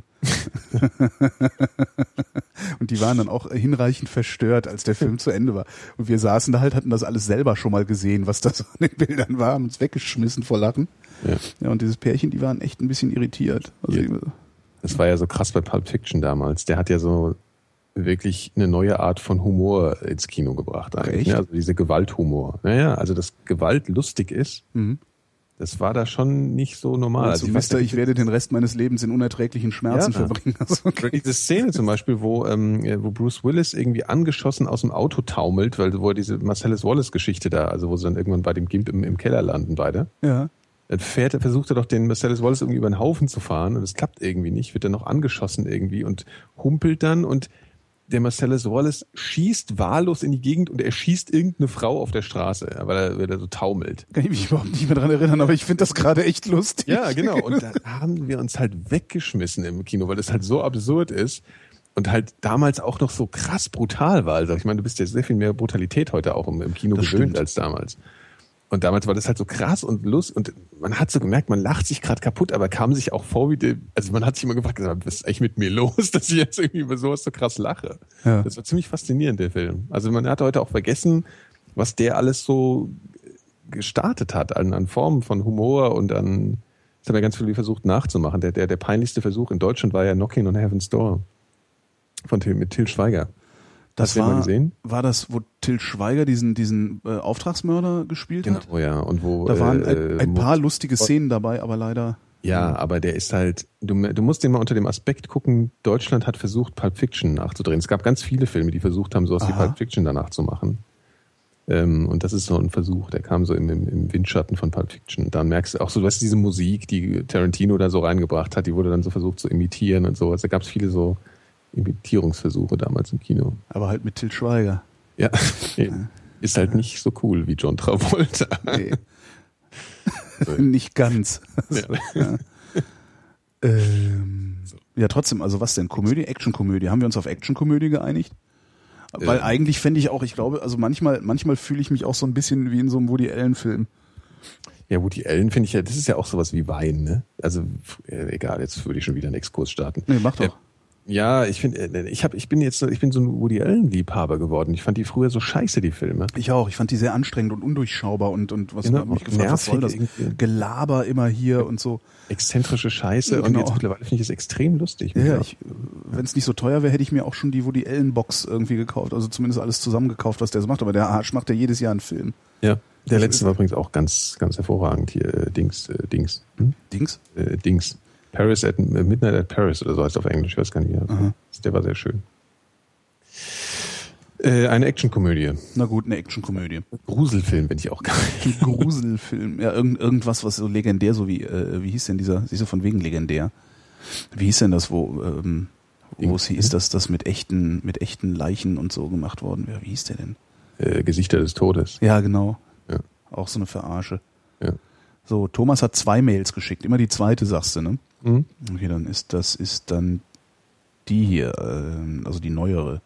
[SPEAKER 2] Und die waren dann auch hinreichend verstört, als der Film zu Ende war. Und wir saßen da halt, hatten das alles selber schon mal gesehen, was das an den Bildern war, haben uns weggeschmissen vor Lachen.
[SPEAKER 3] Ja.
[SPEAKER 2] Ja, und dieses Pärchen, die waren echt ein bisschen irritiert. Also,
[SPEAKER 3] Ja. Das war ja so krass bei Pulp Fiction damals. Der hat ja so wirklich eine neue Art von Humor ins Kino gebracht. Eigentlich,
[SPEAKER 2] Echt?
[SPEAKER 3] ne? Also diese Gewalthumor. Naja, also dass Gewalt lustig ist,
[SPEAKER 2] mhm.
[SPEAKER 3] das war da schon nicht so normal.
[SPEAKER 2] Also,
[SPEAKER 3] ich weiß
[SPEAKER 2] Mister,
[SPEAKER 3] nicht,
[SPEAKER 2] ich werde den Rest meines Lebens in unerträglichen Schmerzen
[SPEAKER 3] Ja.
[SPEAKER 2] verbringen. Also, okay.
[SPEAKER 3] diese Szene zum Beispiel, wo, ähm, wo Bruce Willis irgendwie angeschossen aus dem Auto taumelt, weil wo er diese Marcellus Wallace-Geschichte da, also wo sie dann irgendwann bei dem Gimp im, im Keller landen beide.
[SPEAKER 2] Ja.
[SPEAKER 3] Dann fährt, er- versucht er doch den Marcellus Wallace irgendwie über den Haufen zu fahren und es klappt irgendwie nicht, wird dann noch angeschossen irgendwie und humpelt dann und der Marcellus Wallace schießt wahllos in die Gegend und er schießt irgendeine Frau auf der Straße, ja, weil er, weil er so taumelt.
[SPEAKER 2] Kann ich mich überhaupt nicht mehr dran erinnern, aber ich finde das gerade echt lustig.
[SPEAKER 3] Ja, genau. Und da haben wir uns halt weggeschmissen im Kino, weil das halt so absurd ist und halt damals auch noch so krass brutal war. Also ich meine, du bist ja sehr viel mehr Brutalität heute auch im, im Kino
[SPEAKER 2] Das
[SPEAKER 3] gewöhnt
[SPEAKER 2] stimmt.
[SPEAKER 3] als damals. Und damals war das halt so krass und lustig und man hat so gemerkt, man lacht sich gerade kaputt, aber kam sich auch vor wie, die, also man hat sich immer gefragt, was ist eigentlich mit mir los, dass ich jetzt irgendwie über sowas so krass lache.
[SPEAKER 2] Ja.
[SPEAKER 3] Das war ziemlich faszinierend, der Film. Also man hat heute auch vergessen, was der alles so gestartet hat an, an Formen von Humor und an, das haben ja ganz viele versucht nachzumachen. Der, der, der peinlichste Versuch in Deutschland war ja Knocking on Heaven's Door von Till, mit Till Schweiger.
[SPEAKER 2] Das
[SPEAKER 3] Hast du den
[SPEAKER 2] war,
[SPEAKER 3] mal gesehen?
[SPEAKER 2] war das, wo Till Schweiger diesen, diesen äh, Auftragsmörder gespielt hat?
[SPEAKER 3] Genau, ja. Und wo,
[SPEAKER 2] Da waren
[SPEAKER 3] äh,
[SPEAKER 2] ein, ein paar lustige Szenen dabei, aber leider.
[SPEAKER 3] Ja, aber der ist halt, du, du musst den mal unter dem Aspekt gucken, Deutschland hat versucht, Pulp Fiction nachzudrehen. Es gab ganz viele Filme, die versucht haben, sowas wie
[SPEAKER 2] Aha.
[SPEAKER 3] Pulp Fiction danach zu machen. Ähm, und das ist so ein Versuch, der kam so im, im, im Windschatten von Pulp Fiction. Dann merkst du auch so, du weißt, diese Musik, die Tarantino da so reingebracht hat, die wurde dann so versucht zu imitieren und so. Also da gab es viele so Imitierungsversuche damals im Kino.
[SPEAKER 2] Aber halt mit Till Schweiger.
[SPEAKER 3] Ja, eben. Ist halt nicht so cool wie John Travolta.
[SPEAKER 2] Nee. Nicht ganz. Ja. Ähm, ja, trotzdem, also was denn? Komödie, Actionkomödie. Haben wir uns auf Actionkomödie geeinigt? Weil
[SPEAKER 3] Ähm.
[SPEAKER 2] eigentlich fände ich auch, ich glaube, also manchmal, manchmal fühle ich mich auch so ein bisschen wie in so einem Woody Allen-Film.
[SPEAKER 3] Ja, Woody Allen finde ich ja, das ist ja auch sowas wie Wein, ne? Also äh, egal, jetzt würde ich schon wieder einen Exkurs starten.
[SPEAKER 2] Nee, mach doch.
[SPEAKER 3] Äh, Ja, ich finde, ich habe, ich bin jetzt, ich bin so ein Woody Allen-Liebhaber geworden. Ich fand die früher so scheiße, die Filme.
[SPEAKER 2] Ich auch. Ich fand die sehr anstrengend und undurchschaubar und, und was
[SPEAKER 3] Genau,
[SPEAKER 2] hab mich gefragt, was soll das?
[SPEAKER 3] nervig irgendwie.
[SPEAKER 2] Gelaber immer hier und so.
[SPEAKER 3] Exzentrische Scheiße.
[SPEAKER 2] Ja,
[SPEAKER 3] Und
[SPEAKER 2] genau.
[SPEAKER 3] jetzt mittlerweile finde ich es extrem lustig.
[SPEAKER 2] Ja, ja, ich, wenn es nicht so teuer wäre, hätte ich mir auch schon die Woody Allen Box irgendwie gekauft. Also zumindest alles zusammengekauft, was der so macht. Aber der Arsch macht ja jedes Jahr einen Film.
[SPEAKER 3] ja. Der
[SPEAKER 2] Ich-
[SPEAKER 3] letzte war übrigens auch ganz, ganz hervorragend hier. Äh, Dings, äh, Dings, hm?
[SPEAKER 2] Dings?
[SPEAKER 3] äh, Dings. Paris at äh, Midnight at Paris oder so heißt es auf Englisch. Ich weiß gar nicht. Ja.
[SPEAKER 2] Aha.
[SPEAKER 3] Der war sehr schön. Äh, eine Actionkomödie.
[SPEAKER 2] Na gut, eine Actionkomödie.
[SPEAKER 3] Gruselfilm bin ich auch geil.
[SPEAKER 2] Ein Gruselfilm. Ja, irgend, irgendwas, was so legendär, so wie, äh, wie hieß denn dieser, siehst du, von wegen legendär. Wie hieß denn das, wo, ähm, wo es hieß, dass das mit echten, mit echten Leichen und so gemacht worden wäre? Wie hieß der denn?
[SPEAKER 3] Äh, Gesichter des Todes.
[SPEAKER 2] Ja, genau.
[SPEAKER 3] Ja.
[SPEAKER 2] Auch so eine Verarsche.
[SPEAKER 3] Ja.
[SPEAKER 2] So, Thomas hat zwei Mails geschickt. Immer die zweite, sagst du, ne?
[SPEAKER 3] Mhm.
[SPEAKER 2] Okay, dann ist das ist dann die hier, äh, also die neuere.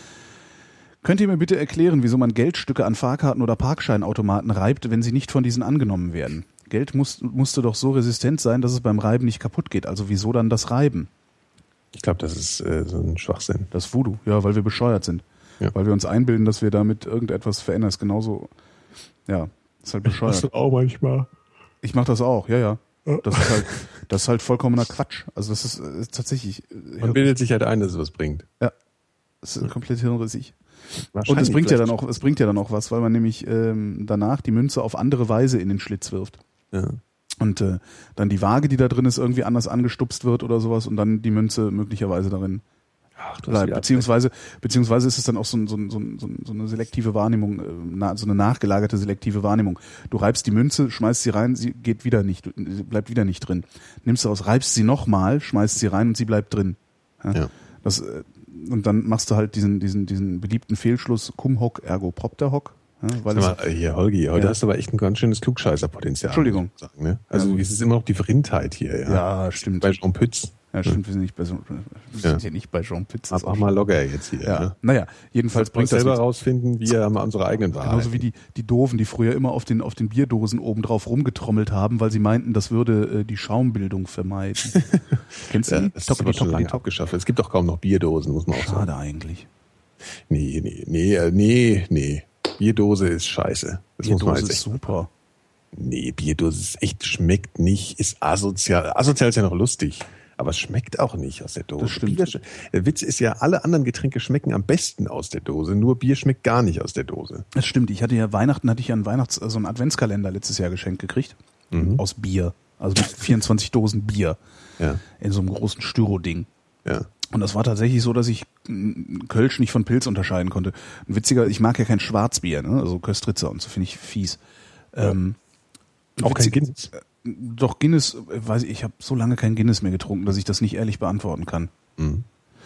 [SPEAKER 2] Könnt ihr mir bitte erklären, wieso man Geldstücke an Fahrkarten oder Parkscheinautomaten reibt, wenn sie nicht von diesen angenommen werden? Geld muss, musste doch so resistent sein, dass es beim Reiben nicht kaputt geht. Also wieso dann das Reiben?
[SPEAKER 3] Ich glaube, das ist äh, so ein Schwachsinn.
[SPEAKER 2] Das ist Voodoo, ja, weil wir bescheuert sind.
[SPEAKER 3] Ja.
[SPEAKER 2] Weil wir uns einbilden, dass wir damit irgendetwas verändern. Das ist genauso, ja, ist halt bescheuert.
[SPEAKER 3] Das auch manchmal.
[SPEAKER 2] Ich mach das auch, ja, ja. Das ist halt, das ist halt vollkommener Quatsch. Also das ist, ist tatsächlich.
[SPEAKER 3] Man bildet sich halt ein, dass es was bringt.
[SPEAKER 2] Ja, das ist komplett hirnrissig. Und es
[SPEAKER 3] Wahrscheinlich
[SPEAKER 2] bringt ja
[SPEAKER 3] vielleicht-
[SPEAKER 2] dann auch, es bringt ja dann auch was, weil man nämlich ähm, danach die Münze auf andere Weise in den Schlitz wirft.
[SPEAKER 3] Ja.
[SPEAKER 2] Und äh, dann die Waage, die da drin ist, irgendwie anders angestupst wird oder sowas und dann die Münze möglicherweise darin
[SPEAKER 3] Ach, du hast
[SPEAKER 2] bleibt.
[SPEAKER 3] wieder-
[SPEAKER 2] Beziehungsweise, beziehungsweise ist es dann auch so, ein, so, ein, so, ein, so eine selektive Wahrnehmung, äh, na, so eine nachgelagerte selektive Wahrnehmung. Du reibst die Münze, schmeißt sie rein, sie geht wieder nicht, sie bleibt wieder nicht drin. Nimmst sie raus, reibst sie nochmal, schmeißt sie rein und sie bleibt drin. Ja?
[SPEAKER 3] Ja.
[SPEAKER 2] Das, äh, und dann machst du halt diesen, diesen, diesen beliebten Fehlschluss, cum hoc ergo propter hoc. Ja, weil
[SPEAKER 3] Sag mal, hier, Holgi, heute
[SPEAKER 2] Ja.
[SPEAKER 3] hast du aber echt ein ganz schönes Klugscheißerpotenzial.
[SPEAKER 2] Entschuldigung.
[SPEAKER 3] muss ich sagen, ne? Also
[SPEAKER 2] Ja.
[SPEAKER 3] es ist immer noch die Vrindheit hier. Ja,
[SPEAKER 2] Ja, stimmt.
[SPEAKER 3] Bei Jean Pütz.
[SPEAKER 2] Ja, stimmt, wir sind nicht bei, so, wir
[SPEAKER 3] Ja.
[SPEAKER 2] sind hier nicht bei Jean Pütz. das ist
[SPEAKER 3] Mach
[SPEAKER 2] auch
[SPEAKER 3] mal Logger jetzt hier.
[SPEAKER 2] Ja,
[SPEAKER 3] Ne?
[SPEAKER 2] naja, jedenfalls
[SPEAKER 3] Bringt
[SPEAKER 2] bringt das
[SPEAKER 3] selber
[SPEAKER 2] nichts.
[SPEAKER 3] rausfinden, wir haben unsere eigenen Wahrheiten.
[SPEAKER 2] Genauso wie die, die Doofen, die früher immer auf den, auf den Bierdosen oben drauf rumgetrommelt haben, weil sie meinten, das würde äh, die Schaumbildung vermeiden. Kennst du
[SPEAKER 3] Ja,
[SPEAKER 2] die?
[SPEAKER 3] das ist
[SPEAKER 2] Toppity,
[SPEAKER 3] aber schon
[SPEAKER 2] toppity,
[SPEAKER 3] lange
[SPEAKER 2] top.
[SPEAKER 3] abgeschafft. Es gibt doch kaum noch Bierdosen, muss man auch sagen.
[SPEAKER 2] Schade eigentlich.
[SPEAKER 3] Nee, nee, nee, äh, nee, nee. Bierdose ist scheiße. Das muss man
[SPEAKER 2] Bierdose
[SPEAKER 3] jetzt
[SPEAKER 2] ist
[SPEAKER 3] echt.
[SPEAKER 2] super.
[SPEAKER 3] Nee, Bierdose ist echt, schmeckt nicht, ist asozial. Asozial ist ja noch lustig. Aber es schmeckt auch nicht aus der Dose.
[SPEAKER 2] Das stimmt.
[SPEAKER 3] Bier, der Witz ist ja, alle anderen Getränke schmecken am besten aus der Dose. Nur Bier schmeckt gar nicht aus der Dose.
[SPEAKER 2] Das stimmt. Ich hatte ja Weihnachten, hatte ich ja einen Weihnachts-, also einen Adventskalender letztes Jahr geschenkt gekriegt.
[SPEAKER 3] Mhm.
[SPEAKER 2] Aus Bier. Also mit vierundzwanzig Dosen Bier.
[SPEAKER 3] Ja,
[SPEAKER 2] In so einem großen Styro-Ding.
[SPEAKER 3] ja.
[SPEAKER 2] Und das war tatsächlich so, dass ich mm, Kölsch nicht von Pilz unterscheiden konnte. Und witziger, ich mag ja kein Schwarzbier, ne? Also Köstritzer und so finde ich fies. Ähm,
[SPEAKER 3] Auch kein
[SPEAKER 2] witzig-
[SPEAKER 3] Guinness.
[SPEAKER 2] Doch Guinness, äh, weiß ich, ich habe so lange kein Guinness mehr getrunken, dass ich das nicht ehrlich beantworten kann.
[SPEAKER 3] Mhm.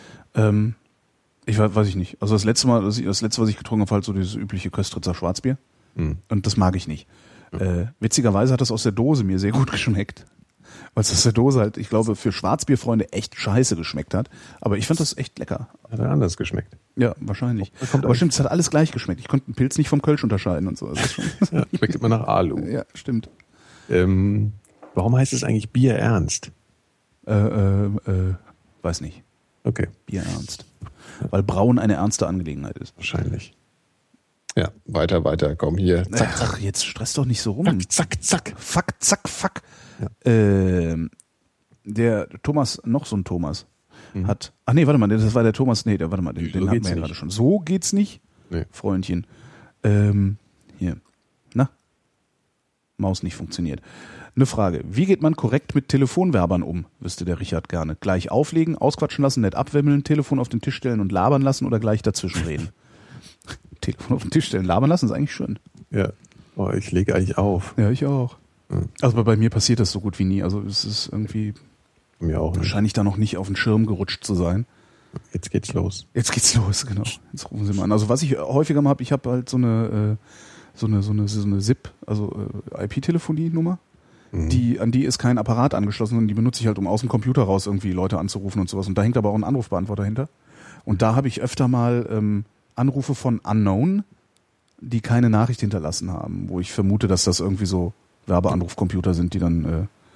[SPEAKER 2] Ähm, ich weiß, weiß ich nicht. Also das letzte Mal, das, das letzte, was ich getrunken habe, war halt so dieses übliche Köstritzer Schwarzbier.
[SPEAKER 3] Mhm.
[SPEAKER 2] Und das mag ich nicht. Äh, witzigerweise hat das aus der Dose mir sehr gut geschmeckt. Weil es aus der Dose halt, ich glaube, für Schwarzbierfreunde echt scheiße geschmeckt hat. Aber ich fand das echt lecker.
[SPEAKER 3] Hat er anders geschmeckt.
[SPEAKER 2] Ja, wahrscheinlich.
[SPEAKER 3] Da kommt
[SPEAKER 2] Aber
[SPEAKER 3] ein-
[SPEAKER 2] stimmt, es hat alles gleich geschmeckt. Ich konnte einen Pilz nicht vom Kölsch unterscheiden und so. Das ist schon,
[SPEAKER 3] Ja, schmeckt immer nach Alu.
[SPEAKER 2] ja, stimmt.
[SPEAKER 3] Ähm, warum heißt es eigentlich Bier ernst?
[SPEAKER 2] Äh, äh, äh, weiß nicht.
[SPEAKER 3] Okay,
[SPEAKER 2] Bier ernst. Weil Brauen eine ernste Angelegenheit ist.
[SPEAKER 3] wahrscheinlich. Ja, weiter, weiter. Komm hier. Zack,
[SPEAKER 2] Ach, jetzt stress doch nicht so rum.
[SPEAKER 3] zack, zack.
[SPEAKER 2] Fuck, zack, fuck. Ähm, der Thomas, noch so ein Thomas, hat. Ach nee, warte mal, das war der Thomas. Nee, der, warte mal, den,
[SPEAKER 3] So
[SPEAKER 2] den hatten
[SPEAKER 3] geht's
[SPEAKER 2] wir ja
[SPEAKER 3] nicht.
[SPEAKER 2] gerade schon. So geht's nicht,
[SPEAKER 3] Nee.
[SPEAKER 2] Freundchen. Ähm, hier. Na? Maus nicht funktioniert. Eine Frage. Wie geht man korrekt mit Telefonwerbern um? Wüsste der Richard gerne. Gleich auflegen, ausquatschen lassen, nett abwimmeln, Telefon auf den Tisch stellen und labern lassen oder gleich dazwischen reden? Telefon auf den Tisch stellen, labern lassen ist eigentlich schön.
[SPEAKER 3] Ja. Oh, ich lege eigentlich auf.
[SPEAKER 2] Ja, ich auch.
[SPEAKER 3] Mhm.
[SPEAKER 2] Also bei mir passiert das so gut wie nie. Also es ist irgendwie
[SPEAKER 3] Mir auch nicht.
[SPEAKER 2] wahrscheinlich da noch nicht auf den Schirm gerutscht zu sein.
[SPEAKER 3] Jetzt geht's los.
[SPEAKER 2] Jetzt geht's los, genau. Jetzt rufen Sie mal an. Also was ich häufiger mal habe, ich habe halt so eine, äh, so eine, so eine, so eine S I P, also äh, I P-Telefonie-Nummer.
[SPEAKER 3] Mhm.
[SPEAKER 2] Die, an die ist kein Apparat angeschlossen, sondern die benutze ich halt, um aus dem Computer raus irgendwie Leute anzurufen und sowas. Und da hängt aber auch ein Anrufbeantworter hinter. Und da habe ich öfter mal ähm, Anrufe von Unknown, die keine Nachricht hinterlassen haben, wo ich vermute, dass das irgendwie so Werbeanrufcomputer sind, die dann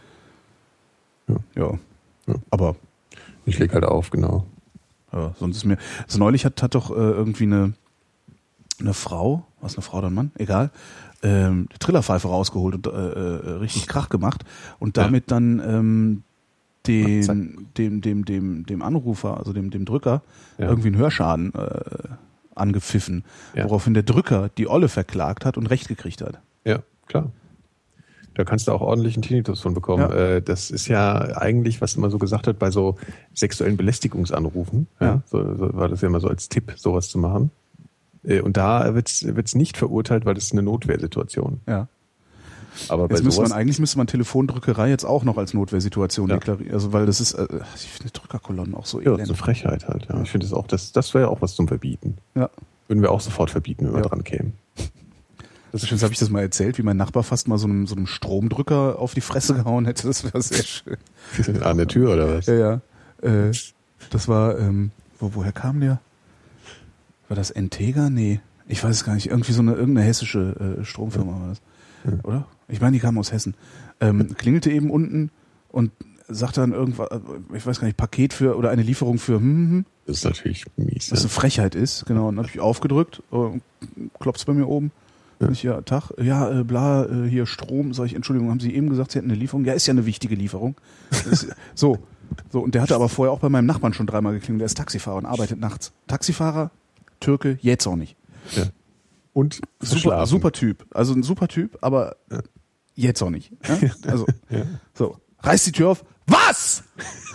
[SPEAKER 2] äh,
[SPEAKER 3] Ja.
[SPEAKER 2] ja.
[SPEAKER 3] Ja.
[SPEAKER 2] Aber
[SPEAKER 3] Ich lege halt auf, genau.
[SPEAKER 2] ja, sonst ist mir. Also neulich hat, hat doch äh, irgendwie eine eine Frau, was eine Frau oder ein Mann, egal, ähm, die Trillerpfeife rausgeholt und äh, äh, richtig Krach gemacht und damit
[SPEAKER 3] Ja.
[SPEAKER 2] dann ähm,
[SPEAKER 3] Zack.
[SPEAKER 2] den, dem, dem, dem, dem Anrufer, also dem, dem Drücker,
[SPEAKER 3] Ja.
[SPEAKER 2] irgendwie einen Hörschaden äh, angepfiffen,
[SPEAKER 3] Ja.
[SPEAKER 2] woraufhin der Drücker die Olle verklagt hat und Recht gekriegt hat.
[SPEAKER 3] Ja, klar. Da kannst du auch ordentlich einen Tinnitus von bekommen.
[SPEAKER 2] Ja.
[SPEAKER 3] Äh, das ist ja eigentlich, was man so gesagt hat, bei so sexuellen Belästigungsanrufen. Ja.
[SPEAKER 2] Ja.
[SPEAKER 3] So, so war das ja immer so als Tipp, sowas zu machen. Äh, und da wird's wird's nicht verurteilt, weil das ist eine Notwehrsituation.
[SPEAKER 2] Ja.
[SPEAKER 3] Aber bei
[SPEAKER 2] Jetzt müsste
[SPEAKER 3] sowas,
[SPEAKER 2] man, eigentlich müsste man Telefondrückerei jetzt auch noch als Notwehrsituation
[SPEAKER 3] Ja.
[SPEAKER 2] deklarieren. Also weil das ist, äh, ich finde Drückerkolonnen auch so
[SPEAKER 3] ja, das ist
[SPEAKER 2] elend.
[SPEAKER 3] eine Frechheit halt. Ja. Ich finde das auch, das, das wäre ja auch was zum Verbieten.
[SPEAKER 2] Ja.
[SPEAKER 3] Würden wir auch sofort verbieten, wenn wir
[SPEAKER 2] Ja.
[SPEAKER 3] dran kämen.
[SPEAKER 2] Das schön, habe ich das mal erzählt, wie mein Nachbar fast mal so einem, so einem Stromdrücker auf die Fresse gehauen hätte. Das wäre sehr schön.
[SPEAKER 3] An der Tür oder was?
[SPEAKER 2] Ja, ja. Äh, das war, ähm, wo, woher kam der? War das Entega? Nee, ich weiß es gar nicht. Irgendwie so eine irgendeine hessische äh, Stromfirma war das. Ja. Oder? Ich meine, die kam aus Hessen. Ähm, klingelte eben unten und sagte dann irgendwas, ich weiß gar nicht, Paket für oder eine Lieferung für hm, hm.
[SPEAKER 3] Das ist natürlich mies.
[SPEAKER 2] Was eine Frechheit ist, genau. Und dann habe ich aufgedrückt, äh, klopft's bei mir oben. Ja, ich, ja Tag, ja, äh, bla, äh, hier Strom, sag ich, Entschuldigung, haben Sie eben gesagt, Sie hätten eine Lieferung? Ja, ist ja eine wichtige Lieferung. Ist, so, so, und der hatte aber vorher auch bei meinem Nachbarn schon dreimal geklingelt, der ist Taxifahrer und arbeitet nachts. Taxifahrer, Türke, jetzt auch nicht.
[SPEAKER 3] Ja. Und
[SPEAKER 2] super, super Typ, also ein super Typ, aber ja. Jetzt auch nicht. Ja? Also, ja. So, reißt die Tür auf. Was?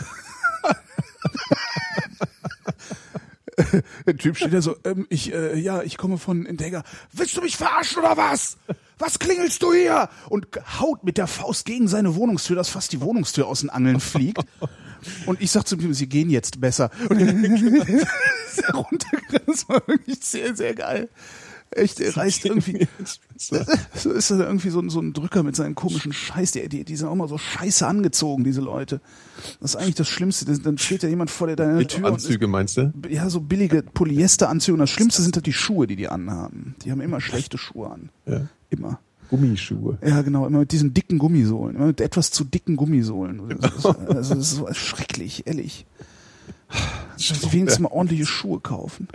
[SPEAKER 2] Der Typ steht da so, ähm, ich, äh, ja, ich komme von Entega. Willst du mich verarschen oder was? Was klingelst du hier? Und haut mit der Faust gegen seine Wohnungstür, dass fast die Wohnungstür aus den Angeln fliegt. Und ich sag zu ihm, sie gehen jetzt besser. Und er ist runtergegangen. Das war wirklich sehr, sehr geil. Echt, er reißt irgendwie, so ist er irgendwie so ein, so ein Drücker mit seinen komischen Scheiß, die, die, die sind auch mal so scheiße angezogen, diese Leute. Das ist eigentlich das Schlimmste, dann steht da jemand vor deiner
[SPEAKER 3] mit
[SPEAKER 2] Tür.
[SPEAKER 3] Anzüge
[SPEAKER 2] und ist,
[SPEAKER 3] meinst du?
[SPEAKER 2] Ja, so billige Polyesteranzüge und das Schlimmste sind halt die Schuhe, die die anhaben. Die haben immer schlechte Schuhe an.
[SPEAKER 3] Ja.
[SPEAKER 2] Immer.
[SPEAKER 3] Gummischuhe.
[SPEAKER 2] Ja, genau, immer mit diesen dicken Gummisohlen, immer mit etwas zu dicken Gummisohlen. Das ist, also das ist so schrecklich, ehrlich. Also wenigstens mal ordentliche Schuhe kaufen.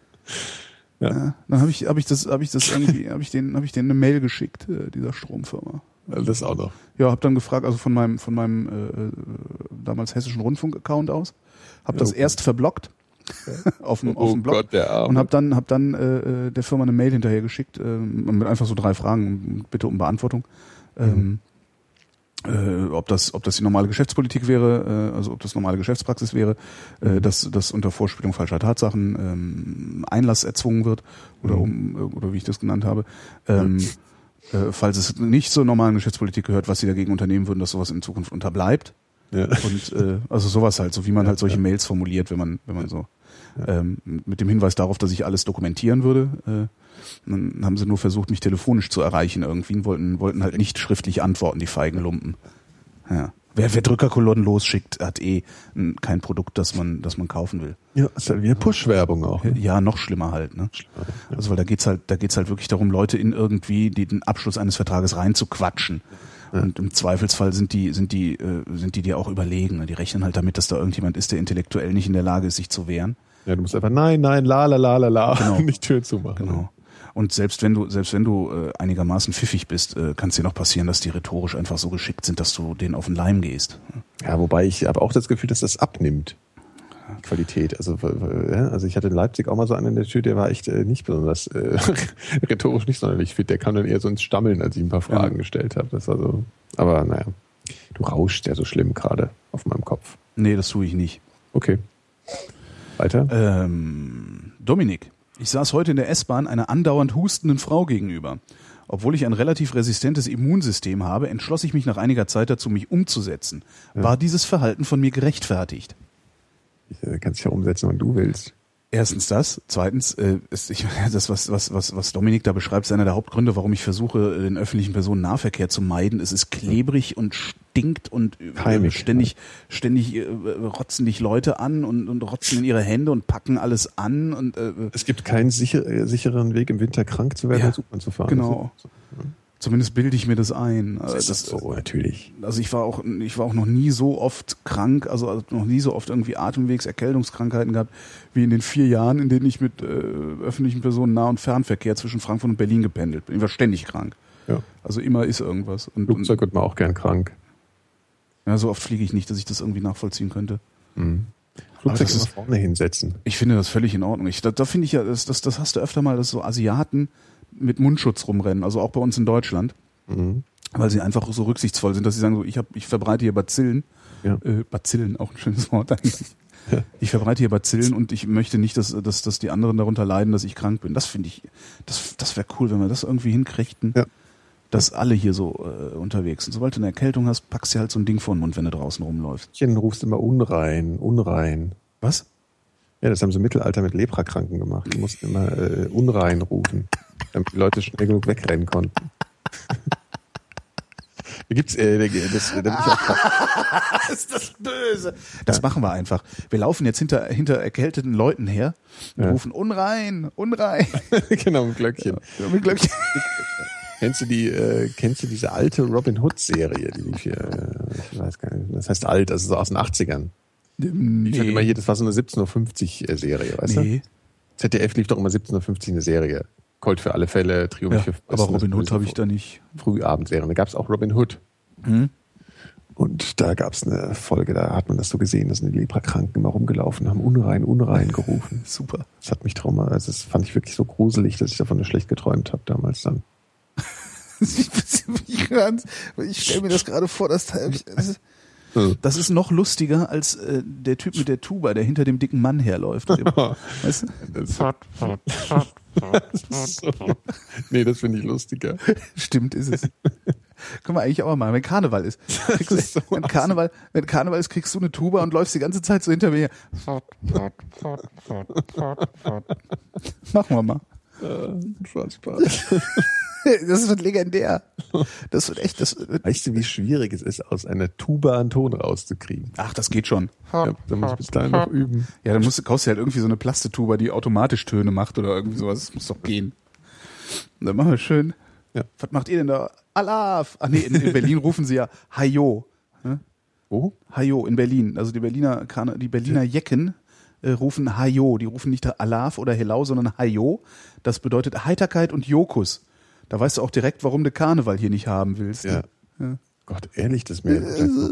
[SPEAKER 2] Ja. Ja, dann habe ich, hab ich das, habe ich das irgendwie, habe ich den, habe ich denen eine Mail geschickt, äh, dieser Stromfirma.
[SPEAKER 3] Also das auch noch.
[SPEAKER 2] Ja, habe dann gefragt, also von meinem, von meinem äh, damals hessischen Rundfunk-Account aus, habe das
[SPEAKER 3] okay.
[SPEAKER 2] erst verblockt ja. auf dem,
[SPEAKER 3] oh
[SPEAKER 2] auf dem Blog
[SPEAKER 3] Gott, der Arme.
[SPEAKER 2] und habe dann, habe dann äh, der Firma eine Mail hinterher geschickt äh, mit einfach so drei Fragen, bitte um Beantwortung. Mhm. Ähm, Äh, ob das, ob das die normale Geschäftspolitik wäre, äh, also ob das normale Geschäftspraxis wäre, äh, dass, dass unter Vorspielung falscher Tatsachen ähm, Einlass erzwungen wird oder um oder wie ich das genannt habe. Ähm, äh, falls es nicht zur normalen Geschäftspolitik gehört, was sie dagegen unternehmen würden, dass sowas in Zukunft unterbleibt. Ja. Und äh, also sowas halt, so wie man halt solche ja. Mails formuliert, wenn man, wenn man so ja. ähm, mit dem Hinweis darauf, dass ich alles dokumentieren würde. Äh, Dann haben sie nur versucht, mich telefonisch zu erreichen irgendwie und wollten, wollten halt nicht schriftlich antworten, die feigen Lumpen. Ja. Wer, wer Drückerkolonnen losschickt, hat eh kein Produkt, das man, das man kaufen will.
[SPEAKER 3] Ja, ist halt wie Push-Werbung auch. Ne?
[SPEAKER 2] Ja, noch schlimmer halt, ne?
[SPEAKER 3] Schlimmer, ja.
[SPEAKER 2] Also, weil da geht's halt, da geht's halt wirklich darum, Leute in irgendwie die, den Abschluss eines Vertrages reinzuquatschen. Ja. Und im Zweifelsfall sind die, sind die, äh, sind die dir auch überlegen. Die rechnen halt damit, dass da irgendjemand ist, der intellektuell nicht in der Lage ist, sich zu wehren.
[SPEAKER 3] Ja, du musst einfach nein, nein, la, la, la, la, la,
[SPEAKER 2] genau.
[SPEAKER 3] nicht Tür zumachen.
[SPEAKER 2] Genau. Und selbst wenn du, selbst wenn du äh, einigermaßen pfiffig bist, äh, kann es dir noch passieren, dass die rhetorisch einfach so geschickt sind, dass du denen auf den Leim gehst.
[SPEAKER 3] Ja, wobei ich habe auch das Gefühl, dass das abnimmt. Die Qualität. Also, ja, also ich hatte in Leipzig auch mal so einen in der Tür, der war echt äh, nicht besonders äh, rhetorisch nicht sonderlich fit. Der kam dann eher so ins Stammeln, als ich ein paar Fragen ja. gestellt habe. Das war so. Aber naja, du rauschst ja so schlimm gerade auf meinem Kopf.
[SPEAKER 2] Nee, das tue ich nicht.
[SPEAKER 3] Okay. Weiter?
[SPEAKER 2] Ähm, Dominik. Ich saß heute in der S-Bahn einer andauernd hustenden Frau gegenüber. Obwohl ich ein relativ resistentes Immunsystem habe, entschloss ich mich nach einiger Zeit dazu, mich umzusetzen. Ja. War dieses Verhalten von mir gerechtfertigt?
[SPEAKER 3] Ich äh, kann dich ja umsetzen, wann du willst.
[SPEAKER 2] Erstens das. Zweitens, äh, ist ich, das, was, was, was, was Dominik da beschreibt, ist einer der Hauptgründe, warum ich versuche, den öffentlichen Personennahverkehr zu meiden. Es ist klebrig und stinkt und
[SPEAKER 3] Heimig,
[SPEAKER 2] ständig, ja. ständig äh, rotzen dich Leute an und, und rotzen in ihre Hände und packen alles an. Und äh,
[SPEAKER 3] es gibt keinen sicher, äh, sicheren Weg, im Winter krank zu werden,
[SPEAKER 2] ja,
[SPEAKER 3] als U-Bahn zu fahren.
[SPEAKER 2] Genau.
[SPEAKER 3] So, ja.
[SPEAKER 2] Zumindest bilde ich mir das ein.
[SPEAKER 3] Das ist das, so, natürlich.
[SPEAKER 2] Also ich war auch, ich war auch noch nie so oft krank, also noch nie so oft irgendwie Atemwegserkältungskrankheiten gehabt, wie in den vier Jahren, in denen ich mit äh, öffentlichen Personen Nah- und Fernverkehr zwischen Frankfurt und Berlin gependelt bin. Ich war ständig krank.
[SPEAKER 3] Ja.
[SPEAKER 2] Also immer ist irgendwas. Und,
[SPEAKER 3] Flugzeug wird man auch gern krank.
[SPEAKER 2] Ja, so oft fliege ich nicht, dass ich das irgendwie nachvollziehen könnte.
[SPEAKER 3] Mhm. Flugzeug immer vorne hinsetzen.
[SPEAKER 2] Ich finde das völlig in Ordnung. Ich, da, da finde ich ja, das, das, das hast du öfter mal, dass so Asiaten mit Mundschutz rumrennen, also auch bei uns in Deutschland, mhm. weil sie einfach so rücksichtsvoll sind, dass sie sagen, so ich hab, ich verbreite hier Bazillen, ja. äh, Bazillen, auch ein schönes Wort eigentlich. Ja. Ich verbreite hier Bazillen und ich möchte nicht, dass, dass, dass die anderen darunter leiden, dass ich krank bin. Das finde ich, das, das wäre cool, wenn wir das irgendwie hinkriegten, ja. dass alle hier so äh, unterwegs sind. Sobald du eine Erkältung hast, packst du halt so ein Ding vor den Mund, wenn du draußen rumläufst.
[SPEAKER 3] Du rufst immer unrein, unrein.
[SPEAKER 2] Was?
[SPEAKER 3] Ja, das haben sie im Mittelalter mit Leprakranken gemacht. Die mussten immer äh, unrein rufen. damit die Leute schnell genug wegrennen konnten. Da gibt's, äh, das, da bin ich auch
[SPEAKER 2] ist das böse. Das ja. machen wir einfach. Wir laufen jetzt hinter, hinter erkälteten Leuten her und ja. rufen unrein, unrein.
[SPEAKER 3] Genau, mit Glöckchen.
[SPEAKER 2] Ja, mit Glöckchen.
[SPEAKER 3] Kennst du die, äh, kennst du diese alte Robin Hood Serie, die ich, äh, ich weiß gar nicht, das heißt alt, also so aus den achtzigern. Nee. Lief halt immer hier, das war so eine siebzehn Uhr fünfzig Serie, weißt nee. du? Z D F lief doch immer siebzehn Uhr fünfzig eine Serie. Colt für alle Fälle, Triumph
[SPEAKER 2] ja,
[SPEAKER 3] für
[SPEAKER 2] aber Robin Hood habe ich da nicht.
[SPEAKER 3] Frühabendserien. Da gab es auch Robin Hood.
[SPEAKER 2] Hm?
[SPEAKER 3] Und da gab es eine Folge, da hat man das so gesehen, da sind die Leprakranken immer rumgelaufen, haben unrein, unrein gerufen.
[SPEAKER 2] Super.
[SPEAKER 3] Das hat mich trauma, also das fand ich wirklich so gruselig, dass ich davon nur schlecht geträumt habe damals dann.
[SPEAKER 2] ich ich stelle mir das gerade vor, dass da, das, das ist noch lustiger als äh, der Typ mit der Tuba, der hinter dem dicken Mann herläuft. Weißt du?
[SPEAKER 3] Das so. Nee, das finde ich lustiger.
[SPEAKER 2] Stimmt, ist es. Können wir eigentlich auch mal, wenn Karneval ist. Kriegst du, ist so wenn, Karneval, wenn Karneval ist, kriegst du eine Tuba und läufst die ganze Zeit so hinter mir. Machen wir mal. Das wird legendär. Das wird echt. Das wird
[SPEAKER 3] weißt du, wie schwierig es ist, aus einer Tuba einen Ton rauszukriegen?
[SPEAKER 2] Ach, das geht schon.
[SPEAKER 3] Ja, da muss ich bis dahin noch üben.
[SPEAKER 2] Ja, dann musst du, kaufst du halt irgendwie so eine Plastetuba, die automatisch Töne macht oder irgendwie sowas. Das muss doch gehen. Und dann machen wir schön. Ja. Was macht ihr denn da? Alaf! Ach nee, in, in Berlin rufen sie ja Hajo. Ne?
[SPEAKER 3] Wo?
[SPEAKER 2] Hajo in Berlin. Also die Berliner, die Berliner Jecken äh, rufen Hajo. Die rufen nicht Alaf oder Helau, sondern Hajo. Das bedeutet Heiterkeit und Jokus. Da weißt du auch direkt, warum du Karneval hier nicht haben willst.
[SPEAKER 3] Ja.
[SPEAKER 2] Ja.
[SPEAKER 3] Gott, ehrlich, das mir.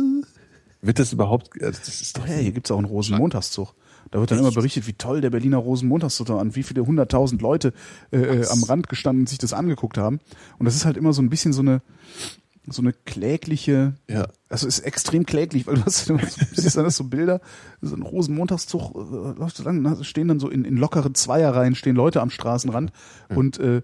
[SPEAKER 3] Wird das überhaupt. Das ist doch
[SPEAKER 2] ja, hier gibt's auch einen Rosenmontagszug. Da wird dann Echt? immer berichtet, wie toll der Berliner Rosenmontagszug war und wie viele hunderttausend Leute äh, am Rand gestanden und sich das angeguckt haben. Und das ist halt immer so ein bisschen so eine so eine klägliche,
[SPEAKER 3] ja.
[SPEAKER 2] also ist extrem kläglich, weil du hast, du siehst dann so Bilder, so ein Rosenmontagszug äh, läuft so lang, stehen dann so in, in lockeren Zweierreihen, stehen Leute am Straßenrand ja. und äh,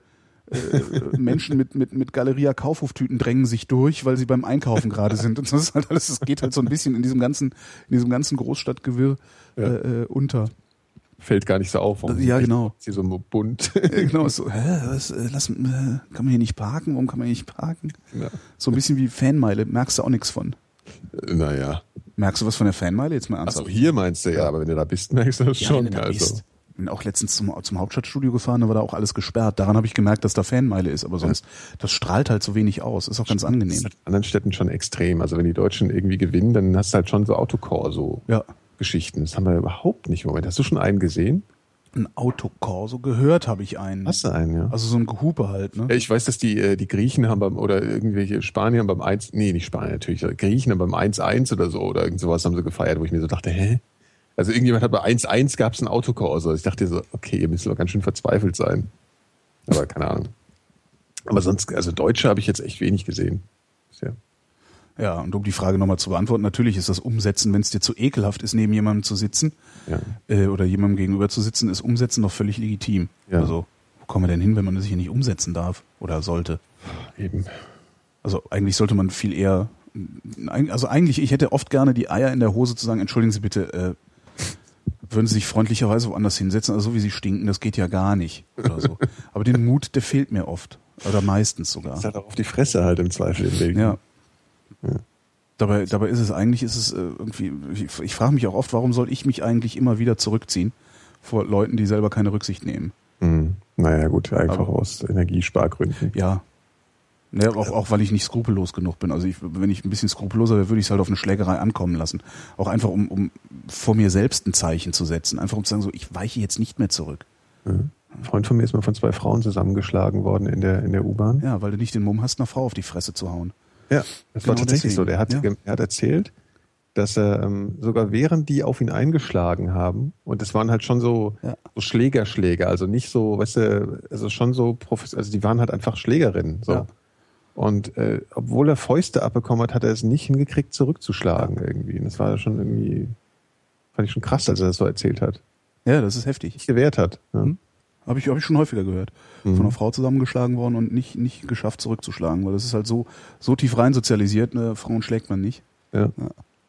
[SPEAKER 2] äh, Menschen mit mit mit Galeria Kaufhoftüten drängen sich durch, weil sie beim Einkaufen gerade sind und das ist halt alles, es geht halt so ein bisschen in diesem ganzen in diesem ganzen Großstadtgewirr ja. äh, unter.
[SPEAKER 3] Fällt gar nicht so auf.
[SPEAKER 2] Warum ja, genau.
[SPEAKER 3] Ist hier so bunt.
[SPEAKER 2] Äh, genau, so, hä, was, äh, lass, äh, kann man hier nicht parken? Warum kann man hier nicht parken? Ja. So ein bisschen wie Fanmeile, merkst du auch nichts von.
[SPEAKER 3] Äh, naja.
[SPEAKER 2] Merkst du was von der Fanmeile? Jetzt mal ernsthaft.
[SPEAKER 3] Ach so, hier meinst du ja, aber wenn du da bist, merkst du das
[SPEAKER 2] ja,
[SPEAKER 3] schon.
[SPEAKER 2] Wenn du da
[SPEAKER 3] also.
[SPEAKER 2] bist. Bin auch letztens zum, zum Hauptstadtstudio gefahren, da war da auch alles gesperrt. Daran habe ich gemerkt, dass da Fanmeile ist, aber sonst, ja. das strahlt halt so wenig aus. Ist auch ganz angenehm. Das ist halt
[SPEAKER 3] in anderen Städten schon extrem. Also wenn die Deutschen irgendwie gewinnen, dann hast du halt schon so Autokorso
[SPEAKER 2] ja.
[SPEAKER 3] Geschichten. Das haben wir überhaupt nicht im Moment. Hast du schon einen gesehen?
[SPEAKER 2] Ein Autokorso gehört habe ich einen.
[SPEAKER 3] Hast du einen, ja?
[SPEAKER 2] Also so ein Gehupe halt, ne?
[SPEAKER 3] Ich weiß, dass die die Griechen haben beim, oder irgendwelche Spanier haben beim eins, nee, nicht Spanier natürlich, Griechen haben beim eins eins oder so, oder irgend sowas haben sie gefeiert, wo ich mir so dachte, hä? Also irgendjemand hat bei eins eins gab es ein Autokorso. Ich dachte so, okay, ihr müsst doch ganz schön verzweifelt sein. Aber keine Ahnung. Aber sonst, also Deutsche habe ich jetzt echt wenig gesehen. Bisher.
[SPEAKER 2] Ja, und um die Frage nochmal zu beantworten, natürlich ist das Umsetzen, wenn es dir zu ekelhaft ist, neben jemandem zu sitzen
[SPEAKER 3] ja.
[SPEAKER 2] äh, oder jemandem gegenüber zu sitzen, ist Umsetzen noch völlig legitim. Ja. Also, wo kommen wir denn hin, wenn man das hier nicht umsetzen darf oder sollte?
[SPEAKER 3] Eben.
[SPEAKER 2] Also eigentlich sollte man viel eher, also eigentlich, ich hätte oft gerne die Eier in der Hose zu sagen, entschuldigen Sie bitte, äh, würden Sie sich freundlicherweise woanders hinsetzen, also so wie Sie stinken, das geht ja gar nicht oder so. Aber den Mut, der fehlt mir oft oder meistens sogar.
[SPEAKER 3] Das ist halt auch auf die Fresse halt im Zweifel in Belgien.
[SPEAKER 2] Ja. Ja. Dabei, dabei ist es eigentlich, ist es äh, irgendwie, ich, ich frage mich auch oft, warum soll ich mich eigentlich immer wieder zurückziehen vor Leuten, die selber keine Rücksicht nehmen?
[SPEAKER 3] Mhm. Naja gut, einfach
[SPEAKER 2] Aber,
[SPEAKER 3] aus Energiespargründen.
[SPEAKER 2] Ja. Ja, auch, auch weil ich nicht skrupellos genug bin. Also ich, wenn ich ein bisschen skrupelloser wäre, würde ich es halt auf eine Schlägerei ankommen lassen. Auch einfach, um, um vor mir selbst ein Zeichen zu setzen. Einfach um zu sagen, so, ich weiche jetzt nicht mehr zurück.
[SPEAKER 3] Mhm. Ein Freund von mir ist mal von zwei Frauen zusammengeschlagen worden in der, in der U-Bahn.
[SPEAKER 2] Ja, weil du nicht den Mumm hast, einer Frau auf die Fresse zu hauen.
[SPEAKER 3] Ja, das genau war tatsächlich deswegen. so. Der hat, ja. er hat erzählt, dass er ähm, sogar während die auf ihn eingeschlagen haben, und das waren halt schon so, ja. so Schlägerschläge, also nicht so, weißt du, also schon so professionell, also die waren halt einfach Schlägerinnen. So. Ja. Und äh, obwohl er Fäuste abbekommen hat, hat er es nicht hingekriegt, zurückzuschlagen ja. irgendwie. Und das war schon irgendwie, fand ich schon krass, als er das so erzählt hat.
[SPEAKER 2] Ja, das ist heftig.
[SPEAKER 3] Nicht gewehrt hat. Ja.
[SPEAKER 2] Mhm. Habe ich, hab ich schon häufiger gehört. Mhm. Von einer Frau zusammengeschlagen worden und nicht, nicht geschafft zurückzuschlagen, weil das ist halt so, so tief rein sozialisiert, ne, Frauen schlägt man nicht.
[SPEAKER 3] Ja. ja.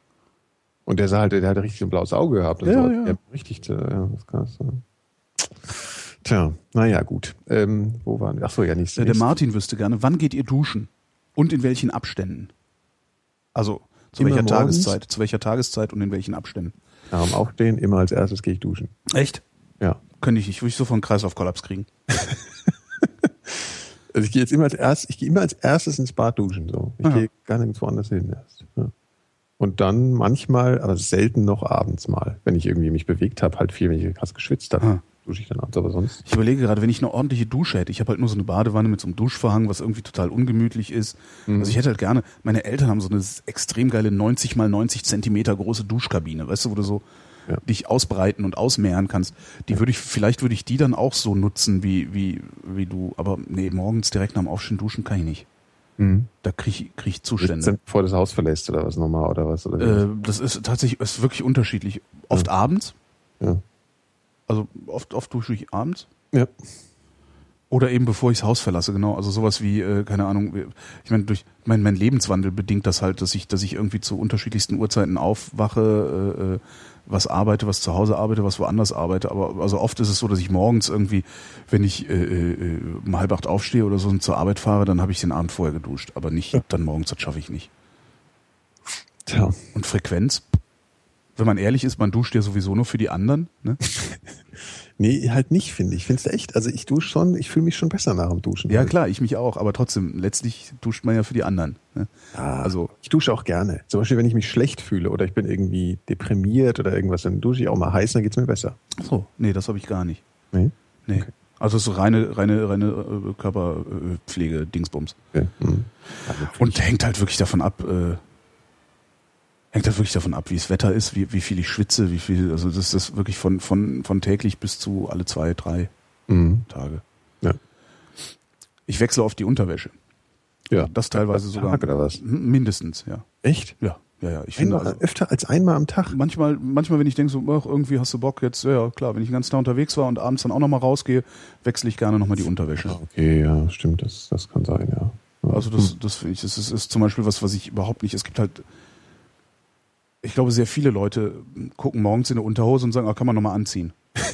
[SPEAKER 3] Und der sah halt, der hatte richtig ein blaues Auge gehabt und
[SPEAKER 2] ja,
[SPEAKER 3] so.
[SPEAKER 2] Ja.
[SPEAKER 3] Ja, richtig, ja, das kann das sein. Tja, naja, gut. Ähm, wo waren wir? Ach so, ja, nicht.
[SPEAKER 2] Äh, der Martin wüsste gerne, wann geht ihr duschen? Und in welchen Abständen? Also, zu
[SPEAKER 3] Immer
[SPEAKER 2] welcher
[SPEAKER 3] morgens?
[SPEAKER 2] Tageszeit? Zu welcher Tageszeit und in welchen Abständen?
[SPEAKER 3] Nach dem Aufstehen, immer als erstes gehe ich duschen.
[SPEAKER 2] Echt?
[SPEAKER 3] Ja.
[SPEAKER 2] Könnte ich nicht. Würde ich sofort einen Kreislaufkollaps kriegen.
[SPEAKER 3] Also ich gehe jetzt immer als erstes, ich gehe immer als erstes ins Bad duschen, so. Ich
[SPEAKER 2] Aha.
[SPEAKER 3] gehe gar nirgendwo anders hin erst. Ja. Und dann manchmal, aber selten noch abends mal, wenn ich irgendwie mich bewegt habe, halt viel, wenn ich krass geschwitzt habe,
[SPEAKER 2] Ah.
[SPEAKER 3] dusche ich dann abends, aber sonst.
[SPEAKER 2] Ich überlege gerade, wenn ich eine ordentliche Dusche hätte, ich habe halt nur so eine Badewanne mit so einem Duschvorhang, was irgendwie total ungemütlich ist.
[SPEAKER 3] Mhm.
[SPEAKER 2] Also ich hätte halt gerne, meine Eltern haben so eine extrem geile neunzig mal neunzig Zentimeter große Duschkabine, weißt du, wo du so
[SPEAKER 3] Ja.
[SPEAKER 2] dich ausbreiten und ausmehren kannst. Die würde ich, vielleicht würde ich die dann auch so nutzen, wie, wie, wie du, aber nee, morgens direkt nach dem Aufstehen duschen kann ich nicht.
[SPEAKER 3] Mhm.
[SPEAKER 2] Da kriege ich, krieg ich
[SPEAKER 3] Jetzt,
[SPEAKER 2] Zustände.
[SPEAKER 3] bevor das Haus verlässt oder was nochmal oder was? Oder
[SPEAKER 2] Äh, das ist tatsächlich, ist wirklich unterschiedlich. Oft
[SPEAKER 3] Ja.
[SPEAKER 2] abends,
[SPEAKER 3] ja.
[SPEAKER 2] also oft, oft dusche ich abends.
[SPEAKER 3] Ja.
[SPEAKER 2] Oder eben bevor ich das Haus verlasse, genau. Also sowas wie, äh, keine Ahnung, ich meine, durch mein, mein Lebenswandel bedingt das halt, dass ich, dass ich irgendwie zu unterschiedlichsten Uhrzeiten aufwache, äh, was arbeite, was zu Hause arbeite, was woanders arbeite. Aber also oft ist es so, dass ich morgens irgendwie, wenn ich äh, äh, um halb acht aufstehe oder so und zur Arbeit fahre, dann habe ich den Abend vorher geduscht. Aber nicht
[SPEAKER 3] Ja.
[SPEAKER 2] dann morgens, das schaffe ich nicht.
[SPEAKER 3] Tja.
[SPEAKER 2] Und Frequenz, wenn man ehrlich ist, man duscht ja sowieso nur für die anderen, ne?
[SPEAKER 3] Nee, halt nicht, finde ich. Findest du echt? Also ich dusche schon, ich fühle mich schon besser nach dem Duschen.
[SPEAKER 2] Ja klar, ich mich auch, aber trotzdem, letztlich duscht man ja für die anderen. Ne?
[SPEAKER 3] Ja,
[SPEAKER 2] Also
[SPEAKER 3] ich dusche auch gerne. Zum Beispiel, wenn ich mich schlecht fühle oder ich bin irgendwie deprimiert oder irgendwas, dann dusche ich auch mal heiß, dann geht's mir besser.
[SPEAKER 2] so, nee, das habe ich gar nicht.
[SPEAKER 3] Nee?
[SPEAKER 2] Nee.
[SPEAKER 3] Okay.
[SPEAKER 2] Also so reine, reine, reine äh, Körperpflege, Dingsbums.
[SPEAKER 3] Okay. Mhm. Also
[SPEAKER 2] Und hängt halt wirklich davon ab, äh, hängt halt wirklich davon ab, wie das Wetter ist, wie, wie viel ich schwitze, wie viel, also das ist wirklich von, von, von täglich bis zu alle zwei, drei
[SPEAKER 3] mhm.
[SPEAKER 2] Tage.
[SPEAKER 3] Ja.
[SPEAKER 2] Ich wechsle auf die Unterwäsche.
[SPEAKER 3] Ja.
[SPEAKER 2] Das teilweise sogar.
[SPEAKER 3] Tag oder was?
[SPEAKER 2] M- Mindestens, ja.
[SPEAKER 3] Echt?
[SPEAKER 2] Ja, ja, ja. Ich finde,
[SPEAKER 3] Einmal,
[SPEAKER 2] also,
[SPEAKER 3] öfter als einmal am Tag?
[SPEAKER 2] manchmal, manchmal, wenn ich denke, so, ach, irgendwie hast du Bock jetzt, ja, ja, klar, wenn ich den ganzen Tag unterwegs war und abends dann auch nochmal rausgehe, wechsle ich gerne nochmal die Unterwäsche.
[SPEAKER 3] Okay, ja, stimmt, das, das kann sein, ja. Ja.
[SPEAKER 2] Also das, das finde ich, das ist, ist zum Beispiel was, was ich überhaupt nicht, es gibt halt, ich glaube, sehr viele Leute gucken morgens in der Unterhose und sagen, ah, kann man nochmal anziehen.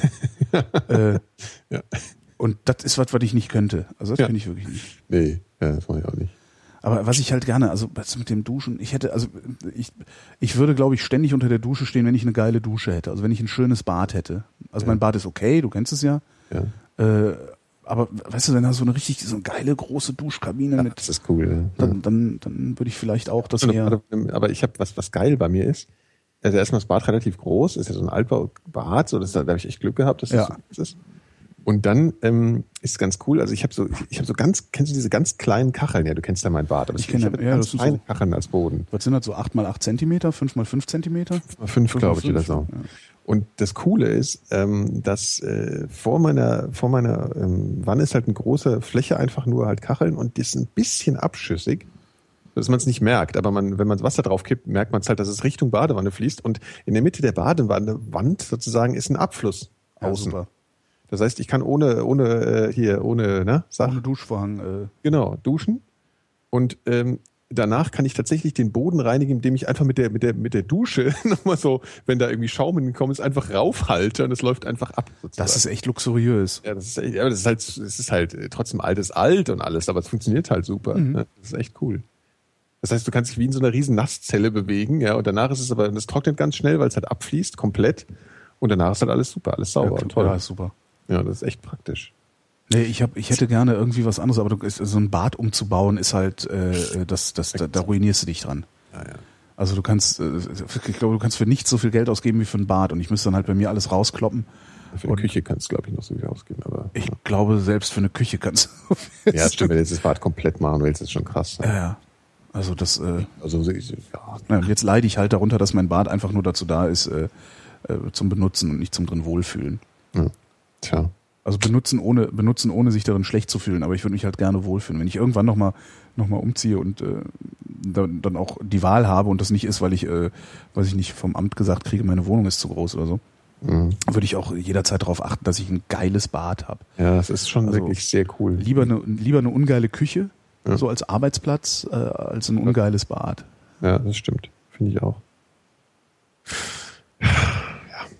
[SPEAKER 2] äh,
[SPEAKER 3] Ja.
[SPEAKER 2] Und das ist was, was ich nicht könnte. Also das
[SPEAKER 3] Ja.
[SPEAKER 2] könnte ich wirklich nicht.
[SPEAKER 3] Nee, ja, das mache ich auch nicht.
[SPEAKER 2] Aber was ich halt gerne, also was mit dem Duschen, ich hätte, also ich, ich würde, glaube ich, ständig unter der Dusche stehen, wenn ich eine geile Dusche hätte. Also wenn ich ein schönes Bad hätte. Also
[SPEAKER 3] Ja.
[SPEAKER 2] mein Bad ist okay, du kennst es ja.
[SPEAKER 3] Ja.
[SPEAKER 2] Äh, aber weißt du, dann hast du so eine richtig, so eine geile große Duschkabine
[SPEAKER 3] Ja,
[SPEAKER 2] mit,
[SPEAKER 3] das ist cool. Ja.
[SPEAKER 2] dann, dann, dann würde ich vielleicht auch das eher.
[SPEAKER 3] Aber, aber ich habe was, was geil bei mir ist. Also erstmal das Bad relativ groß, ist ja so ein Altbau-Bad, so das, da habe ich echt Glück gehabt, dass das
[SPEAKER 2] Ja.
[SPEAKER 3] so groß ist. Und dann ähm, ist ganz cool, also ich habe so, ich, ich habe so ganz, kennst du diese ganz kleinen Kacheln? Ja, du kennst ja mein Bad, aber
[SPEAKER 2] Ich
[SPEAKER 3] ich,
[SPEAKER 2] kenn
[SPEAKER 3] ich
[SPEAKER 2] ja,
[SPEAKER 3] habe
[SPEAKER 2] ja,
[SPEAKER 3] ganz
[SPEAKER 2] das sind
[SPEAKER 3] kleine
[SPEAKER 2] so-
[SPEAKER 3] Kacheln als Boden.
[SPEAKER 2] Was sind das so acht mal acht Zentimeter, fünf mal fünf Zentimeter?
[SPEAKER 3] Mal fünf, glaube ich, oder so.
[SPEAKER 2] Ja.
[SPEAKER 3] Und das Coole ist, ähm, dass äh, vor meiner, vor meiner ähm, Wanne ist halt eine große Fläche, einfach nur halt Kacheln und die ist ein bisschen abschüssig, dass man es nicht merkt. Aber man, wenn man das Wasser drauf kippt, merkt man es halt, dass es Richtung Badewanne fließt. Und in der Mitte der Badewanne Wand sozusagen ist ein Abfluss
[SPEAKER 2] Ja,
[SPEAKER 3] außen.
[SPEAKER 2] super.
[SPEAKER 3] Das heißt, ich kann ohne, ohne äh, hier, ohne, ne, sag,
[SPEAKER 2] Ohne Duschvorhang. Äh,
[SPEAKER 3] genau, duschen. Und ähm, danach kann ich tatsächlich den Boden reinigen, indem ich einfach mit der, mit der, mit der Dusche nochmal so, wenn da irgendwie Schaum hingekommen ist, einfach raufhalte und es läuft einfach ab. Sozusagen.
[SPEAKER 2] das ist echt luxuriös.
[SPEAKER 3] Ja, das ist, echt- ja, das ist halt, es ist halt äh, trotzdem altes Alt und alles, aber es funktioniert halt super.
[SPEAKER 2] Mhm.
[SPEAKER 3] Ne? Das ist echt cool. Das heißt, du kannst dich wie in so einer riesen Nasszelle bewegen, ja, und danach ist es aber, das trocknet ganz schnell, weil es halt abfließt, komplett. Und danach ist halt alles super, alles sauber
[SPEAKER 2] Ja,
[SPEAKER 3] und toll.
[SPEAKER 2] ja, ist super.
[SPEAKER 3] Ja, das ist echt praktisch.
[SPEAKER 2] Nee, ich hab, ich hätte gerne irgendwie was anderes, aber du, ist, so ein Bad umzubauen ist halt, äh, das, das, da, da ruinierst du dich dran.
[SPEAKER 3] Ja, ja.
[SPEAKER 2] Also du kannst, äh, ich glaube, du kannst für nichts so viel Geld ausgeben wie für ein Bad und ich müsste dann halt bei mir alles rauskloppen.
[SPEAKER 3] Für eine
[SPEAKER 2] Und-
[SPEAKER 3] Küche kannst du, glaube ich, noch so viel ausgeben, aber.
[SPEAKER 2] Ich
[SPEAKER 3] ja.
[SPEAKER 2] glaube, selbst für eine Küche kannst du.
[SPEAKER 3] Ja, stimmt, wenn du jetzt das Bad komplett machen willst, ist schon krass.
[SPEAKER 2] Ja, ja. Also das, äh,
[SPEAKER 3] Also, so ist- ja,
[SPEAKER 2] ja, und jetzt leide ich halt darunter, dass mein Bad einfach nur dazu da ist, äh, äh, zum Benutzen und nicht zum drin wohlfühlen.
[SPEAKER 3] ja. Tja.
[SPEAKER 2] Also benutzen ohne, benutzen ohne sich darin schlecht zu fühlen, aber ich würde mich halt gerne wohlfühlen. Wenn ich irgendwann nochmal noch mal umziehe und äh, dann, dann auch die Wahl habe und das nicht ist, weil ich, äh, weiß ich nicht, vom Amt gesagt kriege, meine Wohnung ist zu groß oder so,
[SPEAKER 3] Mhm.
[SPEAKER 2] würde ich auch jederzeit darauf achten, dass ich ein geiles Bad habe.
[SPEAKER 3] Ja, das ist schon
[SPEAKER 2] Also,
[SPEAKER 3] wirklich sehr cool.
[SPEAKER 2] Lieber eine, lieber eine ungeile Küche,
[SPEAKER 3] Ja.
[SPEAKER 2] so als Arbeitsplatz, äh, als ein ungeiles Bad.
[SPEAKER 3] Ja, das stimmt. Finde ich auch.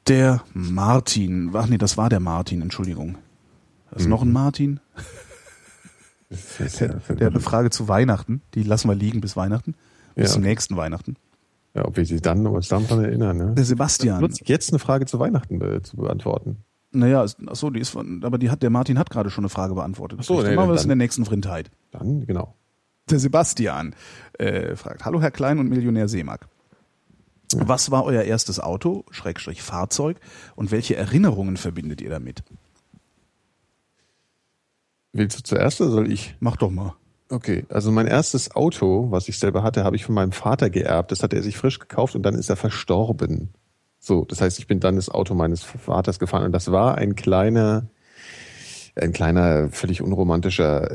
[SPEAKER 2] Der Martin, ach nee, das war der Martin, Entschuldigung. Ist mhm. noch ein Martin? Der, der hat eine Frage zu Weihnachten, die lassen wir liegen bis Weihnachten, bis ja. zum nächsten Weihnachten.
[SPEAKER 3] Ja, ob wir sich dann uns daran erinnern. Ne?
[SPEAKER 2] Der Sebastian.
[SPEAKER 3] Nutzt jetzt eine Frage zu Weihnachten be- zu beantworten.
[SPEAKER 2] Naja, achso, die ist von, aber die hat, der Martin hat gerade schon eine Frage beantwortet.
[SPEAKER 3] Achso, nee,
[SPEAKER 2] dann machen wir das
[SPEAKER 3] dann,
[SPEAKER 2] in der nächsten Vrindheit.
[SPEAKER 3] Dann, genau.
[SPEAKER 2] Der Sebastian äh, fragt, hallo Herr Klein und Millionär Seemark. Ja. Was war euer erstes Auto, Schrägstrich Fahrzeug, und welche Erinnerungen verbindet ihr damit?
[SPEAKER 3] Willst du zuerst oder soll ich?
[SPEAKER 2] Mach doch mal.
[SPEAKER 3] Okay, also mein erstes Auto, was ich selber hatte, habe ich von meinem Vater geerbt. Das hat er sich frisch gekauft und dann ist er verstorben. So, das heißt, ich bin dann das Auto meines Vaters gefahren und das war ein kleiner, ein kleiner, völlig unromantischer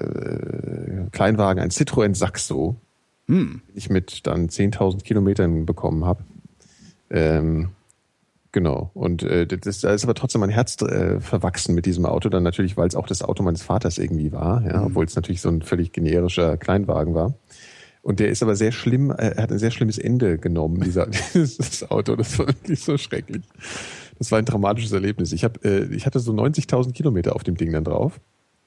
[SPEAKER 3] äh, Kleinwagen, ein Citroën Saxo, hm. den ich mit dann zehntausend Kilometern bekommen habe. Ähm, Genau. Und äh, das, da ist aber trotzdem mein Herz äh, verwachsen mit diesem Auto. Dann natürlich, weil es auch das Auto meines Vaters irgendwie war, ja, mhm. obwohl es natürlich so ein völlig generischer Kleinwagen war. Und der ist aber sehr schlimm, äh, er hat ein sehr schlimmes Ende genommen, dieser dieses Auto. Das war wirklich so schrecklich. Das war ein dramatisches Erlebnis. Ich habe, äh, ich hatte so neunzigtausend Kilometer auf dem Ding dann drauf.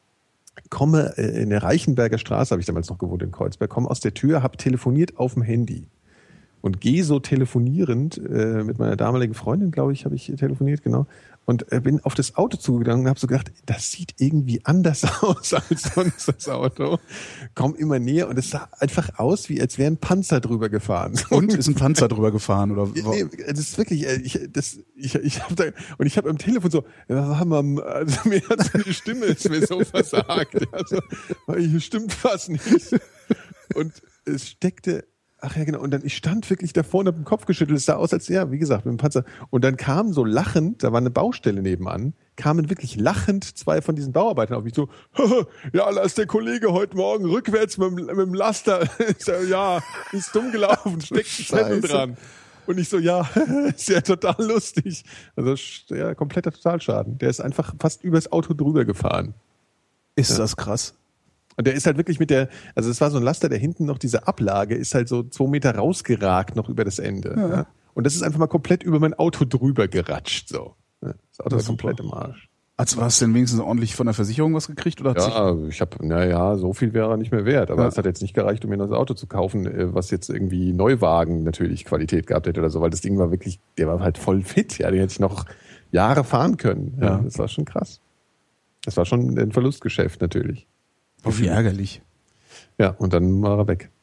[SPEAKER 3] Komme äh, in der Reichenberger Straße, habe ich damals noch gewohnt in Kreuzberg, komme aus der Tür, habe telefoniert auf dem Handy. Und gehe so telefonierend, äh, mit meiner damaligen Freundin, glaube ich, habe ich telefoniert, genau. Und äh, bin auf das Auto zugegangen und habe so gedacht, das sieht irgendwie anders aus als sonst das Auto. Komm immer näher und es sah einfach aus, wie als wäre ein Panzer drüber gefahren.
[SPEAKER 2] Und ist ein Panzer drüber gefahren oder?
[SPEAKER 3] Nee, das ist wirklich, ich, das, ich, ich habe da und ich habe am Telefon so, ja, Mann, also mir hat seine Stimme ist mir so versagt, also hier stimmt was nicht. Und es steckte Ach ja, genau. Und dann, ich stand wirklich davor und hab den Kopf geschüttelt. Es sah aus, als, ja, wie gesagt, mit dem Panzer. Und dann kamen so lachend, da war eine Baustelle nebenan, kamen wirklich lachend zwei von diesen Bauarbeitern auf mich so, ja, da ist der Kollege heute Morgen rückwärts mit, mit dem Laster. Ja, ist dumm gelaufen, steckt ein Zettel dran. Und ich so, ja, ist ja total lustig. Also, ja, kompletter Totalschaden. Der ist einfach fast übers Auto drüber gefahren.
[SPEAKER 2] Ist
[SPEAKER 3] ja.
[SPEAKER 2] das krass?
[SPEAKER 3] Und der ist halt wirklich mit der, also es war so ein Laster, der hinten noch diese Ablage ist halt so zwei Meter rausgeragt noch über das Ende. Ja. Ja. Und das ist einfach mal komplett über mein Auto drüber geratscht, so. Ja, das Auto war komplett im Arsch.
[SPEAKER 2] Also hast du denn wenigstens ordentlich von der Versicherung was gekriegt? Oder hat
[SPEAKER 3] ja, sich ich habe, naja, so viel wäre er nicht mehr wert. Aber
[SPEAKER 2] ja.
[SPEAKER 3] es hat jetzt nicht gereicht, um mir das Auto zu kaufen, was jetzt irgendwie Neuwagen natürlich Qualität gehabt hätte oder so, weil das Ding war wirklich, der war halt voll fit, ja, den hätte ich noch Jahre fahren können. Ja, ja. Das war schon krass. Das war schon ein Verlustgeschäft natürlich.
[SPEAKER 2] Oh, wie ärgerlich.
[SPEAKER 3] Ja, und dann war er weg.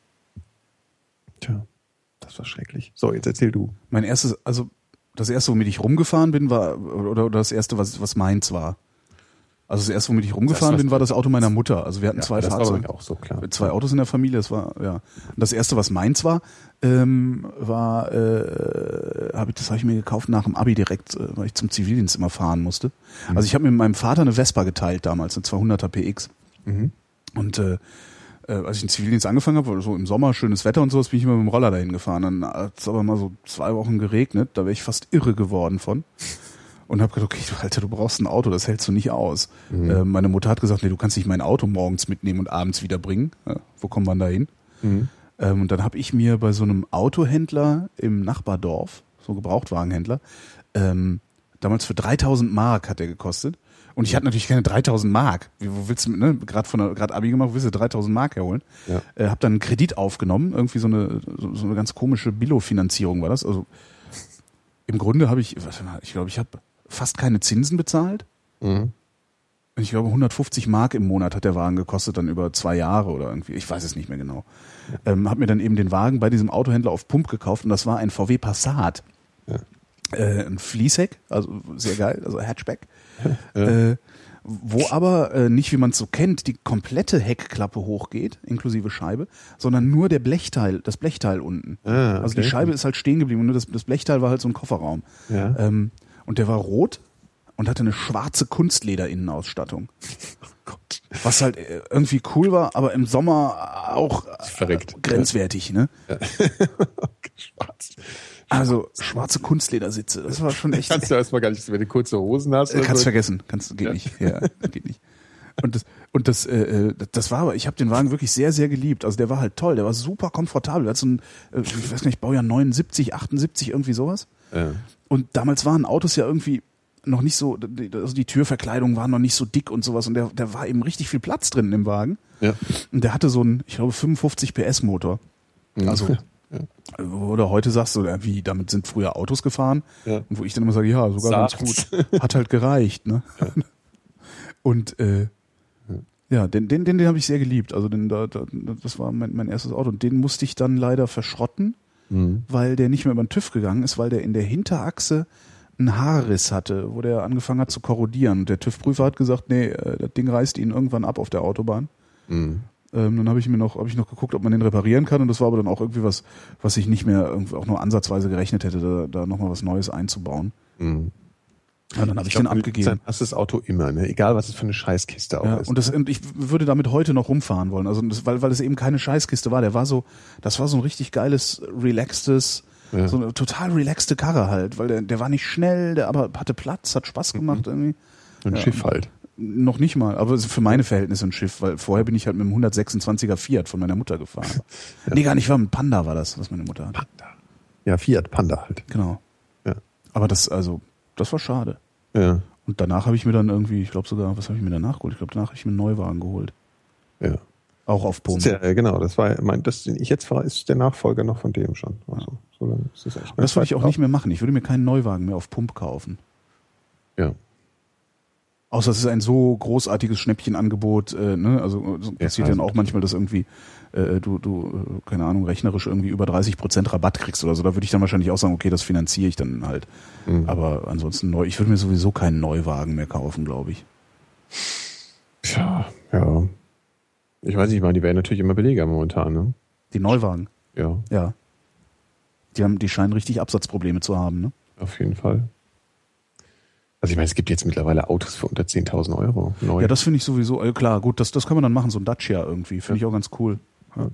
[SPEAKER 3] Tja, das war schrecklich. So, jetzt erzähl du.
[SPEAKER 2] Mein erstes, also das erste, womit ich rumgefahren bin, war, oder, oder das erste, was, was meins war. Also das erste, womit ich rumgefahren das, bin, war das Auto meiner Mutter. Also wir hatten ja, zwei
[SPEAKER 3] das
[SPEAKER 2] Fahrzeuge.
[SPEAKER 3] War auch so klar.
[SPEAKER 2] Zwei Autos in der Familie, das war, ja. Und das erste, was meins war, ähm, war, äh, hab ich, das habe ich mir gekauft nach dem Abi direkt, äh, weil ich zum Zivildienst immer fahren musste. Mhm. Also ich habe mir mit meinem Vater eine Vespa geteilt damals, eine zweihunderter P X. Mhm. Und äh, äh, als ich den Zivildienst angefangen habe, so im Sommer, schönes Wetter und sowas, bin ich immer mit dem Roller dahin gefahren. Dann hat es aber mal so zwei Wochen geregnet, da wäre ich fast irre geworden von. Und habe gedacht, okay, Alter, du brauchst ein Auto, das hältst du nicht aus. Mhm. Äh, meine Mutter hat gesagt, nee, du kannst nicht mein Auto morgens mitnehmen und abends wieder bringen. Ja, wo kommt man da hin? Mhm. Ähm, und dann habe ich mir bei so einem Autohändler im Nachbardorf, so Gebrauchtwagenhändler, ähm, damals für dreitausend Mark hat der gekostet. Und ich hatte natürlich keine dreitausend Mark. Wie, wo willst du, ne, gerade von der, gerade Abi gemacht, wo willst du dreitausend Mark herholen? Ja. Äh, hab dann einen Kredit aufgenommen, irgendwie so eine, so, so eine ganz komische Billo-Finanzierung war das. Also im Grunde habe ich, was, ich glaube, ich habe fast keine Zinsen bezahlt. Mhm. Ich glaube, hundertfünfzig Mark im Monat hat der Wagen gekostet, dann über zwei Jahre oder irgendwie. Ich weiß es nicht mehr genau. Ja. Ähm, hab mir dann eben den Wagen bei diesem Autohändler auf Pump gekauft und das war ein V W Passat. Ja. Äh, ein Fließheck, also sehr geil, also Hatchback. Ja. Äh, wo aber äh, nicht, wie man es so kennt, die komplette Heckklappe hochgeht, inklusive Scheibe, sondern nur der Blechteil, das Blechteil unten. Ah, okay. Also die Scheibe ist halt stehen geblieben und nur das, das Blechteil war halt so ein Kofferraum. Ja. Ähm, und der war rot und hatte eine schwarze Kunstleder-Innenausstattung. Oh Gott. Was halt irgendwie cool war, aber im Sommer auch
[SPEAKER 3] verrückt.
[SPEAKER 2] Grenzwertig,
[SPEAKER 3] ja.
[SPEAKER 2] ne?
[SPEAKER 3] Ja. Schwarz.
[SPEAKER 2] Also schwarze Kunstledersitze, das war schon echt.
[SPEAKER 3] Kannst du erstmal gar nicht, wenn du kurze Hosen hast.
[SPEAKER 2] Kannst
[SPEAKER 3] so.
[SPEAKER 2] vergessen, kannst geht ja. nicht. Ja, geht nicht. Und das, und das, äh, das war aber, ich habe den Wagen wirklich sehr, sehr geliebt. Also der war halt toll, der war super komfortabel. Der hat so ein, äh, ich weiß nicht, Baujahr neunundsiebzig, achtundsiebzig, irgendwie sowas.
[SPEAKER 3] Ja.
[SPEAKER 2] Und damals waren Autos ja irgendwie noch nicht so, also die Türverkleidungen waren noch nicht so dick und sowas. Und der, der war eben richtig viel Platz drin im Wagen.
[SPEAKER 3] Ja.
[SPEAKER 2] Und der hatte so einen, ich glaube, fünfundfünfzig P S Motor. Also, ja. Oder heute sagst du, wie, damit sind früher Autos gefahren. Ja. Und wo ich dann immer sage, ja, sogar Sag's. ganz gut. Hat halt gereicht, ne? Ja. Und äh, ja, den, den, den, den habe ich sehr geliebt. Also den, da, da, das war mein, mein erstes Auto. Und den musste ich dann leider verschrotten, mhm. weil der nicht mehr über den TÜV gegangen ist, weil der in der Hinterachse einen Haarriss hatte, wo der angefangen hat zu korrodieren. Und der TÜV-Prüfer hat gesagt, nee, das Ding reißt ihn irgendwann ab auf der Autobahn. Mhm. Ähm, dann habe ich mir noch, habe ich noch geguckt, ob man den reparieren kann. Und das war aber dann auch irgendwie was, was ich nicht mehr irgendwie auch nur ansatzweise gerechnet hätte, da, da nochmal was Neues einzubauen. Mhm. Ja, dann habe ich, ich den abgegeben.
[SPEAKER 3] Das ist das Auto immer, ne? Egal, was es für eine Scheißkiste auch
[SPEAKER 2] ja,
[SPEAKER 3] ist.
[SPEAKER 2] Und, das, und ich würde damit heute noch rumfahren wollen, also das, weil weil es eben keine Scheißkiste war. Der war so, das war so ein richtig geiles, relaxedes, ja. so eine total relaxte Karre halt, weil der, der war nicht schnell, der aber hatte Platz, hat Spaß gemacht mhm. irgendwie.
[SPEAKER 3] Ein ja, Schiff halt.
[SPEAKER 2] Noch nicht mal, aber für meine Verhältnisse ein Schiff, weil vorher bin ich halt mit einem hundertsechsundzwanziger Fiat von meiner Mutter gefahren. ja. Nee, gar nicht, war ein Panda war das, was meine Mutter hatte.
[SPEAKER 3] Panda. Ja, Fiat Panda halt.
[SPEAKER 2] Genau.
[SPEAKER 3] Ja.
[SPEAKER 2] Aber das, also, das war schade.
[SPEAKER 3] Ja.
[SPEAKER 2] Und danach habe ich mir dann irgendwie, ich glaube sogar, was habe ich mir danach geholt? Ich glaube, danach habe ich mir einen Neuwagen geholt.
[SPEAKER 3] Ja.
[SPEAKER 2] Auch auf Pump.
[SPEAKER 3] Ja, genau, das war, mein, das, den ich jetzt fahre, ist der Nachfolger noch von dem schon. Also, ja. so lange ist das echt.
[SPEAKER 2] Das würde ich auch nicht mehr machen. Ich würde mir keinen Neuwagen mehr auf Pump kaufen.
[SPEAKER 3] Ja.
[SPEAKER 2] Außer es ist ein so großartiges Schnäppchenangebot, äh, ne? Also so passiert ja, dann auch manchmal, dass irgendwie äh, du, du, keine Ahnung, rechnerisch irgendwie über dreißig Prozent Rabatt kriegst oder so. Da würde ich dann wahrscheinlich auch sagen, okay, das finanziere ich dann halt. Mhm. Aber ansonsten neu, ich würde mir sowieso keinen Neuwagen mehr kaufen, glaube ich.
[SPEAKER 3] Tja, ja. Ich weiß nicht mal, die werden natürlich immer billiger momentan, ne?
[SPEAKER 2] Die Neuwagen?
[SPEAKER 3] Ja.
[SPEAKER 2] Ja. Die haben, die scheinen richtig Absatzprobleme zu haben, ne?
[SPEAKER 3] Auf jeden Fall. Also ich meine, es gibt jetzt mittlerweile Autos für unter zehntausend Euro. Neu.
[SPEAKER 2] Ja, das finde ich sowieso, äh, klar, gut, das, das kann man dann machen, so ein Dacia irgendwie, finde ja. ich auch ganz cool. Ja.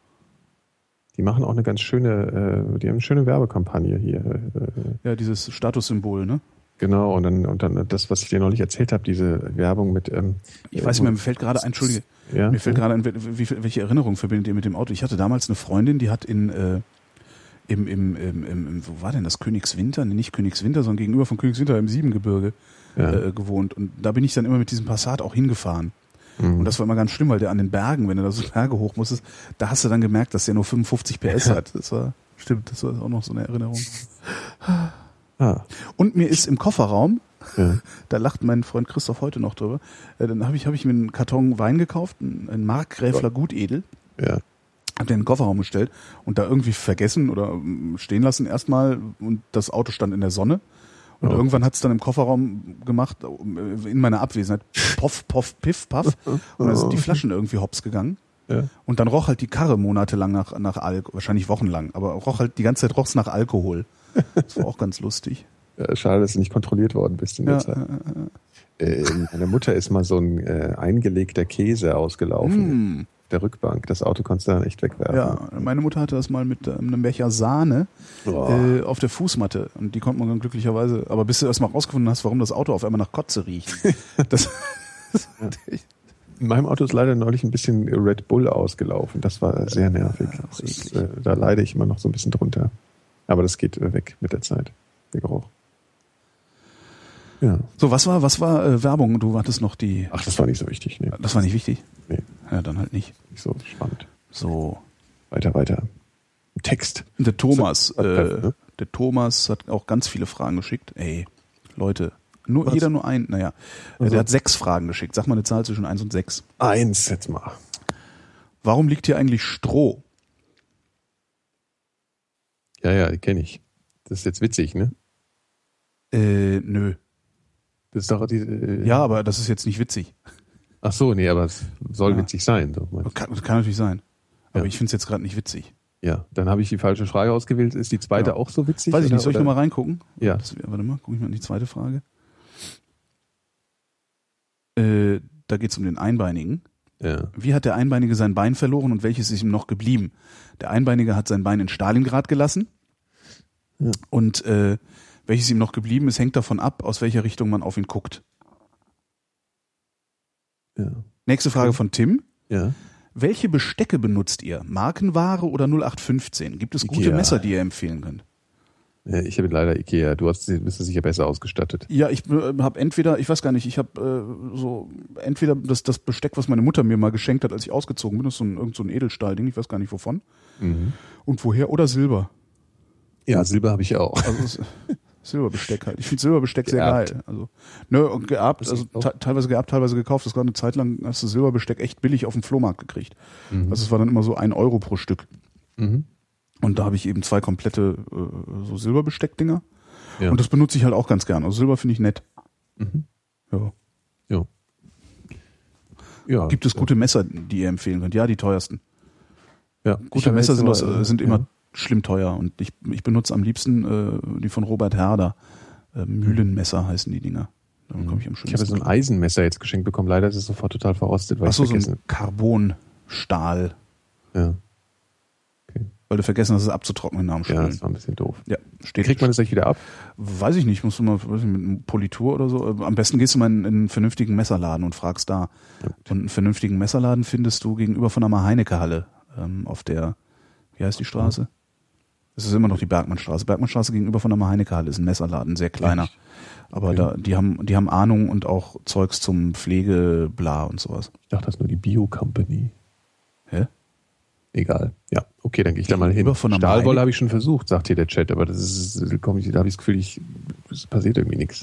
[SPEAKER 3] Die machen auch eine ganz schöne, äh, die haben eine schöne Werbekampagne hier.
[SPEAKER 2] Äh, ja, dieses Statussymbol, ne?
[SPEAKER 3] Genau, und dann, und dann das, was ich dir neulich erzählt habe, diese Werbung mit... Ähm,
[SPEAKER 2] ich weiß nicht mehr, mir fällt gerade ein, Entschuldige, ja? mir fällt ja? gerade ein, wie, welche Erinnerung verbindet ihr mit dem Auto? Ich hatte damals eine Freundin, die hat in... Äh, Im, im, im, im, wo war denn das? Königswinter? Nee, nicht Königswinter, sondern gegenüber von Königswinter im Siebengebirge ja. äh, gewohnt. Und da bin ich dann immer mit diesem Passat auch hingefahren. Mhm. Und das war immer ganz schlimm, weil der an den Bergen, wenn du da so Berge hoch musstest, da hast du dann gemerkt, dass der nur fünfundfünfzig P S hat. Das war, stimmt, das war auch noch so eine Erinnerung. Ah. Und mir ist im Kofferraum, ja. da lacht mein Freund Christoph heute noch drüber, äh, dann habe ich, hab ich mir einen Karton Wein gekauft, einen Markgräfler Gutedel.
[SPEAKER 3] Ja.
[SPEAKER 2] Hab den in den Kofferraum gestellt und da irgendwie vergessen oder stehen lassen erstmal und das Auto stand in der Sonne und oh. irgendwann hat es dann im Kofferraum gemacht, in meiner Abwesenheit, poff, poff, piff, paff und dann sind die Flaschen irgendwie hops gegangen ja. und dann roch halt die Karre monatelang nach, nach Alkohol, wahrscheinlich wochenlang, aber roch halt die ganze Zeit roch's nach Alkohol. Das war auch ganz lustig.
[SPEAKER 3] Ja, schade, dass du nicht kontrolliert worden bist in der ja, Zeit. Äh, äh. Äh, meine Mutter ist mal so ein äh, eingelegter Käse ausgelaufen. Mm. Der Rückbank. Das Auto konntest du dann echt wegwerfen.
[SPEAKER 2] Ja, meine Mutter hatte das mal mit einem Becher Sahne äh, auf der Fußmatte und die konnte man dann glücklicherweise, aber bis du erst mal rausgefunden hast, warum das Auto auf einmal nach Kotze riecht. Das, das
[SPEAKER 3] ja. In meinem Auto ist leider neulich ein bisschen Red Bull ausgelaufen. Das war sehr nervig. Ja, das ist, äh, da leide ich immer noch so ein bisschen drunter. Aber das geht äh, weg mit der Zeit. Der Geruch. Ja.
[SPEAKER 2] So, was war, was war äh, Werbung? Du hattest noch die...
[SPEAKER 3] Ach, das war nicht so wichtig. Nee.
[SPEAKER 2] Das war nicht wichtig?
[SPEAKER 3] Nee.
[SPEAKER 2] Ja, dann halt nicht.
[SPEAKER 3] Nicht so spannend.
[SPEAKER 2] So.
[SPEAKER 3] Weiter, weiter. Text.
[SPEAKER 2] Der Thomas, äh, ne? der Thomas hat auch ganz viele Fragen geschickt. Ey, Leute, nur was? Jeder nur ein, naja. Also. Der hat sechs Fragen geschickt. Sag mal eine Zahl zwischen eins und sechs.
[SPEAKER 3] Eins, jetzt mal.
[SPEAKER 2] Warum liegt hier eigentlich Stroh?
[SPEAKER 3] Ja, ja, die kenne ich. Das ist jetzt witzig, ne?
[SPEAKER 2] Äh, nö.
[SPEAKER 3] Das ist doch die, äh,
[SPEAKER 2] ja, aber das ist jetzt nicht witzig.
[SPEAKER 3] Ach so, nee, aber es soll ja. witzig sein. So
[SPEAKER 2] kann, kann natürlich sein. Aber ja. ich finde es jetzt gerade nicht witzig.
[SPEAKER 3] Ja, dann habe ich die falsche Frage ausgewählt. Ist die zweite ja. auch so witzig?
[SPEAKER 2] Weiß ich
[SPEAKER 3] oder,
[SPEAKER 2] nicht, soll ich nochmal reingucken?
[SPEAKER 3] Ja.
[SPEAKER 2] Das, warte mal, gucke ich mal an die zweite Frage. Äh, da geht es um den Einbeinigen.
[SPEAKER 3] Ja.
[SPEAKER 2] Wie hat der Einbeinige sein Bein verloren und welches ist ihm noch geblieben? Der Einbeinige hat sein Bein in Stalingrad gelassen. Ja. Und äh, welches ihm noch geblieben ist, hängt davon ab, aus welcher Richtung man auf ihn guckt.
[SPEAKER 3] Ja.
[SPEAKER 2] Nächste Frage von Tim.
[SPEAKER 3] Ja.
[SPEAKER 2] Welche Bestecke benutzt ihr? Markenware oder null acht fünfzehn? Gibt es gute
[SPEAKER 3] Ikea.
[SPEAKER 2] Messer, die ihr empfehlen könnt?
[SPEAKER 3] Ich habe leider Ikea. Du hast, bist sicher besser ausgestattet.
[SPEAKER 2] Ja, ich äh, habe entweder, ich weiß gar nicht, ich habe äh, so entweder das, das Besteck, was meine Mutter mir mal geschenkt hat, als ich ausgezogen bin, das ist so ein, irgend so ein Edelstahlding, ich weiß gar nicht wovon.
[SPEAKER 3] Mhm.
[SPEAKER 2] Und woher? Oder Silber.
[SPEAKER 3] Ja, Silber habe ich auch.
[SPEAKER 2] Also das, Silberbesteck halt. Ich finde Silberbesteck sehr
[SPEAKER 3] Geerbt.
[SPEAKER 2] geil. Also, ne, und geerbt, also te- teilweise geerbt, teilweise gekauft. Das war eine Zeit lang, hast du Silberbesteck echt billig auf dem Flohmarkt gekriegt.
[SPEAKER 3] Mhm.
[SPEAKER 2] Also es war dann immer so ein Euro pro Stück.
[SPEAKER 3] Mhm.
[SPEAKER 2] Und da habe ich eben zwei komplette äh, so Silberbesteckdinger.
[SPEAKER 3] Ja.
[SPEAKER 2] Und das benutze ich halt auch ganz gern. Also Silber finde ich nett.
[SPEAKER 3] Mhm.
[SPEAKER 2] Ja.
[SPEAKER 3] Ja. Ja.
[SPEAKER 2] Gibt es gute Messer, die ihr empfehlen könnt? Ja, die teuersten.
[SPEAKER 3] Ja.
[SPEAKER 2] Gute Messer sind, aus,
[SPEAKER 3] immer,
[SPEAKER 2] sind immer
[SPEAKER 3] ja.
[SPEAKER 2] schlimm teuer. Und ich, ich benutze am liebsten äh, die von Robert Herder. Äh, Mühlenmesser heißen die Dinger. Damit komme ich am
[SPEAKER 3] Ich
[SPEAKER 2] schönsten.
[SPEAKER 3] habe so ein Eisenmesser jetzt geschenkt bekommen. Leider ist es sofort total verrostet, weil
[SPEAKER 2] Achso,
[SPEAKER 3] ich
[SPEAKER 2] so ein
[SPEAKER 3] vergessen.
[SPEAKER 2] Carbonstahl.
[SPEAKER 3] Ja.
[SPEAKER 2] Weil du vergessen hast, es abzutrocknen nach dem
[SPEAKER 3] Ja,
[SPEAKER 2] Schütteln.
[SPEAKER 3] das war ein bisschen doof.
[SPEAKER 2] Ja, steht.
[SPEAKER 3] Kriegt man das gleich wieder ab?
[SPEAKER 2] Weiß ich nicht, musst du mal weiß ich, mit einem Politur oder so. Am besten gehst du mal in, in einen vernünftigen Messerladen und fragst da.
[SPEAKER 3] Ja.
[SPEAKER 2] Und einen vernünftigen Messerladen findest du gegenüber von der Mar-Heinecke-Halle ähm, auf der, wie heißt die Straße? Es ist immer noch die Bergmannstraße. Bergmannstraße gegenüber von der Mar-Heinecke-Halle ist ein Messerladen, sehr kleiner.
[SPEAKER 3] Echt?
[SPEAKER 2] Aber
[SPEAKER 3] Okay.
[SPEAKER 2] da, die haben, die haben Ahnung und auch Zeugs zum Pflegebla und sowas.
[SPEAKER 3] Ich dachte, das ist nur die Bio-Company.
[SPEAKER 2] Hä?
[SPEAKER 3] Egal. Ja, okay, dann gehe ich da mal hin.
[SPEAKER 2] Gegenüber von der
[SPEAKER 3] Stahlwolle
[SPEAKER 2] Mar-Heinecke-
[SPEAKER 3] habe ich schon versucht, sagt hier der Chat, aber das ist, komm ich, da habe ich das Gefühl, ich, es passiert irgendwie nichts.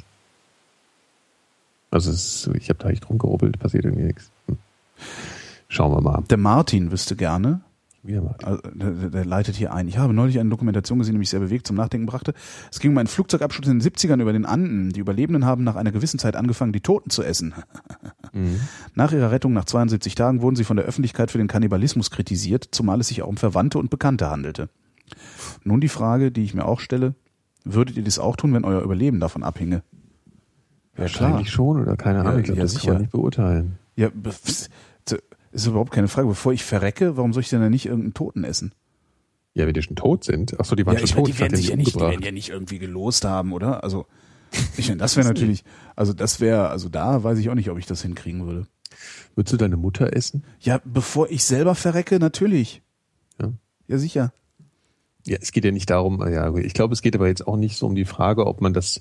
[SPEAKER 3] Also es ist, ich habe da echt rumgerubbelt, passiert irgendwie nichts. Hm. Schauen wir mal.
[SPEAKER 2] Der Martin wüsste gerne,
[SPEAKER 3] Wieder mal.
[SPEAKER 2] also, der, der leitet hier ein. Ich habe neulich eine Dokumentation gesehen, die mich sehr bewegt zum Nachdenken brachte. Es ging um einen Flugzeugabsturz in den siebzigern über den Anden. Die Überlebenden haben nach einer gewissen Zeit angefangen, die Toten zu essen.
[SPEAKER 3] Mhm.
[SPEAKER 2] Nach ihrer Rettung nach zweiundsiebzig Tagen wurden sie von der Öffentlichkeit für den Kannibalismus kritisiert, zumal es sich auch um Verwandte und Bekannte handelte. Nun die Frage, die ich mir auch stelle, würdet ihr das auch tun, wenn euer Überleben davon abhinge? Ja,
[SPEAKER 3] Wahrscheinlich schon oder keine Ahnung,
[SPEAKER 2] Ja,
[SPEAKER 3] ich glaube,
[SPEAKER 2] ja,
[SPEAKER 3] das
[SPEAKER 2] sicher.
[SPEAKER 3] kann man nicht beurteilen.
[SPEAKER 2] Ja, be- pf, ist überhaupt keine Frage. Bevor ich verrecke, warum soll ich denn dann nicht irgendeinen Toten essen?
[SPEAKER 3] Ja, wenn die schon tot sind. Achso, die waren
[SPEAKER 2] Ja,
[SPEAKER 3] schon
[SPEAKER 2] ich
[SPEAKER 3] tot.
[SPEAKER 2] meine, die
[SPEAKER 3] ich
[SPEAKER 2] werden
[SPEAKER 3] dachte,
[SPEAKER 2] sich ja
[SPEAKER 3] die
[SPEAKER 2] nicht, die
[SPEAKER 3] umgebracht.
[SPEAKER 2] werden ja nicht irgendwie gelost haben, oder? Also, ich meine, das wäre natürlich, also das wäre, also da weiß ich auch nicht, ob ich das hinkriegen würde.
[SPEAKER 3] Würdest du deine Mutter essen?
[SPEAKER 2] Ja, bevor ich selber verrecke, natürlich.
[SPEAKER 3] Ja.
[SPEAKER 2] Ja, sicher.
[SPEAKER 3] Ja, es geht ja nicht darum, ja, ich glaube, es geht aber jetzt auch nicht so um die Frage, ob man das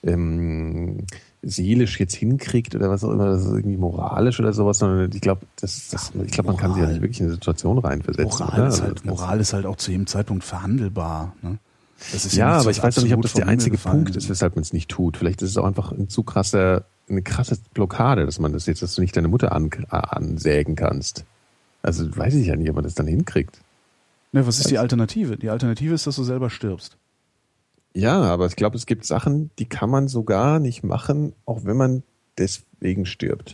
[SPEAKER 3] ähm, seelisch jetzt hinkriegt oder was auch immer, das ist irgendwie moralisch oder sowas, sondern ich glaube, das, das, ich glaube, man kann sich ja nicht wirklich in eine Situation reinversetzen.
[SPEAKER 2] Moral
[SPEAKER 3] oder?
[SPEAKER 2] ist
[SPEAKER 3] Also
[SPEAKER 2] halt,
[SPEAKER 3] das-
[SPEAKER 2] Moral ist halt auch zu jedem Zeitpunkt verhandelbar. Ne? Das ist
[SPEAKER 3] Ja,
[SPEAKER 2] nichts,
[SPEAKER 3] aber
[SPEAKER 2] was
[SPEAKER 3] ich weiß doch nicht, ob
[SPEAKER 2] absolut
[SPEAKER 3] das der
[SPEAKER 2] vom Himmel
[SPEAKER 3] einzige
[SPEAKER 2] gefallen
[SPEAKER 3] Punkt ist, weshalb man es nicht tut. Vielleicht ist es auch einfach ein zu krasser, eine krasse Blockade, dass man das jetzt, dass du nicht deine Mutter an, ansägen kannst. Also weiß ich ja nicht, ob man das dann hinkriegt.
[SPEAKER 2] Ne, was ist die Alternative? Die Alternative ist, dass du selber stirbst.
[SPEAKER 3] Ja, aber ich glaube, es gibt Sachen, die kann man sogar nicht machen, auch wenn man deswegen stirbt.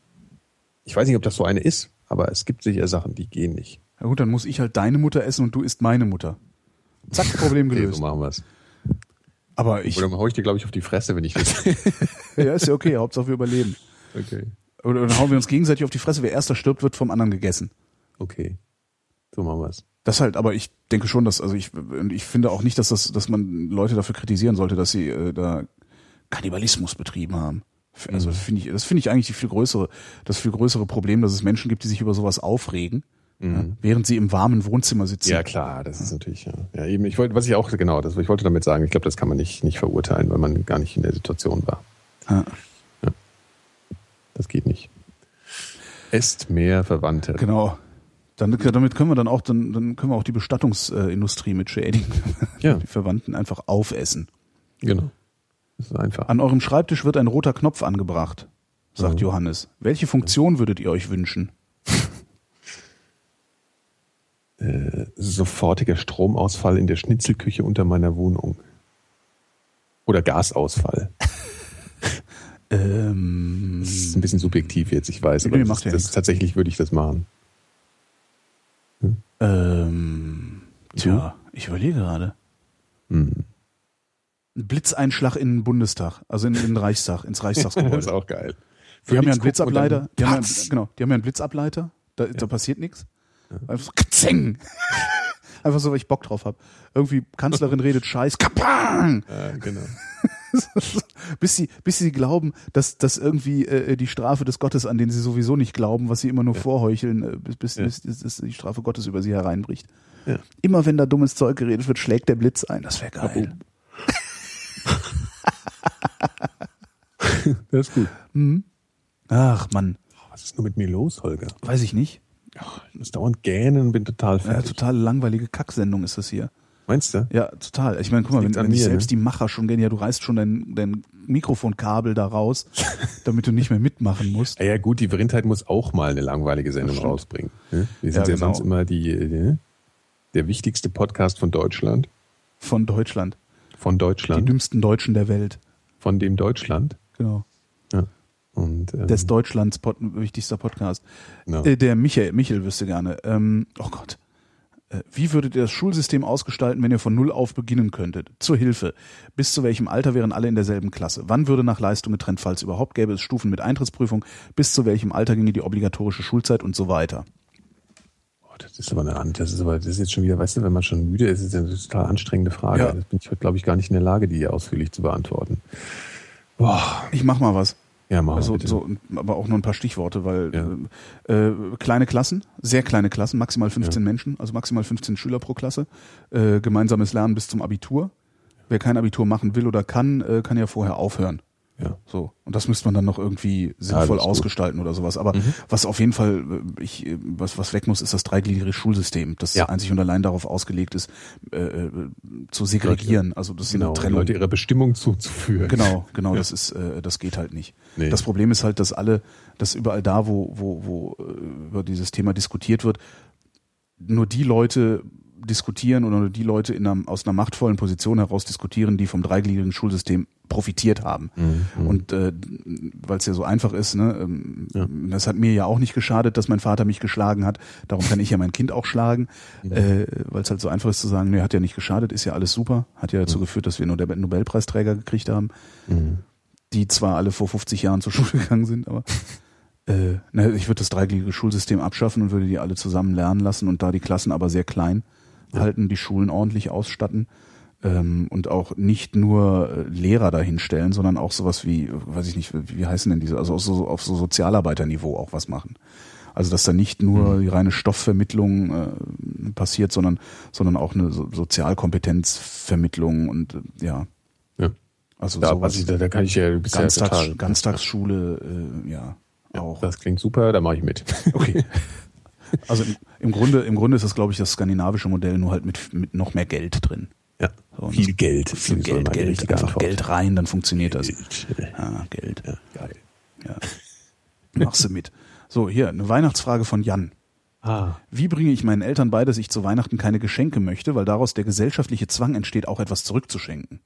[SPEAKER 3] Ich weiß nicht, ob das so eine ist, aber es gibt sicher Sachen, die gehen nicht.
[SPEAKER 2] Ja gut, dann muss ich halt deine Mutter essen und du isst meine Mutter. Zack, Problem
[SPEAKER 3] Okay,
[SPEAKER 2] gelöst.
[SPEAKER 3] so machen wir es.
[SPEAKER 2] Aber ich,
[SPEAKER 3] Oder hau ich dir, glaube ich, auf die Fresse, wenn ich das...
[SPEAKER 2] ja, ist ja okay, Hauptsache wir überleben.
[SPEAKER 3] Okay.
[SPEAKER 2] Oder dann hauen wir uns gegenseitig auf die Fresse, wer erster stirbt, wird vom anderen gegessen.
[SPEAKER 3] Okay. So machen wir es.
[SPEAKER 2] Das halt, aber ich denke schon, dass, also ich, und ich finde auch nicht, dass das, dass man Leute dafür kritisieren sollte, dass sie äh, da Kannibalismus betrieben haben. Also
[SPEAKER 3] Mhm.
[SPEAKER 2] finde ich, das finde ich eigentlich die viel größere, das viel größere Problem, dass es Menschen gibt, die sich über sowas aufregen,
[SPEAKER 3] Mhm.
[SPEAKER 2] ja, während sie im warmen Wohnzimmer sitzen.
[SPEAKER 3] Ja, klar, das ist natürlich, ja. Ja, eben, ich wollte, was ich auch, genau, das, ich wollte damit sagen, ich glaube, das kann man nicht, nicht verurteilen, weil man gar nicht in der Situation war.
[SPEAKER 2] Ja.
[SPEAKER 3] Das geht nicht. Esst mehr Verwandte.
[SPEAKER 2] Genau. Dann, damit können wir dann auch, dann, dann können wir auch die Bestattungsindustrie mit schädigen.
[SPEAKER 3] Ja.
[SPEAKER 2] Die Verwandten einfach aufessen.
[SPEAKER 3] Genau. Das ist einfach.
[SPEAKER 2] An eurem Schreibtisch wird ein roter Knopf angebracht, sagt
[SPEAKER 3] Mhm.
[SPEAKER 2] Johannes. Welche Funktion würdet ihr euch wünschen?
[SPEAKER 3] Äh, sofortiger Stromausfall in der Schnitzelküche unter meiner Wohnung. Oder Gasausfall.
[SPEAKER 2] Ähm,
[SPEAKER 3] Das ist ein bisschen subjektiv jetzt, ich weiß,
[SPEAKER 2] Nee,
[SPEAKER 3] aber das,
[SPEAKER 2] macht
[SPEAKER 3] ist,
[SPEAKER 2] ja
[SPEAKER 3] das
[SPEAKER 2] nichts.
[SPEAKER 3] tatsächlich würde ich das machen.
[SPEAKER 2] ähm, tja, ich überlege gerade.
[SPEAKER 3] Hm.
[SPEAKER 2] Ein Blitzeinschlag in den Bundestag, also in den Reichstag, ins
[SPEAKER 3] Das
[SPEAKER 2] Reichstabgebäude.
[SPEAKER 3] ist auch geil.
[SPEAKER 2] Die haben ja einen
[SPEAKER 3] Felix guckt und
[SPEAKER 2] Blitzableiter.
[SPEAKER 3] dann
[SPEAKER 2] Die haben ja,
[SPEAKER 3] patz.
[SPEAKER 2] genau, die haben ja einen Blitzableiter. Da, da passiert nichts. Einfach so Kzeng. Einfach so, weil ich Bock drauf habe. Irgendwie Kanzlerin redet Scheiß. Kapang!
[SPEAKER 3] Ja, genau.
[SPEAKER 2] bis sie, bis sie glauben, dass, dass irgendwie äh, die Strafe des Gottes, an den sie sowieso nicht glauben, was sie immer nur ja. vorheucheln, äh, bis, bis, ja. bis, bis, bis die Strafe Gottes über sie hereinbricht. Ja. Immer wenn da dummes Zeug geredet wird, schlägt der Blitz ein. Das wäre geil.
[SPEAKER 3] Das ist gut.
[SPEAKER 2] Mhm. Ach, Mann.
[SPEAKER 3] Was ist nur mit mir los, Holger?
[SPEAKER 2] Weiß ich nicht.
[SPEAKER 3] Ach, ich muss dauernd gähnen und bin total fertig.
[SPEAKER 2] Ja, total langweilige Kacksendung ist das hier.
[SPEAKER 3] Meinst du?
[SPEAKER 2] Ja, total. Ich meine, guck mal, wenn, wenn mir, selbst ne? die Macher schon gehen, ja, du reißt schon dein, dein Mikrofonkabel da raus, damit du nicht mehr mitmachen musst.
[SPEAKER 3] Ja, ja gut, die Vrindheit muss auch mal eine langweilige Sendung rausbringen. Wir sind ja, ja genau. sonst immer die, die, der wichtigste Podcast von Deutschland.
[SPEAKER 2] Von Deutschland.
[SPEAKER 3] Von Deutschland.
[SPEAKER 2] Die dümmsten Deutschen der Welt.
[SPEAKER 3] Von dem Deutschland.
[SPEAKER 2] Genau.
[SPEAKER 3] Ja. Und, ähm,
[SPEAKER 2] des Deutschlands Pod, wichtigster Podcast.
[SPEAKER 3] No.
[SPEAKER 2] Äh, der Michael, Michael wüsste gerne. Ähm, oh Gott. Äh, wie würdet ihr das Schulsystem ausgestalten, wenn ihr von Null auf beginnen könntet? Zur Hilfe. Bis zu welchem Alter wären alle in derselben Klasse? Wann würde nach Leistung getrennt, falls überhaupt gäbe es Stufen mit Eintrittsprüfung? Bis zu welchem Alter ginge die obligatorische Schulzeit und so weiter?
[SPEAKER 3] Oh, das ist aber eine Hand. Das ist aber, das ist jetzt schon wieder, weißt du, wenn man schon müde ist, ist das eine total anstrengende Frage. Ja. Das bin ich heute, glaube ich, gar nicht in der Lage, die hier ausführlich zu beantworten. Boah.
[SPEAKER 2] Ich mach mal was.
[SPEAKER 3] Ja, mach
[SPEAKER 2] also,
[SPEAKER 3] bitte.
[SPEAKER 2] So, aber auch nur ein paar Stichworte, weil
[SPEAKER 3] ja.
[SPEAKER 2] äh, kleine Klassen, sehr kleine Klassen, maximal fünfzehn
[SPEAKER 3] ja.
[SPEAKER 2] Menschen, also maximal fünfzehn Schüler pro Klasse, äh, gemeinsames Lernen bis zum Abitur. Wer kein Abitur machen will oder kann, äh, kann ja vorher aufhören.
[SPEAKER 3] Ja.
[SPEAKER 2] So. Und das müsste man dann noch irgendwie sinnvoll
[SPEAKER 3] ja,
[SPEAKER 2] ausgestalten gut. oder sowas. Aber
[SPEAKER 3] mhm.
[SPEAKER 2] was auf jeden Fall, ich, was, was weg muss, ist das dreigliedrige Schulsystem, das
[SPEAKER 3] ja.
[SPEAKER 2] einzig und allein darauf ausgelegt ist, äh, zu segregieren.
[SPEAKER 3] Leute,
[SPEAKER 2] also das ist
[SPEAKER 3] genau,
[SPEAKER 2] eine Trennung.
[SPEAKER 3] Leute ihrer Bestimmung zuzuführen.
[SPEAKER 2] Genau, genau,
[SPEAKER 3] ja.
[SPEAKER 2] das ist, äh, das geht halt nicht.
[SPEAKER 3] Nee.
[SPEAKER 2] Das Problem ist halt, dass alle, dass überall da, wo, wo, wo äh, über dieses Thema diskutiert wird, nur die Leute diskutieren oder nur die Leute in einer, aus einer machtvollen Position heraus diskutieren, die vom dreigliedrigen Schulsystem profitiert haben.
[SPEAKER 3] Mhm.
[SPEAKER 2] Und äh, weil es ja so einfach ist, ne, ähm,
[SPEAKER 3] ja.
[SPEAKER 2] das hat mir ja auch nicht geschadet, dass mein Vater mich geschlagen hat. Darum kann ich ja mein Kind auch schlagen, mhm. äh, weil es halt so einfach ist zu sagen, nee, hat ja nicht geschadet, ist ja alles super. Hat ja dazu mhm. geführt, dass wir nur der Nobelpreisträger gekriegt haben,
[SPEAKER 3] mhm.
[SPEAKER 2] die zwar alle vor fünfzig Jahren zur Schule gegangen sind, aber äh, ne, ich würde das dreigliedrige Schulsystem abschaffen und würde die alle zusammen lernen lassen und da die Klassen aber sehr klein ja. halten, die Schulen ordentlich ausstatten. Und auch nicht nur Lehrer dahinstellen, sondern auch sowas wie, weiß ich nicht, wie heißen denn diese, also so, auf so Sozialarbeiterniveau auch was machen. Also dass da nicht nur die reine Stoffvermittlung äh, passiert, sondern sondern auch eine so Sozialkompetenzvermittlung und äh, ja.
[SPEAKER 3] Ja.
[SPEAKER 2] Also
[SPEAKER 3] da,
[SPEAKER 2] sowas,
[SPEAKER 3] ich, da, da kann ich ja bisher
[SPEAKER 2] Ganztags,
[SPEAKER 3] total.
[SPEAKER 2] Ganztagsschule, äh, ja,
[SPEAKER 3] ja,
[SPEAKER 2] auch.
[SPEAKER 3] Das klingt super, da mache ich mit.
[SPEAKER 2] Okay. Also im, im Grunde, im Grunde ist das, glaube ich, das skandinavische Modell, nur halt mit mit noch mehr Geld drin.
[SPEAKER 3] Ja,
[SPEAKER 2] so,
[SPEAKER 3] viel Geld.
[SPEAKER 2] Viel Geld, Geld, einfach Antwort. Geld rein, dann funktioniert das.
[SPEAKER 3] Geld.
[SPEAKER 2] Ah, Geld.
[SPEAKER 3] Ja, geil.
[SPEAKER 2] Ja. Machst du mit. So, hier, eine Weihnachtsfrage von Jan.
[SPEAKER 3] Ah.
[SPEAKER 2] Wie bringe ich meinen Eltern bei, dass ich zu Weihnachten keine Geschenke möchte, weil daraus der gesellschaftliche Zwang entsteht, auch etwas zurückzuschenken?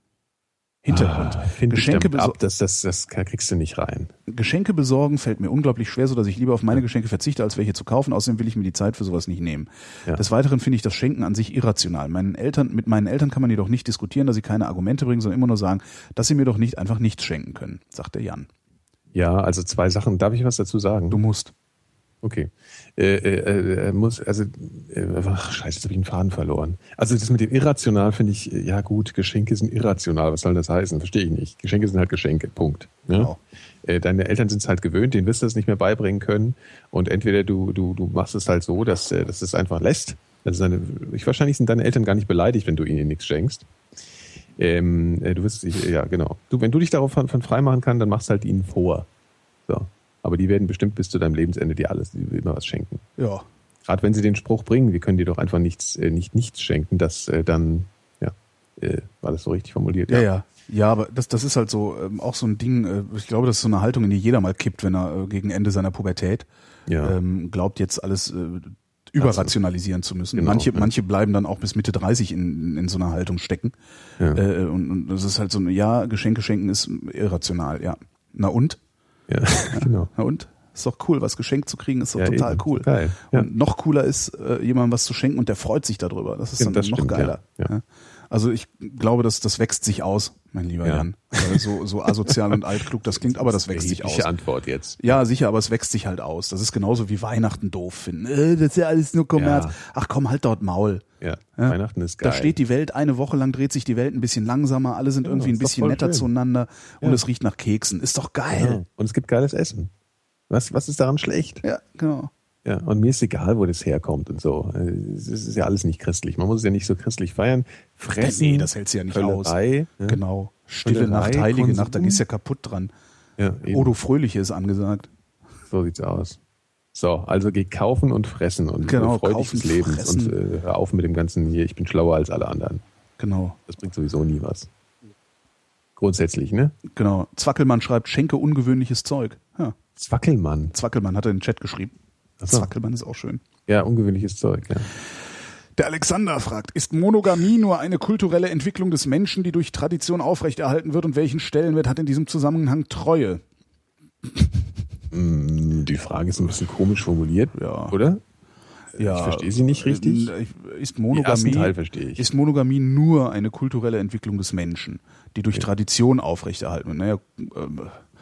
[SPEAKER 2] Hintergrund.
[SPEAKER 3] Ah,
[SPEAKER 2] Geschenke
[SPEAKER 3] ab, das, das, das kriegst du nicht rein.
[SPEAKER 2] Geschenke besorgen fällt mir unglaublich schwer, sodass ich lieber auf meine Geschenke verzichte, als welche zu kaufen. Außerdem will ich mir die Zeit für sowas nicht nehmen.
[SPEAKER 3] Ja.
[SPEAKER 2] Des Weiteren finde ich das Schenken an sich irrational. Meinen Eltern, mit meinen Eltern kann man jedoch nicht diskutieren, dass sie keine Argumente bringen, sondern immer nur sagen, dass sie mir doch nicht einfach nichts schenken können, sagt der Jan.
[SPEAKER 3] Ja, also zwei Sachen. Darf ich was dazu sagen?
[SPEAKER 2] Du musst.
[SPEAKER 3] Okay. Äh, äh, äh, muss, also, äh, ach, scheiße, jetzt habe ich einen Faden verloren. Also das mit dem irrational finde ich, ja gut, Geschenke sind irrational. Was soll das heißen? Verstehe ich nicht. Geschenke sind halt Geschenke, Punkt. Ja?
[SPEAKER 2] Genau.
[SPEAKER 3] Äh, deine Eltern sind es halt gewöhnt, denen wirst du das nicht mehr beibringen können. Und entweder du, du, du machst es halt so, dass, äh, dass es einfach lässt. Also deine, ich, wahrscheinlich sind deine Eltern gar nicht beleidigt, wenn du ihnen nichts schenkst. Ähm, äh, du wirst, ja genau. Du, wenn du dich darauf von, von frei machen kannst, dann machst halt ihnen vor. So. Aber die werden bestimmt bis zu deinem Lebensende dir alles, die immer was schenken.
[SPEAKER 2] Ja.
[SPEAKER 3] Gerade wenn sie den Spruch bringen, wir können dir doch einfach nichts, äh, nicht nichts schenken, das äh, dann, ja, äh, war das so richtig formuliert?
[SPEAKER 2] Ja, ja. Ja, ja, aber das, das ist halt so ähm, auch so ein Ding, äh, ich glaube, das ist so eine Haltung, in die jeder mal kippt, wenn er äh, gegen Ende seiner Pubertät
[SPEAKER 3] ja.
[SPEAKER 2] ähm, glaubt, jetzt alles äh, überrationalisieren zu müssen.
[SPEAKER 3] Genau,
[SPEAKER 2] manche,
[SPEAKER 3] ja.
[SPEAKER 2] manche bleiben dann auch bis Mitte dreißig in, in so einer Haltung stecken.
[SPEAKER 3] Ja.
[SPEAKER 2] Äh, und, und das ist halt so, ja, Geschenke schenken ist irrational, ja. Na und?
[SPEAKER 3] Ja, genau.
[SPEAKER 2] Na und? Ist doch cool, was geschenkt zu kriegen, ist doch
[SPEAKER 3] ja,
[SPEAKER 2] total
[SPEAKER 3] eben.
[SPEAKER 2] cool.
[SPEAKER 3] Geil. Ja.
[SPEAKER 2] Und noch cooler ist, äh, jemandem was zu schenken und der freut sich darüber. Das ist
[SPEAKER 3] Ja,
[SPEAKER 2] dann
[SPEAKER 3] das
[SPEAKER 2] noch
[SPEAKER 3] stimmt,
[SPEAKER 2] geiler.
[SPEAKER 3] ja. Ja.
[SPEAKER 2] Also ich glaube, das, das wächst sich aus, mein lieber
[SPEAKER 3] Ja.
[SPEAKER 2] Jan. Weil so, so asozial und altklug das klingt, aber das wächst sich aus.
[SPEAKER 3] Antwort jetzt.
[SPEAKER 2] Ja, sicher, aber es wächst sich halt aus. Das ist genauso wie Weihnachten doof finden. Äh, das ist ja alles nur Kommerz.
[SPEAKER 3] Ja.
[SPEAKER 2] Ach komm, halt dort Maul.
[SPEAKER 3] Ja,
[SPEAKER 2] Ja.
[SPEAKER 3] Weihnachten ist geil.
[SPEAKER 2] Da steht die Welt, eine Woche lang dreht sich die Welt ein bisschen langsamer, alle sind
[SPEAKER 3] Ja,
[SPEAKER 2] irgendwie ein
[SPEAKER 3] ist doch
[SPEAKER 2] bisschen
[SPEAKER 3] voll
[SPEAKER 2] netter
[SPEAKER 3] schön.
[SPEAKER 2] zueinander und
[SPEAKER 3] Ja.
[SPEAKER 2] es riecht nach Keksen. Ist doch geil.
[SPEAKER 3] Ja. Und es gibt geiles Essen. Was, was ist daran schlecht?
[SPEAKER 2] Ja, genau.
[SPEAKER 3] Ja, und mir ist egal, wo das herkommt und so. Es ist ja alles nicht christlich. Man muss es ja nicht so christlich feiern. Fressen,
[SPEAKER 2] Nee, das hältst du ja nicht
[SPEAKER 3] Völlerei,
[SPEAKER 2] aus.
[SPEAKER 3] ja.
[SPEAKER 2] Genau. Stille
[SPEAKER 3] Völlerei,
[SPEAKER 2] Nacht, heilige
[SPEAKER 3] Konsum.
[SPEAKER 2] Nacht, da gehst du ja kaputt dran.
[SPEAKER 3] Ja, eben.
[SPEAKER 2] Odo Fröhliche ist angesagt.
[SPEAKER 3] So sieht's aus. So, also geh kaufen und fressen und
[SPEAKER 2] Genau,
[SPEAKER 3] äh, freu dich
[SPEAKER 2] kaufen,
[SPEAKER 3] des Lebens
[SPEAKER 2] fressen.
[SPEAKER 3] und äh, hör auf mit dem ganzen hier, ich bin schlauer als alle anderen.
[SPEAKER 2] Genau,
[SPEAKER 3] Das bringt sowieso nie was. Grundsätzlich, ne?
[SPEAKER 2] genau. Zwackelmann schreibt, schenke ungewöhnliches Zeug. Ja,
[SPEAKER 3] Zwackelmann.
[SPEAKER 2] Zwackelmann hat er in den Chat geschrieben.
[SPEAKER 3] Ach so.
[SPEAKER 2] Zwackelmann ist auch schön.
[SPEAKER 3] Ja, ungewöhnliches Zeug, ja.
[SPEAKER 2] Der Alexander fragt, ist Monogamie nur eine kulturelle Entwicklung des Menschen, die durch Tradition aufrechterhalten wird und welchen Stellenwert hat in diesem Zusammenhang Treue?
[SPEAKER 3] Mm, Die Frage ist ein bisschen komisch formuliert,
[SPEAKER 2] Ja.
[SPEAKER 3] oder?
[SPEAKER 2] Ja,
[SPEAKER 3] Ich verstehe sie nicht richtig.
[SPEAKER 2] äh, Ist
[SPEAKER 3] Den ersten
[SPEAKER 2] Monogamie,
[SPEAKER 3] Teil verstehe ich.
[SPEAKER 2] ist Monogamie nur eine kulturelle Entwicklung des Menschen, die durch Tradition aufrechterhalten wird? Naja, ähm,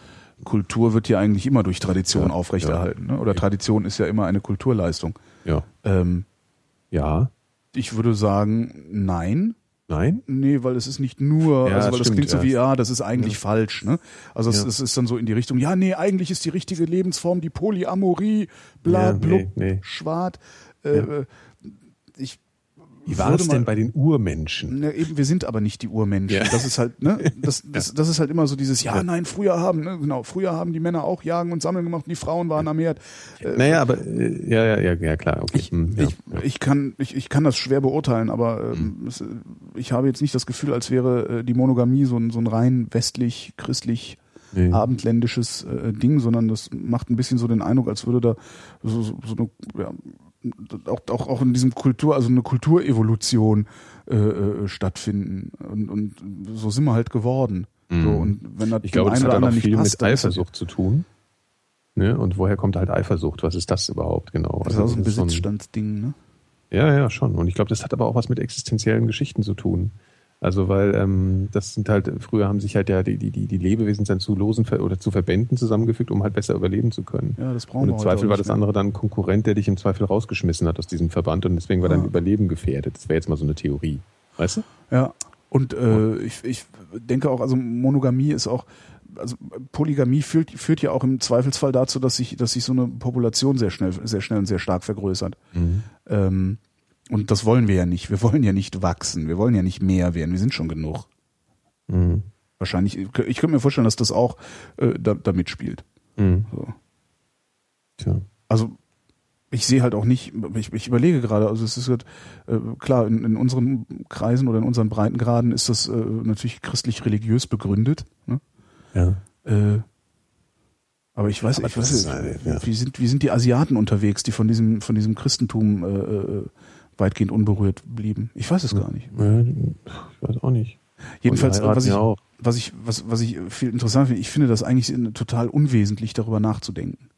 [SPEAKER 2] Kultur wird ja eigentlich immer durch Tradition
[SPEAKER 3] Ja,
[SPEAKER 2] aufrechterhalten. Ne? Oder Tradition ist ja immer eine Kulturleistung.
[SPEAKER 3] Ja.
[SPEAKER 2] Ähm,
[SPEAKER 3] Ja.
[SPEAKER 2] ich würde sagen, nein.
[SPEAKER 3] Nein?
[SPEAKER 2] Nee, weil es ist nicht nur,
[SPEAKER 3] Ja,
[SPEAKER 2] also weil das
[SPEAKER 3] stimmt,
[SPEAKER 2] klingt so
[SPEAKER 3] ja.
[SPEAKER 2] wie, ja, das ist eigentlich falsch, ne? Also es,
[SPEAKER 3] Ja.
[SPEAKER 2] es ist dann so in die Richtung, ja, nee, eigentlich ist die richtige Lebensform die Polyamorie, bla,
[SPEAKER 3] Ja, nee,
[SPEAKER 2] blub,
[SPEAKER 3] nee.
[SPEAKER 2] schwart. Äh,
[SPEAKER 3] Ja.
[SPEAKER 2] äh, ich
[SPEAKER 3] Wie war
[SPEAKER 2] würde
[SPEAKER 3] es denn
[SPEAKER 2] mal-
[SPEAKER 3] bei den Urmenschen?
[SPEAKER 2] Ne, eben, wir sind aber nicht die Urmenschen.
[SPEAKER 3] Ja.
[SPEAKER 2] Das ist halt, ne, das, das, das ist halt immer so dieses, ja,
[SPEAKER 3] Ja.
[SPEAKER 2] nein, früher haben, ne, genau, früher haben die Männer auch Jagen und Sammeln gemacht und die Frauen waren am Herd. Äh,
[SPEAKER 3] Naja, aber äh, ja, ja, ja, ja, klar, okay.
[SPEAKER 2] Ich,
[SPEAKER 3] Hm, ja,
[SPEAKER 2] ich,
[SPEAKER 3] ja.
[SPEAKER 2] ich, kann, ich, ich kann das schwer beurteilen, aber ähm,
[SPEAKER 3] Mhm.
[SPEAKER 2] es, äh, ich habe jetzt nicht das Gefühl, als wäre äh, die Monogamie so ein, so ein rein westlich, christlich,
[SPEAKER 3] Nee.
[SPEAKER 2] abendländisches äh, Ding, sondern das macht ein bisschen so den Eindruck, als würde da so, so, so eine, ja, auch, auch, auch in diesem Kultur, also eine Kulturevolution äh, äh, stattfinden. Und, und so sind wir halt geworden.
[SPEAKER 3] Mhm.
[SPEAKER 2] So, und wenn das
[SPEAKER 3] Ich glaube,
[SPEAKER 2] dem
[SPEAKER 3] das
[SPEAKER 2] einen
[SPEAKER 3] hat
[SPEAKER 2] oder
[SPEAKER 3] dann auch
[SPEAKER 2] anderen nicht
[SPEAKER 3] viel
[SPEAKER 2] passt,
[SPEAKER 3] mit
[SPEAKER 2] dann ist das-
[SPEAKER 3] Eifersucht zu tun. Ne? Und woher kommt halt Eifersucht? Was ist das überhaupt genau?
[SPEAKER 2] Das ist auch so ein
[SPEAKER 3] das ist so ein-
[SPEAKER 2] Besitzstandsding, ne?
[SPEAKER 3] Ja, ja, schon. Und ich glaube, das hat aber auch was mit existenziellen Geschichten zu tun. Also weil ähm, das sind halt, früher haben sich halt ja die, die, die die Lebewesen dann zu Losen ver- oder zu Verbänden zusammengefügt, um halt besser überleben zu können.
[SPEAKER 2] Ja, das brauchen
[SPEAKER 3] Und
[SPEAKER 2] wir
[SPEAKER 3] im
[SPEAKER 2] heute
[SPEAKER 3] Zweifel
[SPEAKER 2] auch
[SPEAKER 3] war
[SPEAKER 2] nicht
[SPEAKER 3] das
[SPEAKER 2] mehr.
[SPEAKER 3] andere dann ein Konkurrent, der dich im Zweifel rausgeschmissen hat aus diesem Verband und deswegen war dein
[SPEAKER 2] Ah.
[SPEAKER 3] Überleben gefährdet. Das wäre jetzt mal so eine Theorie. Weißt du?
[SPEAKER 2] Ja, und äh, ich, ich denke auch, also Monogamie ist auch, also Polygamie führt, führt ja auch im Zweifelsfall dazu, dass sich, dass sich so eine Population sehr schnell, sehr schnell und sehr stark vergrößert. Ähm, und das wollen wir ja nicht. Wir wollen ja nicht wachsen. Wir wollen ja nicht mehr werden. Wir sind schon genug.
[SPEAKER 3] Mhm.
[SPEAKER 2] Wahrscheinlich, ich könnte mir vorstellen, dass das auch äh, da, da mitspielt.
[SPEAKER 3] Mhm.
[SPEAKER 2] So.
[SPEAKER 3] Tja.
[SPEAKER 2] Also ich sehe halt auch nicht, ich, ich überlege gerade, also es ist halt, äh, klar, in, in unseren Kreisen oder in unseren Breitengraden ist das äh, natürlich christlich-religiös begründet. Ne?
[SPEAKER 3] Ja.
[SPEAKER 2] Äh, aber ich weiß,
[SPEAKER 3] Aber
[SPEAKER 2] ich
[SPEAKER 3] das
[SPEAKER 2] weiß
[SPEAKER 3] ist,
[SPEAKER 2] nicht,
[SPEAKER 3] äh, ja.
[SPEAKER 2] wie sind, wie sind die Asiaten unterwegs, die von diesem, von diesem Christentum äh, äh, weitgehend unberührt blieben? Ich weiß es gar nicht.
[SPEAKER 3] Ja, ich weiß auch nicht.
[SPEAKER 2] Jedenfalls,
[SPEAKER 3] Und die heiraten
[SPEAKER 2] was ich,
[SPEAKER 3] ja auch.
[SPEAKER 2] was ich, was, was ich viel interessant finde, ich finde das eigentlich total unwesentlich, darüber nachzudenken.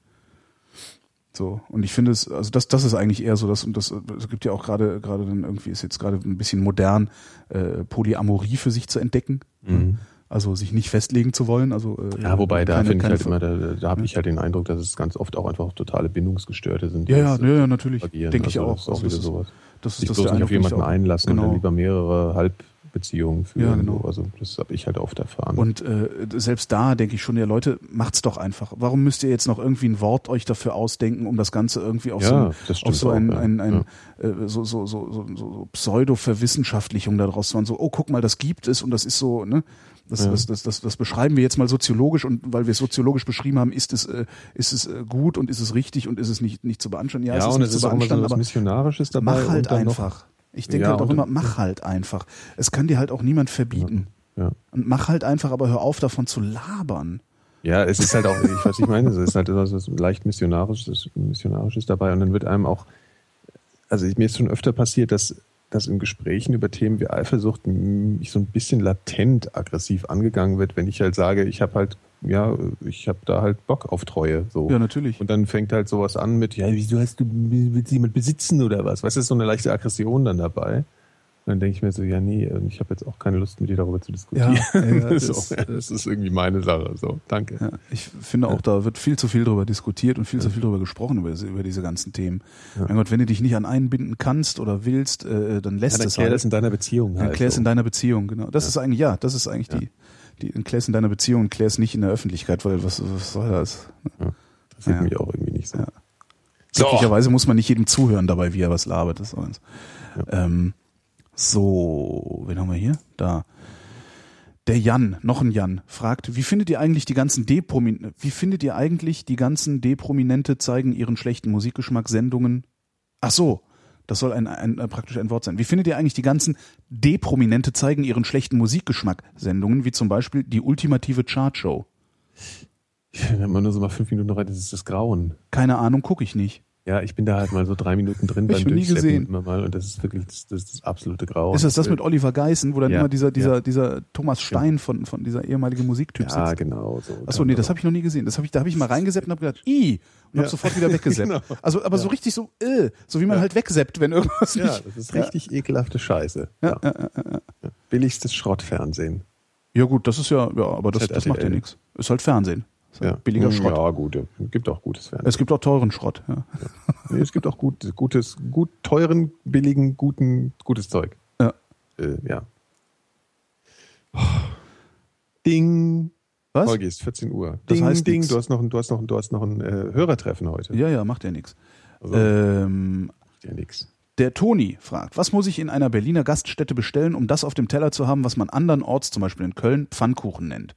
[SPEAKER 2] So, und ich finde es, also das, das ist eigentlich eher so, das, und das, es gibt ja auch gerade, gerade dann irgendwie ist jetzt gerade ein bisschen modern, äh, Polyamorie für sich zu entdecken.
[SPEAKER 3] Mhm.
[SPEAKER 2] Also sich nicht festlegen zu wollen. Also, äh,
[SPEAKER 3] Ja, wobei da
[SPEAKER 2] keine-
[SPEAKER 3] finde ich
[SPEAKER 2] keine
[SPEAKER 3] halt
[SPEAKER 2] Ver-
[SPEAKER 3] immer, da, da habe ich halt den Eindruck, dass es ganz oft auch einfach totale Bindungsgestörte sind. die
[SPEAKER 2] Ja, ja,
[SPEAKER 3] das,
[SPEAKER 2] ja, ja, natürlich.
[SPEAKER 3] propagieren.
[SPEAKER 2] Denke ich
[SPEAKER 3] Also
[SPEAKER 2] auch.
[SPEAKER 3] Das ist auch
[SPEAKER 2] Also
[SPEAKER 3] wieder
[SPEAKER 2] das ist-
[SPEAKER 3] sowas.
[SPEAKER 2] Das ist
[SPEAKER 3] Sich
[SPEAKER 2] das
[SPEAKER 3] bloß
[SPEAKER 2] der
[SPEAKER 3] nicht auf
[SPEAKER 2] Eindruck, den ich
[SPEAKER 3] jemanden
[SPEAKER 2] auch-
[SPEAKER 3] einlassen und
[SPEAKER 2] Genau.
[SPEAKER 3] dann lieber mehrere Halbbeziehungen führen.
[SPEAKER 2] Ja, genau.
[SPEAKER 3] So. Also das habe ich halt oft erfahren.
[SPEAKER 2] Und äh, selbst da denke ich schon, ja Leute, macht's doch einfach. Warum müsst ihr jetzt noch irgendwie ein Wort euch dafür ausdenken, um das Ganze irgendwie auf
[SPEAKER 3] Ja,
[SPEAKER 2] so,
[SPEAKER 3] das
[SPEAKER 2] auf
[SPEAKER 3] stimmt
[SPEAKER 2] so
[SPEAKER 3] auch,
[SPEAKER 2] ein,
[SPEAKER 3] ja.
[SPEAKER 2] ein, ein äh, so, so, so, so, so, so Pseudo-Verwissenschaftlichung daraus zu machen, so, oh, guck mal, das gibt es und das ist so, ne? Das,
[SPEAKER 3] Ja.
[SPEAKER 2] das, das, das, das beschreiben wir jetzt mal soziologisch und weil wir es soziologisch beschrieben haben, ist es, äh, ist es äh, gut und ist es richtig und ist es nicht, nicht zu beanstanden? Ja,
[SPEAKER 3] ja,
[SPEAKER 2] es ist
[SPEAKER 3] und
[SPEAKER 2] nicht
[SPEAKER 3] es ist
[SPEAKER 2] zu
[SPEAKER 3] auch immer so
[SPEAKER 2] beanstanden,
[SPEAKER 3] was
[SPEAKER 2] aber
[SPEAKER 3] Missionarisches dabei.
[SPEAKER 2] mach halt
[SPEAKER 3] und dann noch-
[SPEAKER 2] einfach. Ich denke
[SPEAKER 3] Ja,
[SPEAKER 2] halt auch
[SPEAKER 3] und-
[SPEAKER 2] immer, mach halt einfach. Es kann dir halt auch niemand verbieten.
[SPEAKER 3] Ja.
[SPEAKER 2] Und mach halt einfach, aber hör auf davon zu labern.
[SPEAKER 3] Ja, es ist halt auch, ich weiß, ich meine, es ist halt etwas was leicht missionarisches, missionarisches dabei und dann wird einem auch, also mir ist schon öfter passiert, dass, dass in Gesprächen über Themen wie Eifersucht m- ich so ein bisschen latent aggressiv angegangen wird, wenn ich halt sage, ich habe halt, ja, ich habe da halt Bock auf Treue, so.
[SPEAKER 2] Ja, natürlich.
[SPEAKER 3] Und dann fängt halt sowas an mit, ja, wieso hast du, willst du jemand besitzen oder was? Weißt du, ist so eine leichte Aggression dann dabei. dann denke ich mir so, ja nee, ich habe jetzt auch keine Lust mit dir darüber zu diskutieren. Ja, ja, das, so, das ist irgendwie meine Sache. So, danke.
[SPEAKER 2] Ja, ich finde auch, ja. da wird viel zu viel darüber diskutiert und viel ja. zu viel darüber gesprochen, über, über diese ganzen Themen. Ja. Mein Gott, wenn du dich nicht an einen binden kannst oder willst, äh, dann lässt
[SPEAKER 3] ja, dann
[SPEAKER 2] es
[SPEAKER 3] klär
[SPEAKER 2] halt.
[SPEAKER 3] das in deiner Beziehung.
[SPEAKER 2] Dann
[SPEAKER 3] halt
[SPEAKER 2] klär es
[SPEAKER 3] so.
[SPEAKER 2] in deiner Beziehung, genau. Das ja. ist eigentlich, ja, das ist eigentlich ja. die, die, klär es in deiner Beziehung und klär es nicht in der Öffentlichkeit, weil was, was soll das?
[SPEAKER 3] Ja. Das sieht ja. mich auch irgendwie nicht so.
[SPEAKER 2] Ja. So. Glücklicherweise muss man nicht jedem zuhören dabei, wie er was labert. Das ist eins. Ja. Ähm, so, wen haben wir hier? Da. Der Jan, noch ein Jan, fragt, wie findet ihr eigentlich die ganzen Depromin- wie findet ihr eigentlich die ganzen Deprominente zeigen ihren schlechten Musikgeschmack Sendungen? Ach so, das soll ein, ein, ein praktisch ein Wort sein. Wie findet ihr eigentlich die ganzen Deprominente zeigen ihren schlechten Musikgeschmack Sendungen, wie zum Beispiel die ultimative Chartshow?
[SPEAKER 3] Wenn man nur so mal fünf Minuten rein, das ist das Grauen.
[SPEAKER 2] Keine Ahnung, gucke ich nicht.
[SPEAKER 3] Ja, ich bin da halt mal so drei Minuten drin beim Durchschleppen immer mal und das ist wirklich das, das, das absolute Grauen.
[SPEAKER 2] Ist das das mit Oliver Geißen, wo dann
[SPEAKER 3] ja,
[SPEAKER 2] immer dieser dieser
[SPEAKER 3] ja.
[SPEAKER 2] dieser Thomas Stein von von dieser ehemalige Musiktyp
[SPEAKER 3] ja,
[SPEAKER 2] sitzt?
[SPEAKER 3] Ja, genau so.
[SPEAKER 2] Achso, nee, das habe ich noch nie gesehen. Das habe ich, da habe ich mal reingeseppt und habe gedacht, i und ja. habe sofort wieder weggeseppt. Genau. Also, aber ja. so richtig so, äh, so wie man ja. halt wegseppt, wenn irgendwas nicht.
[SPEAKER 3] Ja, das ist richtig ja. ekelhafte Scheiße.
[SPEAKER 2] Ja. Ja. Ja, ja, ja.
[SPEAKER 3] Billigstes Schrottfernsehen.
[SPEAKER 2] Ja gut, das ist ja, ja, aber das, das macht ja nichts. Ist halt Fernsehen.
[SPEAKER 3] Ja.
[SPEAKER 2] Billiger Schrott.
[SPEAKER 3] Ja, gut. Es gibt auch gutes Fernsehen.
[SPEAKER 2] Es gibt auch teuren Schrott. Ja.
[SPEAKER 3] Ja. Nee, es gibt auch gut, gutes, gut teuren, billigen, guten, gutes Zeug.
[SPEAKER 2] Ja.
[SPEAKER 3] Äh, ja. Oh. Ding.
[SPEAKER 2] Was?
[SPEAKER 3] Holgi, ist vierzehn Uhr.
[SPEAKER 2] Das
[SPEAKER 3] Ding,
[SPEAKER 2] heißt
[SPEAKER 3] Ding.
[SPEAKER 2] nix.
[SPEAKER 3] Du hast noch ein, du hast noch, du hast noch ein äh, Hörertreffen heute.
[SPEAKER 2] Ja, ja, macht ja nichts.
[SPEAKER 3] Also,
[SPEAKER 2] ähm,
[SPEAKER 3] macht ja nix.
[SPEAKER 2] Der Toni fragt, was muss ich in einer Berliner Gaststätte bestellen, um das auf dem Teller zu haben, was man andernorts, zum Beispiel in Köln, Pfannkuchen nennt?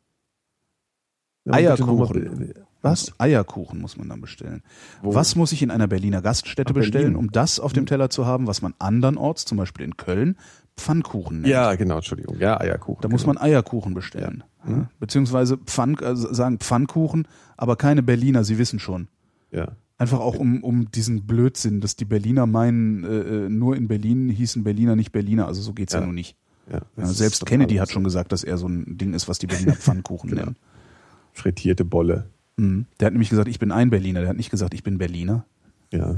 [SPEAKER 3] Ja,
[SPEAKER 2] Eierkuchen.
[SPEAKER 3] Was?
[SPEAKER 2] Eierkuchen muss man dann bestellen.
[SPEAKER 3] Wo?
[SPEAKER 2] Was muss ich in einer Berliner Gaststätte
[SPEAKER 3] Ach,
[SPEAKER 2] bestellen,
[SPEAKER 3] Berlin.
[SPEAKER 2] um das auf dem Teller zu haben, was man andernorts, zum Beispiel in Köln, Pfannkuchen nennt?
[SPEAKER 3] Ja, genau, Entschuldigung. Ja, Eierkuchen.
[SPEAKER 2] Da
[SPEAKER 3] genau.
[SPEAKER 2] muss man Eierkuchen bestellen.
[SPEAKER 3] Ja. Mhm.
[SPEAKER 2] Beziehungsweise Pfann, also sagen Pfannkuchen, aber keine Berliner, Sie wissen schon.
[SPEAKER 3] Ja.
[SPEAKER 2] Einfach auch um, um diesen Blödsinn, dass die Berliner meinen, äh, nur in Berlin hießen Berliner nicht Berliner. Also so geht's ja,
[SPEAKER 3] ja
[SPEAKER 2] nun nicht.
[SPEAKER 3] Ja,
[SPEAKER 2] Ja, selbst Kennedy hat schon gesagt, dass er so ein Ding ist, was die Berliner Pfannkuchen
[SPEAKER 3] genau.
[SPEAKER 2] nennen.
[SPEAKER 3] Frittierte Bolle.
[SPEAKER 2] Mhm. Der hat nämlich gesagt, ich bin ein Berliner. Der hat nicht gesagt, ich bin Berliner.
[SPEAKER 3] Ja.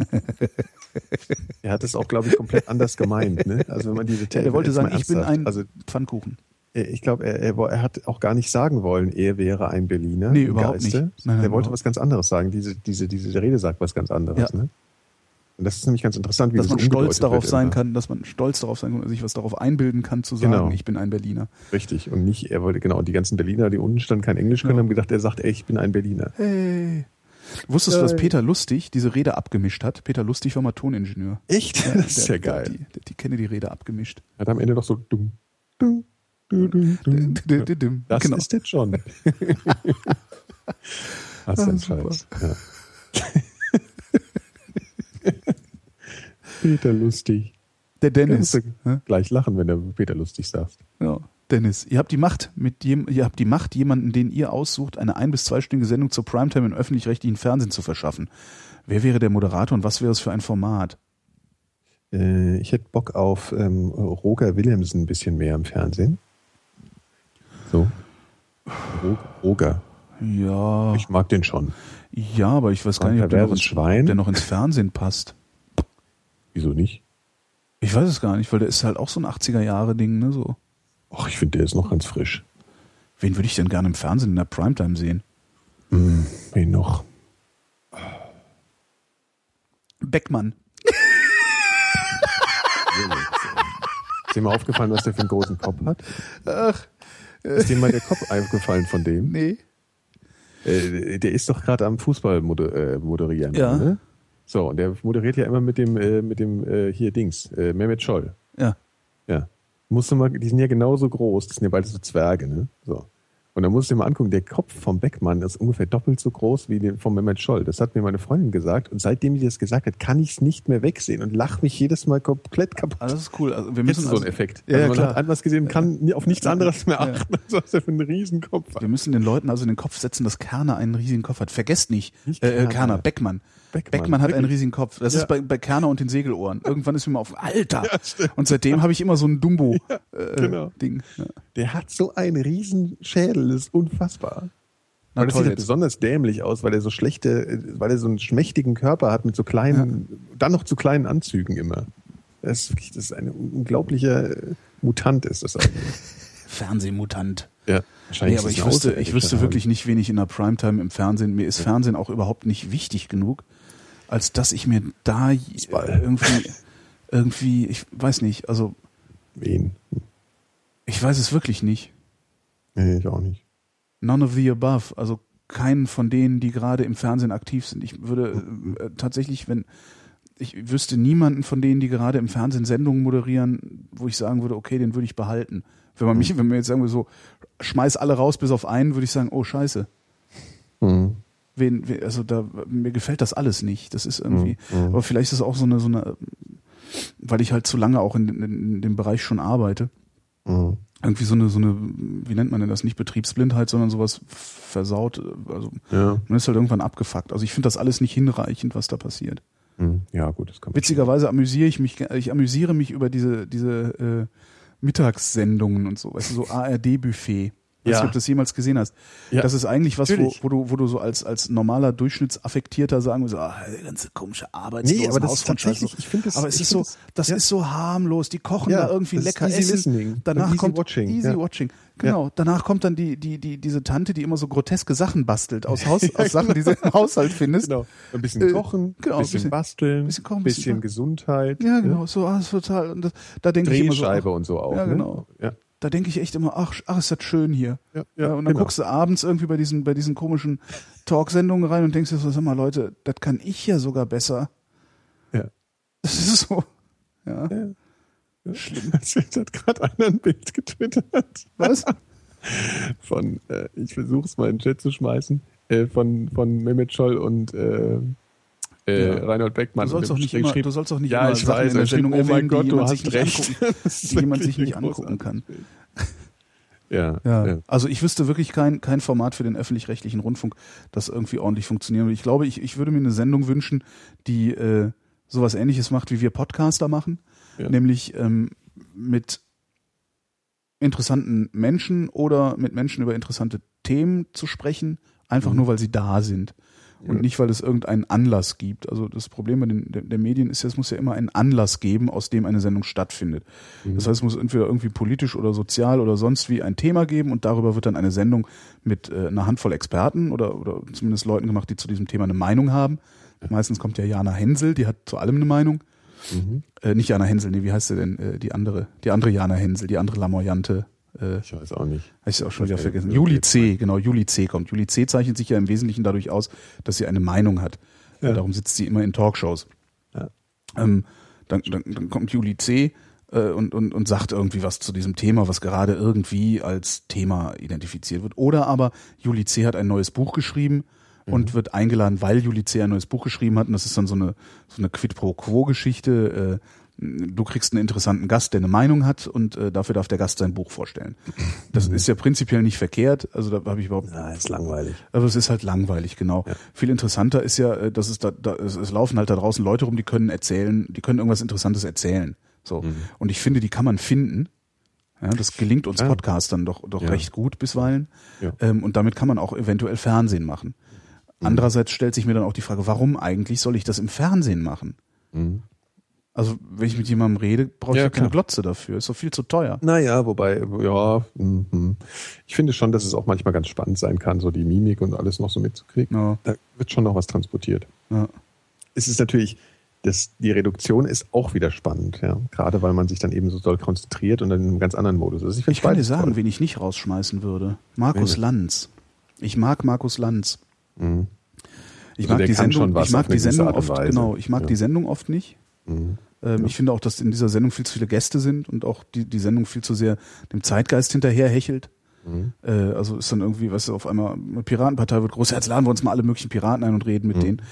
[SPEAKER 3] Er hat es auch, glaube ich, komplett anders gemeint. Ne? Also wenn man diese
[SPEAKER 2] Ja, der wollte sagen, ich bin ein
[SPEAKER 3] also,
[SPEAKER 2] Pfannkuchen.
[SPEAKER 3] Ich glaube, er, er, er hat auch gar nicht sagen wollen, er wäre ein Berliner.
[SPEAKER 2] Nee,
[SPEAKER 3] im
[SPEAKER 2] überhaupt
[SPEAKER 3] Geiste.
[SPEAKER 2] nicht. Nein, nein,
[SPEAKER 3] der wollte
[SPEAKER 2] überhaupt.
[SPEAKER 3] was ganz anderes sagen. Diese, diese, diese Rede sagt was ganz anderes.
[SPEAKER 2] Ja.
[SPEAKER 3] Ne? Und das ist nämlich ganz interessant, wie
[SPEAKER 2] dass
[SPEAKER 3] das
[SPEAKER 2] man stolz
[SPEAKER 3] umgedeutet
[SPEAKER 2] darauf
[SPEAKER 3] wird
[SPEAKER 2] sein
[SPEAKER 3] immer.
[SPEAKER 2] kann, dass man stolz darauf sein kann, sich was darauf einbilden kann, zu sagen,
[SPEAKER 3] Genau.
[SPEAKER 2] ich bin ein Berliner.
[SPEAKER 3] Richtig. Und nicht, er wollte, genau, die ganzen Berliner, die unten standen, kein Englisch können,
[SPEAKER 2] Ja.
[SPEAKER 3] haben gedacht, er sagt, ey, ich bin ein Berliner.
[SPEAKER 2] Hey. Wusstest du, dass Peter Lustig diese Rede abgemischt hat? Peter Lustig war mal Toningenieur.
[SPEAKER 3] Echt?
[SPEAKER 2] Ja,
[SPEAKER 3] Das ist
[SPEAKER 2] der,
[SPEAKER 3] ja
[SPEAKER 2] der,
[SPEAKER 3] geil.
[SPEAKER 2] Die, die, die Kennedy-Rede abgemischt.
[SPEAKER 3] Hat am Ende noch so dumm, dumm, dumm, dumm, dumm. Das
[SPEAKER 2] Genau.
[SPEAKER 3] ist jetzt schon. Was
[SPEAKER 2] Ah,
[SPEAKER 3] ein
[SPEAKER 2] super.
[SPEAKER 3] Scheiß. Ja. Peter Lustig.
[SPEAKER 2] Der Dennis.
[SPEAKER 3] Kannst du
[SPEAKER 2] Ja?
[SPEAKER 3] gleich lachen, wenn du Peter Lustig sagst.
[SPEAKER 2] Ja. Dennis, ihr habt die Macht, mit jem, ihr habt die Macht, jemanden, den ihr aussucht, eine ein- bis zweistündige Sendung zur Primetime im öffentlich-rechtlichen Fernsehen zu verschaffen. Wer wäre der Moderator und was wäre es für ein Format?
[SPEAKER 3] Äh, ich hätte Bock auf ähm, Roger Willemsen ein bisschen mehr im Fernsehen. So. Ro- Roger.
[SPEAKER 2] Ja,
[SPEAKER 3] Ich mag den schon.
[SPEAKER 2] ja, aber ich weiß gar nicht, ob der, noch
[SPEAKER 3] perverses
[SPEAKER 2] ins,
[SPEAKER 3] Schwein.
[SPEAKER 2] ob der noch ins Fernsehen passt.
[SPEAKER 3] Wieso nicht?
[SPEAKER 2] Ich weiß es gar nicht, weil der ist halt auch so ein achtziger-Jahre-Ding, ne, so.
[SPEAKER 3] Ach, ich finde, der ist noch ganz frisch.
[SPEAKER 2] Wen würde ich denn gerne im Fernsehen in der Primetime sehen?
[SPEAKER 3] Hm, wen noch?
[SPEAKER 2] Beckmann.
[SPEAKER 3] Ist dir mal aufgefallen, was der für einen großen Kopf hat?
[SPEAKER 2] Ach,
[SPEAKER 3] Ist dir mal der Kopf aufgefallen von dem?
[SPEAKER 2] nee.
[SPEAKER 3] Äh, der ist doch gerade am Fußball moder äh, moderieren.
[SPEAKER 2] Ja.
[SPEAKER 3] Ne? So, und der moderiert ja immer mit dem, äh, mit dem äh, hier Dings, äh, Mehmet Scholl.
[SPEAKER 2] Ja.
[SPEAKER 3] Ja. Musst du mal, die sind ja genauso groß, das sind ja beide so Zwerge, ne? So. Und dann musst du dir mal angucken, der Kopf vom Beckmann ist ungefähr doppelt so groß wie den vom Mehmet Scholl. Das hat mir meine Freundin gesagt und seitdem die das gesagt hat, kann ich es nicht mehr wegsehen und lach mich jedes Mal komplett kaputt.
[SPEAKER 2] Ah, das ist cool. Also wir
[SPEAKER 3] Das
[SPEAKER 2] müssen
[SPEAKER 3] ist so
[SPEAKER 2] also,
[SPEAKER 3] ein Effekt.
[SPEAKER 2] Ja,
[SPEAKER 3] also
[SPEAKER 2] ja,
[SPEAKER 3] man
[SPEAKER 2] klar.
[SPEAKER 3] hat etwas gesehen und kann auf nichts anderes mehr
[SPEAKER 2] Ja.
[SPEAKER 3] achten, als was der für einen Riesenkopf hat.
[SPEAKER 2] Wir müssen den Leuten also in den Kopf setzen, dass Kerner einen riesigen Kopf hat. Vergesst nicht,
[SPEAKER 3] Nicht
[SPEAKER 2] äh,
[SPEAKER 3] Kerner.
[SPEAKER 2] Kerner, Beckmann.
[SPEAKER 3] Beckmann,
[SPEAKER 2] Beckmann hat einen
[SPEAKER 3] wirklich.
[SPEAKER 2] riesigen Kopf. Das
[SPEAKER 3] Ja.
[SPEAKER 2] ist bei, bei Kerner und den Segelohren. Irgendwann ist mir mal auf, Alter!
[SPEAKER 3] Ja, stimmt.
[SPEAKER 2] Und seitdem habe ich immer so ein Dumbo-Ding.
[SPEAKER 3] Ja, genau.
[SPEAKER 2] Ja.
[SPEAKER 3] Der hat so einen riesen Schädel, das ist unfassbar.
[SPEAKER 2] Na
[SPEAKER 3] Und das
[SPEAKER 2] toll
[SPEAKER 3] sieht halt
[SPEAKER 2] jetzt.
[SPEAKER 3] besonders dämlich aus, weil er so schlechte, weil er so einen schmächtigen Körper hat mit so kleinen, dann noch zu kleinen Anzügen immer. Das ist, wirklich, das ist ein unglaublicher Mutant, ist das eigentlich.
[SPEAKER 2] Fernsehmutant.
[SPEAKER 3] Ja, wahrscheinlich.
[SPEAKER 2] Nee, aber ich wüsste, ich wüsste wirklich nicht, wen ich in der Primetime im Fernsehen, mir ist ja. Fernsehen auch überhaupt nicht wichtig genug, als dass ich mir da irgendwie, irgendwie, ich weiß nicht, also.
[SPEAKER 3] Wen?
[SPEAKER 2] Ich weiß es wirklich nicht.
[SPEAKER 3] Nee, ich auch nicht.
[SPEAKER 2] None of the above, also keinen von denen, die gerade im Fernsehen aktiv sind. Ich würde äh, tatsächlich, wenn, ich wüsste niemanden von denen, die gerade im Fernsehen Sendungen moderieren, wo ich sagen würde, okay, den würde ich behalten. Wenn man mich, wenn wir jetzt sagen wir so, schmeiß alle raus bis auf einen, würde ich sagen, oh Scheiße.
[SPEAKER 3] Mhm.
[SPEAKER 2] Wen, wen, also da, mir gefällt das alles nicht. Das ist irgendwie,
[SPEAKER 3] mhm.
[SPEAKER 2] aber vielleicht ist es auch so eine, so eine, weil ich halt zu lange auch in, in, in dem Bereich schon arbeite.
[SPEAKER 3] Mhm.
[SPEAKER 2] Irgendwie so eine, so eine, wie nennt man denn das? Nicht Betriebsblindheit, sondern sowas versaut. Also
[SPEAKER 3] ja.
[SPEAKER 2] man ist halt irgendwann abgefuckt. Also ich finde das alles nicht hinreichend, was da passiert.
[SPEAKER 3] Mhm. Ja, gut, das kann man.
[SPEAKER 2] Witzigerweise amüsiere ich mich, ich amüsiere mich über diese, diese äh, Mittagssendungen und so, weißt du, so A R D-Buffet. Ich weiß nicht,
[SPEAKER 3] Ja.
[SPEAKER 2] ob du das jemals gesehen hast.
[SPEAKER 3] Ja.
[SPEAKER 2] Das ist eigentlich was, wo,
[SPEAKER 3] Natürlich.
[SPEAKER 2] wo du, wo du so als, als normaler Durchschnittsaffektierter sagen würdest, ah, der ganze komische Arbeitslosen
[SPEAKER 3] Nee, aber das ist
[SPEAKER 2] Hausfrauenscheiß.
[SPEAKER 3] tatsächlich, ich finde das,
[SPEAKER 2] Aber es
[SPEAKER 3] ich
[SPEAKER 2] ist
[SPEAKER 3] find
[SPEAKER 2] so,
[SPEAKER 3] das,
[SPEAKER 2] das
[SPEAKER 3] ja.
[SPEAKER 2] ist so harmlos. Die kochen
[SPEAKER 3] Ja,
[SPEAKER 2] da irgendwie
[SPEAKER 3] das ist
[SPEAKER 2] lecker
[SPEAKER 3] easy
[SPEAKER 2] essen.
[SPEAKER 3] listening
[SPEAKER 2] Danach
[SPEAKER 3] und easy
[SPEAKER 2] kommt
[SPEAKER 3] watching,
[SPEAKER 2] easy
[SPEAKER 3] ja.
[SPEAKER 2] watching. Genau.
[SPEAKER 3] Ja.
[SPEAKER 2] Danach kommt dann die, die, die, diese Tante, die immer so groteske Sachen bastelt aus Haus, aus Sachen, die sie im Haushalt findest.
[SPEAKER 3] Genau. Ein bisschen
[SPEAKER 2] Äh,
[SPEAKER 3] kochen,
[SPEAKER 2] genau,
[SPEAKER 3] ein bisschen,
[SPEAKER 2] bisschen-
[SPEAKER 3] basteln,
[SPEAKER 2] bisschen kochen,
[SPEAKER 3] bisschen,
[SPEAKER 2] bisschen-
[SPEAKER 3] Gesundheit.
[SPEAKER 2] Ja, genau. So, ah, ist total. Und das, da denke ich immer so,
[SPEAKER 3] Drehscheibe
[SPEAKER 2] ach,
[SPEAKER 3] und so auch.
[SPEAKER 2] Ja,
[SPEAKER 3] ne?
[SPEAKER 2] genau.
[SPEAKER 3] Ja.
[SPEAKER 2] Da denke ich echt immer, ach, ach, ist das schön hier.
[SPEAKER 3] Ja,
[SPEAKER 2] Ja,
[SPEAKER 3] ja,
[SPEAKER 2] und dann
[SPEAKER 3] genau.
[SPEAKER 2] guckst du abends irgendwie bei diesen, bei diesen komischen Talksendungen rein und denkst dir so, sag mal, Leute, das kann ich ja sogar besser.
[SPEAKER 3] Ja.
[SPEAKER 2] Das ist so. Ja.
[SPEAKER 3] Ja.
[SPEAKER 2] Schlimm.
[SPEAKER 3] Jetzt hat gerade einer ein Bild getwittert.
[SPEAKER 2] Was?
[SPEAKER 3] Von, äh, ich versuche es mal in den Chat zu schmeißen, äh, von, von Mehmet Scholl und äh, äh,
[SPEAKER 2] Ja.
[SPEAKER 3] Reinhold Beckmann.
[SPEAKER 2] Du sollst
[SPEAKER 3] Und
[SPEAKER 2] doch
[SPEAKER 3] dem
[SPEAKER 2] nicht immer,
[SPEAKER 3] schrieb-
[SPEAKER 2] du sollst doch nicht
[SPEAKER 3] Ja,
[SPEAKER 2] immer
[SPEAKER 3] ich
[SPEAKER 2] Sachen
[SPEAKER 3] weiß,
[SPEAKER 2] in der
[SPEAKER 3] er schrieb,
[SPEAKER 2] Sendung
[SPEAKER 3] oh mein
[SPEAKER 2] erwähnen,
[SPEAKER 3] Gott,
[SPEAKER 2] die
[SPEAKER 3] du
[SPEAKER 2] jemand
[SPEAKER 3] hast
[SPEAKER 2] sich nicht
[SPEAKER 3] recht.
[SPEAKER 2] angucken,
[SPEAKER 3] Das ist
[SPEAKER 2] die jemand
[SPEAKER 3] wirklich
[SPEAKER 2] sich nicht
[SPEAKER 3] ein
[SPEAKER 2] angucken kann.
[SPEAKER 3] großartiges Bild. Ja,
[SPEAKER 2] Ja.
[SPEAKER 3] ja.
[SPEAKER 2] Also ich wüsste wirklich kein, kein Format für den öffentlich-rechtlichen Rundfunk, das irgendwie ordentlich funktionieren würde. Ich glaube, ich, ich würde mir eine Sendung wünschen, die äh, sowas Ähnliches macht, wie wir Podcaster machen,
[SPEAKER 3] Ja.
[SPEAKER 2] nämlich ähm, mit interessanten Menschen oder mit Menschen über interessante Themen zu sprechen, einfach
[SPEAKER 3] Mhm.
[SPEAKER 2] nur, weil sie da sind. Und
[SPEAKER 3] Ja.
[SPEAKER 2] nicht, weil es irgendeinen Anlass gibt. Also das Problem bei den der, der Medien ist ja, es muss ja immer einen Anlass geben, aus dem eine Sendung stattfindet.
[SPEAKER 3] Mhm.
[SPEAKER 2] Das heißt, es muss entweder irgendwie politisch oder sozial oder sonst wie ein Thema geben und darüber wird dann eine Sendung mit äh, einer Handvoll Experten oder, oder zumindest Leuten gemacht, die zu diesem Thema eine Meinung haben. Meistens kommt ja Jana Hensel, die hat zu allem eine Meinung.
[SPEAKER 3] Mhm.
[SPEAKER 2] Äh, nicht Jana Hensel, nee, wie heißt sie denn? Äh, die andere, die andere Jana Hensel, die andere Lamoyante. Äh,
[SPEAKER 3] Ich weiß auch nicht.
[SPEAKER 2] Habe ich auch schon wieder
[SPEAKER 3] Okay.
[SPEAKER 2] vergessen.
[SPEAKER 3] Okay.
[SPEAKER 2] Juli C., genau, Juli C. kommt. Juli C. zeichnet sich ja im Wesentlichen dadurch aus, dass sie eine Meinung hat.
[SPEAKER 3] Ja.
[SPEAKER 2] Darum sitzt sie immer in Talkshows.
[SPEAKER 3] Ja.
[SPEAKER 2] Ähm, dann, dann, dann kommt Juli C. Äh, und, und, und sagt irgendwie was zu diesem Thema, was gerade irgendwie als Thema identifiziert wird. Oder aber Juli C. hat ein neues Buch geschrieben und wird eingeladen, weil Juli C. ein neues Buch geschrieben hat. Und das ist dann so eine, so eine Quid-pro-Quo-Geschichte. Äh, Du kriegst einen interessanten Gast, der eine Meinung hat und äh, dafür darf der Gast sein Buch vorstellen. Das ist ja prinzipiell nicht verkehrt, also da habe ich überhaupt...
[SPEAKER 3] Na, ist langweilig.
[SPEAKER 2] Aber es ist halt langweilig, genau.
[SPEAKER 3] Ja.
[SPEAKER 2] Viel interessanter ist ja, äh, dass es da, da es, es laufen halt da draußen Leute rum, die können erzählen, die können irgendwas Interessantes erzählen. So.
[SPEAKER 3] Mhm.
[SPEAKER 2] Und ich finde, die kann man finden. Ja, das gelingt uns
[SPEAKER 3] Ja.
[SPEAKER 2] Podcastern doch, doch
[SPEAKER 3] Ja.
[SPEAKER 2] recht gut bisweilen.
[SPEAKER 3] Ja.
[SPEAKER 2] Ähm, und damit kann man auch eventuell Fernsehen machen.
[SPEAKER 3] Mhm.
[SPEAKER 2] Andererseits stellt sich mir dann auch die Frage, warum eigentlich soll ich das im Fernsehen machen?
[SPEAKER 3] Mhm.
[SPEAKER 2] Also wenn ich mit jemandem rede, brauche ich
[SPEAKER 3] Ja,
[SPEAKER 2] ja keine
[SPEAKER 3] klar.
[SPEAKER 2] Glotze dafür. Ist doch viel zu teuer.
[SPEAKER 3] Naja, wobei, ja, mhm. ich finde schon, dass es auch manchmal ganz spannend sein kann, so die Mimik und alles noch so mitzukriegen.
[SPEAKER 2] Ja,
[SPEAKER 3] Da wird schon noch was transportiert.
[SPEAKER 2] ja.
[SPEAKER 3] Es ist natürlich, das, die Reduktion ist auch wieder spannend, ja. Gerade weil man sich dann eben so doll konzentriert und dann in einem ganz anderen Modus ist. Also ich,
[SPEAKER 2] Ich kann dir
[SPEAKER 3] beides
[SPEAKER 2] sagen,
[SPEAKER 3] toll.
[SPEAKER 2] wen ich nicht rausschmeißen würde. Markus
[SPEAKER 3] Wen?
[SPEAKER 2] Lanz. Ich mag Markus Lanz.
[SPEAKER 3] Mhm.
[SPEAKER 2] Ich
[SPEAKER 3] Also
[SPEAKER 2] mag
[SPEAKER 3] der
[SPEAKER 2] die
[SPEAKER 3] kann
[SPEAKER 2] Sendung,
[SPEAKER 3] schon was
[SPEAKER 2] ich mag
[SPEAKER 3] auf eine
[SPEAKER 2] die Sendung
[SPEAKER 3] gewisse Art und
[SPEAKER 2] oft,
[SPEAKER 3] Weise.
[SPEAKER 2] genau, ich mag
[SPEAKER 3] Ja.
[SPEAKER 2] die Sendung oft nicht.
[SPEAKER 3] Mhm.
[SPEAKER 2] Ähm,
[SPEAKER 3] Ja.
[SPEAKER 2] Ich finde auch, dass in dieser Sendung viel zu viele Gäste sind und auch die, die Sendung viel zu sehr dem Zeitgeist hinterherhechelt.
[SPEAKER 3] Mhm.
[SPEAKER 2] Äh, also ist dann irgendwie, weißt du, auf einmal eine Piratenpartei wird groß, jetzt laden wir uns mal alle möglichen Piraten ein und reden mit
[SPEAKER 3] Mhm.
[SPEAKER 2] denen.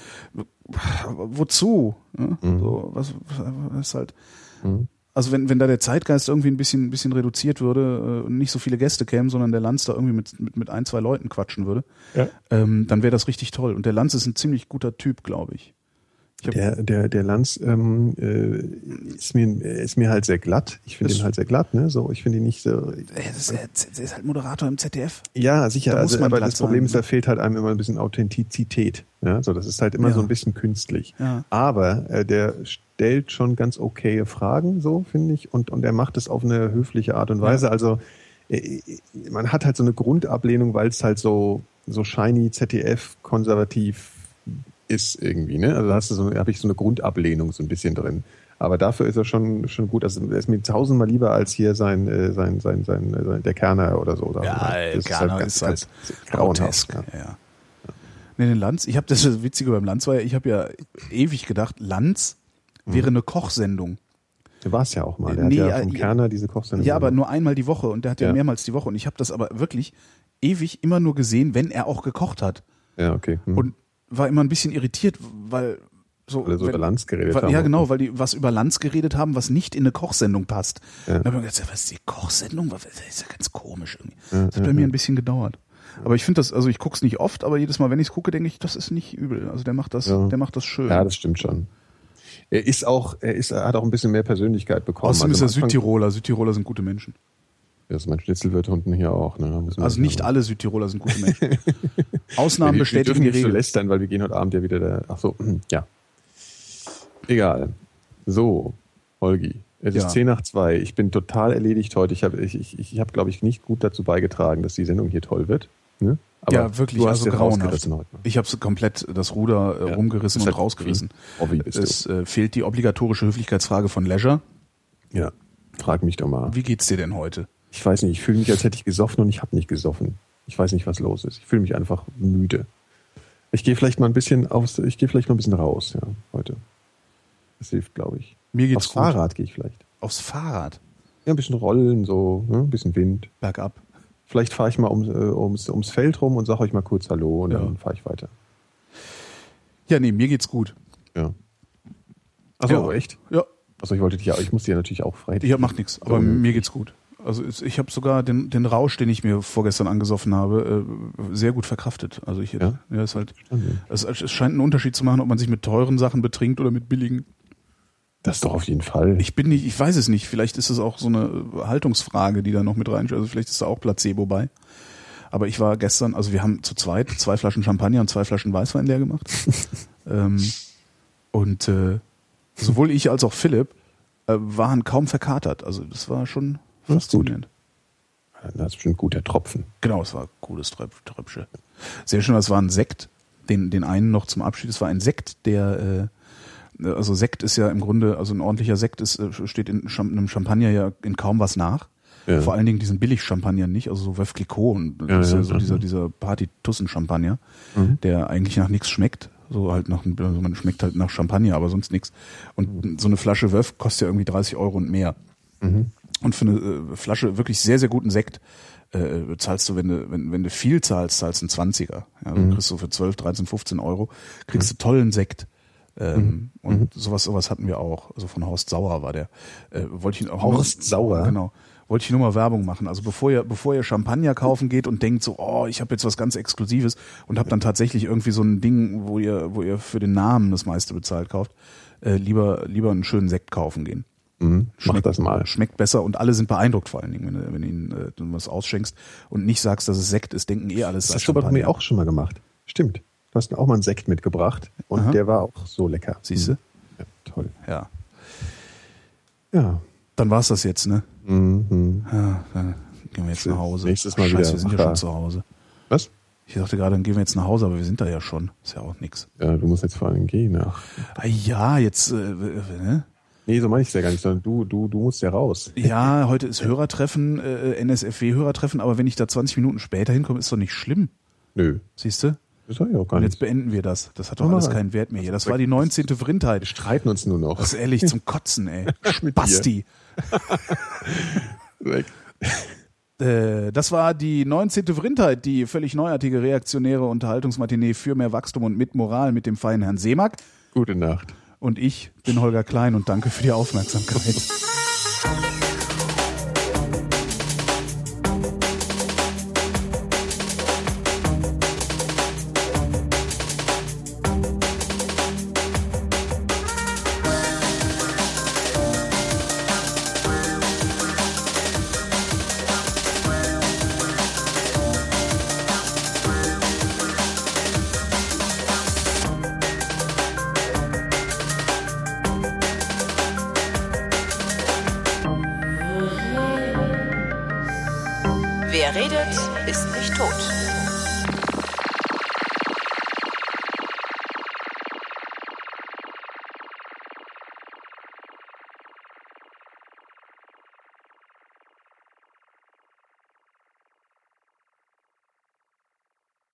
[SPEAKER 2] Wozu? Ja?
[SPEAKER 3] Mhm.
[SPEAKER 2] So, was, was ist halt.
[SPEAKER 3] Mhm.
[SPEAKER 2] Also wenn, wenn da der Zeitgeist irgendwie ein bisschen, ein bisschen reduziert würde äh, und nicht so viele Gäste kämen, sondern der Lanz da irgendwie mit, mit, mit ein, zwei Leuten quatschen würde,
[SPEAKER 3] Ja.
[SPEAKER 2] ähm, dann wäre das richtig toll. Und der Lanz ist ein ziemlich guter Typ, glaube ich. Ich hab,
[SPEAKER 3] Der, der, der Lanz ähm, äh, ist, mir, ist mir halt sehr glatt. Ich finde
[SPEAKER 2] Das-
[SPEAKER 3] ihn halt sehr glatt, ne? So, ich finde ihn nicht so.
[SPEAKER 2] Ey, das ist, der ist halt Moderator im Z D F.
[SPEAKER 3] Ja, sicher.
[SPEAKER 2] Da muss
[SPEAKER 3] Also,
[SPEAKER 2] man
[SPEAKER 3] aber
[SPEAKER 2] glatt
[SPEAKER 3] das Problem
[SPEAKER 2] sein,
[SPEAKER 3] ist, da
[SPEAKER 2] ne?
[SPEAKER 3] fehlt halt einem immer ein bisschen Authentizität. Ja, so, das ist halt immer
[SPEAKER 2] Ja.
[SPEAKER 3] so ein bisschen künstlich.
[SPEAKER 2] Ja.
[SPEAKER 3] Aber äh, der, stellt schon ganz okaye Fragen, so finde ich, und, und er macht es auf eine höfliche Art und Weise. Ja. Also äh, man hat halt so eine Grundablehnung, weil es halt so, so shiny, Z D F, konservativ ist irgendwie, ne? Also da hast du so, habe ich so eine Grundablehnung so ein bisschen drin. Aber dafür ist er schon, schon gut. Also er ist mir tausendmal lieber als hier sein, äh, sein, sein, sein, sein, der Kerner oder so.
[SPEAKER 2] Ja,
[SPEAKER 3] das
[SPEAKER 2] Kerner
[SPEAKER 3] ist halt,
[SPEAKER 2] ist halt grauenhaft. Ja. Ja. Nee, den Lanz, ich habe das, das Witzige beim Lanz war ja, ich habe ja ewig gedacht, Lanz wäre eine Kochsendung.
[SPEAKER 3] Der war es ja auch mal. Der
[SPEAKER 2] nee,
[SPEAKER 3] hat ja vom Kerner diese Kochsendung.
[SPEAKER 2] Ja, aber nur einmal die Woche und der hat ja, ja mehrmals die Woche. Und ich habe das aber wirklich ewig immer nur gesehen, wenn er auch gekocht hat.
[SPEAKER 3] Ja, okay. Hm.
[SPEAKER 2] Und war immer ein bisschen irritiert, weil so,
[SPEAKER 3] weil so
[SPEAKER 2] wenn,
[SPEAKER 3] über Lanz geredet
[SPEAKER 2] weil,
[SPEAKER 3] haben.
[SPEAKER 2] Ja, genau, weil die was über Lanz geredet haben, was nicht in eine Kochsendung passt.
[SPEAKER 3] Ja.
[SPEAKER 2] Da habe ich mir gedacht, was ist die Kochsendung? Das ist ja ganz komisch irgendwie.
[SPEAKER 3] Ja,
[SPEAKER 2] das hat
[SPEAKER 3] ja,
[SPEAKER 2] bei mir
[SPEAKER 3] ja.
[SPEAKER 2] ein bisschen gedauert. Aber ich finde das, also ich gucke es nicht oft, aber jedes Mal, wenn ich es gucke, denke ich, das ist nicht übel. Also der macht das,
[SPEAKER 3] ja.
[SPEAKER 2] der macht das schön.
[SPEAKER 3] Ja, das stimmt schon. Er ist auch, er ist, er hat auch ein bisschen mehr Persönlichkeit bekommen.
[SPEAKER 2] Außerdem
[SPEAKER 3] also
[SPEAKER 2] ist er Südtiroler. Südtiroler sind gute Menschen.
[SPEAKER 3] Ja, das ist mein Schnitzelwirt unten hier auch. Ne? Muss man
[SPEAKER 2] also nicht
[SPEAKER 3] haben.
[SPEAKER 2] alle Südtiroler sind gute Menschen. Ausnahmen
[SPEAKER 3] wir,
[SPEAKER 2] bestätigen
[SPEAKER 3] wir dürfen
[SPEAKER 2] die
[SPEAKER 3] nicht
[SPEAKER 2] Regel.
[SPEAKER 3] so lästern, weil wir gehen heute Abend ja wieder da. Ach so, ja. Egal. So, Holgi. Es
[SPEAKER 2] Ja.
[SPEAKER 3] ist zehn nach zwei. Ich bin total erledigt heute. Ich habe, ich, ich, ich habe, glaube ich, nicht gut dazu beigetragen, dass die Sendung hier toll wird. Ne? Aber
[SPEAKER 2] ja, wirklich,
[SPEAKER 3] du hast
[SPEAKER 2] also
[SPEAKER 3] ja
[SPEAKER 2] grauenhaft.
[SPEAKER 3] rausgerissen heute.
[SPEAKER 2] Ich habe komplett das Ruder äh,
[SPEAKER 3] Ja.
[SPEAKER 2] rumgerissen
[SPEAKER 3] Ist
[SPEAKER 2] und
[SPEAKER 3] halt
[SPEAKER 2] rausgerissen.
[SPEAKER 3] Hobby bist du.
[SPEAKER 2] Es äh, fehlt die obligatorische Höflichkeitsfrage von Leisure.
[SPEAKER 3] Ja, frag mich doch mal.
[SPEAKER 2] Wie geht's dir denn heute?
[SPEAKER 3] Ich weiß nicht, ich fühle mich, als hätte ich gesoffen und ich habe nicht gesoffen. Ich weiß nicht, was los ist. Ich fühle mich einfach müde. Ich gehe vielleicht mal ein bisschen aufs, ich gehe vielleicht mal ein bisschen raus, ja, heute. Das hilft, glaube ich.
[SPEAKER 2] Mir geht's
[SPEAKER 3] Aufs
[SPEAKER 2] gut.
[SPEAKER 3] Fahrrad gehe ich vielleicht.
[SPEAKER 2] Aufs Fahrrad?
[SPEAKER 3] Ja, ein bisschen rollen, so, ne? Ein bisschen Wind.
[SPEAKER 2] Bergab?
[SPEAKER 3] Vielleicht fahre ich mal um, äh, ums, ums Feld rum und sage euch mal kurz Hallo und
[SPEAKER 2] Ja.
[SPEAKER 3] dann fahre ich weiter.
[SPEAKER 2] Ja, nee, mir geht's gut.
[SPEAKER 3] Ja. Achso,
[SPEAKER 2] Ja.
[SPEAKER 3] echt?
[SPEAKER 2] Ja,
[SPEAKER 3] Achso, ich wollte dich ja, ich muss dir natürlich auch frei.
[SPEAKER 2] ich macht nichts, aber
[SPEAKER 3] So,
[SPEAKER 2] mir geht's gut. Also es- ich habe sogar den, den Rausch, den ich mir vorgestern angesoffen habe, äh, sehr gut verkraftet. Also ich,
[SPEAKER 3] Ja?
[SPEAKER 2] ja, ist halt,
[SPEAKER 3] Verstanden.
[SPEAKER 2] es, es scheint einen Unterschied zu machen, ob man sich mit teuren Sachen betrinkt oder mit billigen.
[SPEAKER 3] Das doch auf jeden Fall.
[SPEAKER 2] Ich bin nicht, ich weiß es nicht. Vielleicht ist es auch so eine Haltungsfrage, die da noch mit rein. Also vielleicht ist da auch Placebo bei. Aber ich war gestern, also wir haben zu zweit zwei Flaschen Champagner und zwei Flaschen Weißwein leer gemacht. ähm, und äh, sowohl ich als auch Philipp äh, waren kaum verkatert. Also das war schon
[SPEAKER 3] Das ist gut.
[SPEAKER 2] faszinierend.
[SPEAKER 3] Das ist bestimmt gut, der Tropfen.
[SPEAKER 2] Genau, es war cooles Tröp- Tröpfchen. Sehr schön, das war ein Sekt. Den, den einen noch zum Abschied. Es war ein Sekt, der, äh, also Sekt ist ja im Grunde, also ein ordentlicher Sekt ist, äh, steht in Cham- einem Champagner ja in kaum was nach.
[SPEAKER 3] Ja.
[SPEAKER 2] Vor allen Dingen diesen Billig-Champagner nicht, also so Veuve Clicquot und
[SPEAKER 3] Ja,
[SPEAKER 2] das ist ja
[SPEAKER 3] ja,
[SPEAKER 2] so
[SPEAKER 3] ja.
[SPEAKER 2] dieser, dieser Party-Tussen-Champagner,
[SPEAKER 3] Mhm.
[SPEAKER 2] der eigentlich nach nichts schmeckt. So halt nach, also man schmeckt halt nach Champagner, aber sonst nichts. Und so eine Flasche Veuve kostet ja irgendwie dreißig Euro und mehr.
[SPEAKER 3] Mhm.
[SPEAKER 2] Und für eine äh, Flasche wirklich sehr, sehr guten Sekt äh, zahlst du, wenn du, wenn, wenn du viel zahlst, zahlst du einen Zwanziger. Ja, also
[SPEAKER 3] Mhm.
[SPEAKER 2] kriegst du für zwölf, dreizehn, fünfzehn Euro, kriegst du tollen Sekt. Ähm,
[SPEAKER 3] Mhm.
[SPEAKER 2] Und sowas, sowas hatten wir auch. Also von Horst Sauer war der. Äh, wollte ich auch
[SPEAKER 3] Horst Sauer?
[SPEAKER 2] Genau. Wollte ich nur mal Werbung machen. Also bevor ihr, bevor ihr Champagner kaufen geht und denkt so, oh, ich habe jetzt was ganz Exklusives und habt dann tatsächlich irgendwie so ein Ding, wo ihr, wo ihr für den Namen das meiste bezahlt kauft, äh, lieber, lieber einen schönen Sekt kaufen gehen.
[SPEAKER 3] Mhm. Mach
[SPEAKER 2] Schmeckt,
[SPEAKER 3] das mal.
[SPEAKER 2] Schmeckt besser und alle sind beeindruckt vor allen Dingen, wenn du, wenn du ihnen äh, du was ausschenkst und nicht sagst, dass es Sekt ist, denken eh alles.
[SPEAKER 3] Das
[SPEAKER 2] sei
[SPEAKER 3] hast du aber bei
[SPEAKER 2] Champagner.
[SPEAKER 3] mir auch schon mal gemacht. Stimmt. Du hast mir auch mal einen Sekt mitgebracht und
[SPEAKER 2] Aha.
[SPEAKER 3] der war auch so lecker.
[SPEAKER 2] Siehst du?
[SPEAKER 3] Ja, toll.
[SPEAKER 2] Ja.
[SPEAKER 3] Ja.
[SPEAKER 2] Dann war's das jetzt, ne?
[SPEAKER 3] Mhm.
[SPEAKER 2] Ja, dann gehen wir jetzt nach Hause.
[SPEAKER 3] Nächstes Mal
[SPEAKER 2] Ach, Scheiße,
[SPEAKER 3] wieder.
[SPEAKER 2] wir sind
[SPEAKER 3] Ach,
[SPEAKER 2] ja
[SPEAKER 3] ja.
[SPEAKER 2] schon zu Hause.
[SPEAKER 3] Was?
[SPEAKER 2] Ich dachte gerade, dann gehen wir jetzt nach Hause, aber wir sind da ja schon. Ist ja auch nix.
[SPEAKER 3] Ja, du musst jetzt vor allem gehen. Ach.
[SPEAKER 2] Ah, ja, jetzt, äh, ne?
[SPEAKER 3] Nee, so meine ich es ja gar nicht, sondern du, du, du musst ja raus.
[SPEAKER 2] Ja, heute ist Hörertreffen, äh, N S F W-Hörertreffen, aber wenn ich da zwanzig Minuten später hinkomme, ist doch nicht schlimm.
[SPEAKER 3] Nö.
[SPEAKER 2] Siehst du?
[SPEAKER 3] Das sag ich auch gar
[SPEAKER 2] Und
[SPEAKER 3] nicht.
[SPEAKER 2] jetzt beenden wir das. Das hat doch
[SPEAKER 3] Mach
[SPEAKER 2] alles
[SPEAKER 3] mal.
[SPEAKER 2] keinen Wert mehr hier. Das
[SPEAKER 3] Also,
[SPEAKER 2] war die neunzehnte
[SPEAKER 3] Wir
[SPEAKER 2] Vrindheit.
[SPEAKER 3] streiten uns nur noch.
[SPEAKER 2] Das ist ehrlich zum Kotzen, ey.
[SPEAKER 3] Mit dir.
[SPEAKER 2] Basti.
[SPEAKER 3] Weg.
[SPEAKER 2] Äh, das war die neunzehnte Vrindheit, die völlig neuartige reaktionäre Unterhaltungsmatinee für mehr Wachstum und mit Moral mit dem feinen Herrn Seemack.
[SPEAKER 3] Gute Nacht.
[SPEAKER 2] Und ich bin Holger Klein und danke für die Aufmerksamkeit.
[SPEAKER 1] Wer redet, ist nicht tot.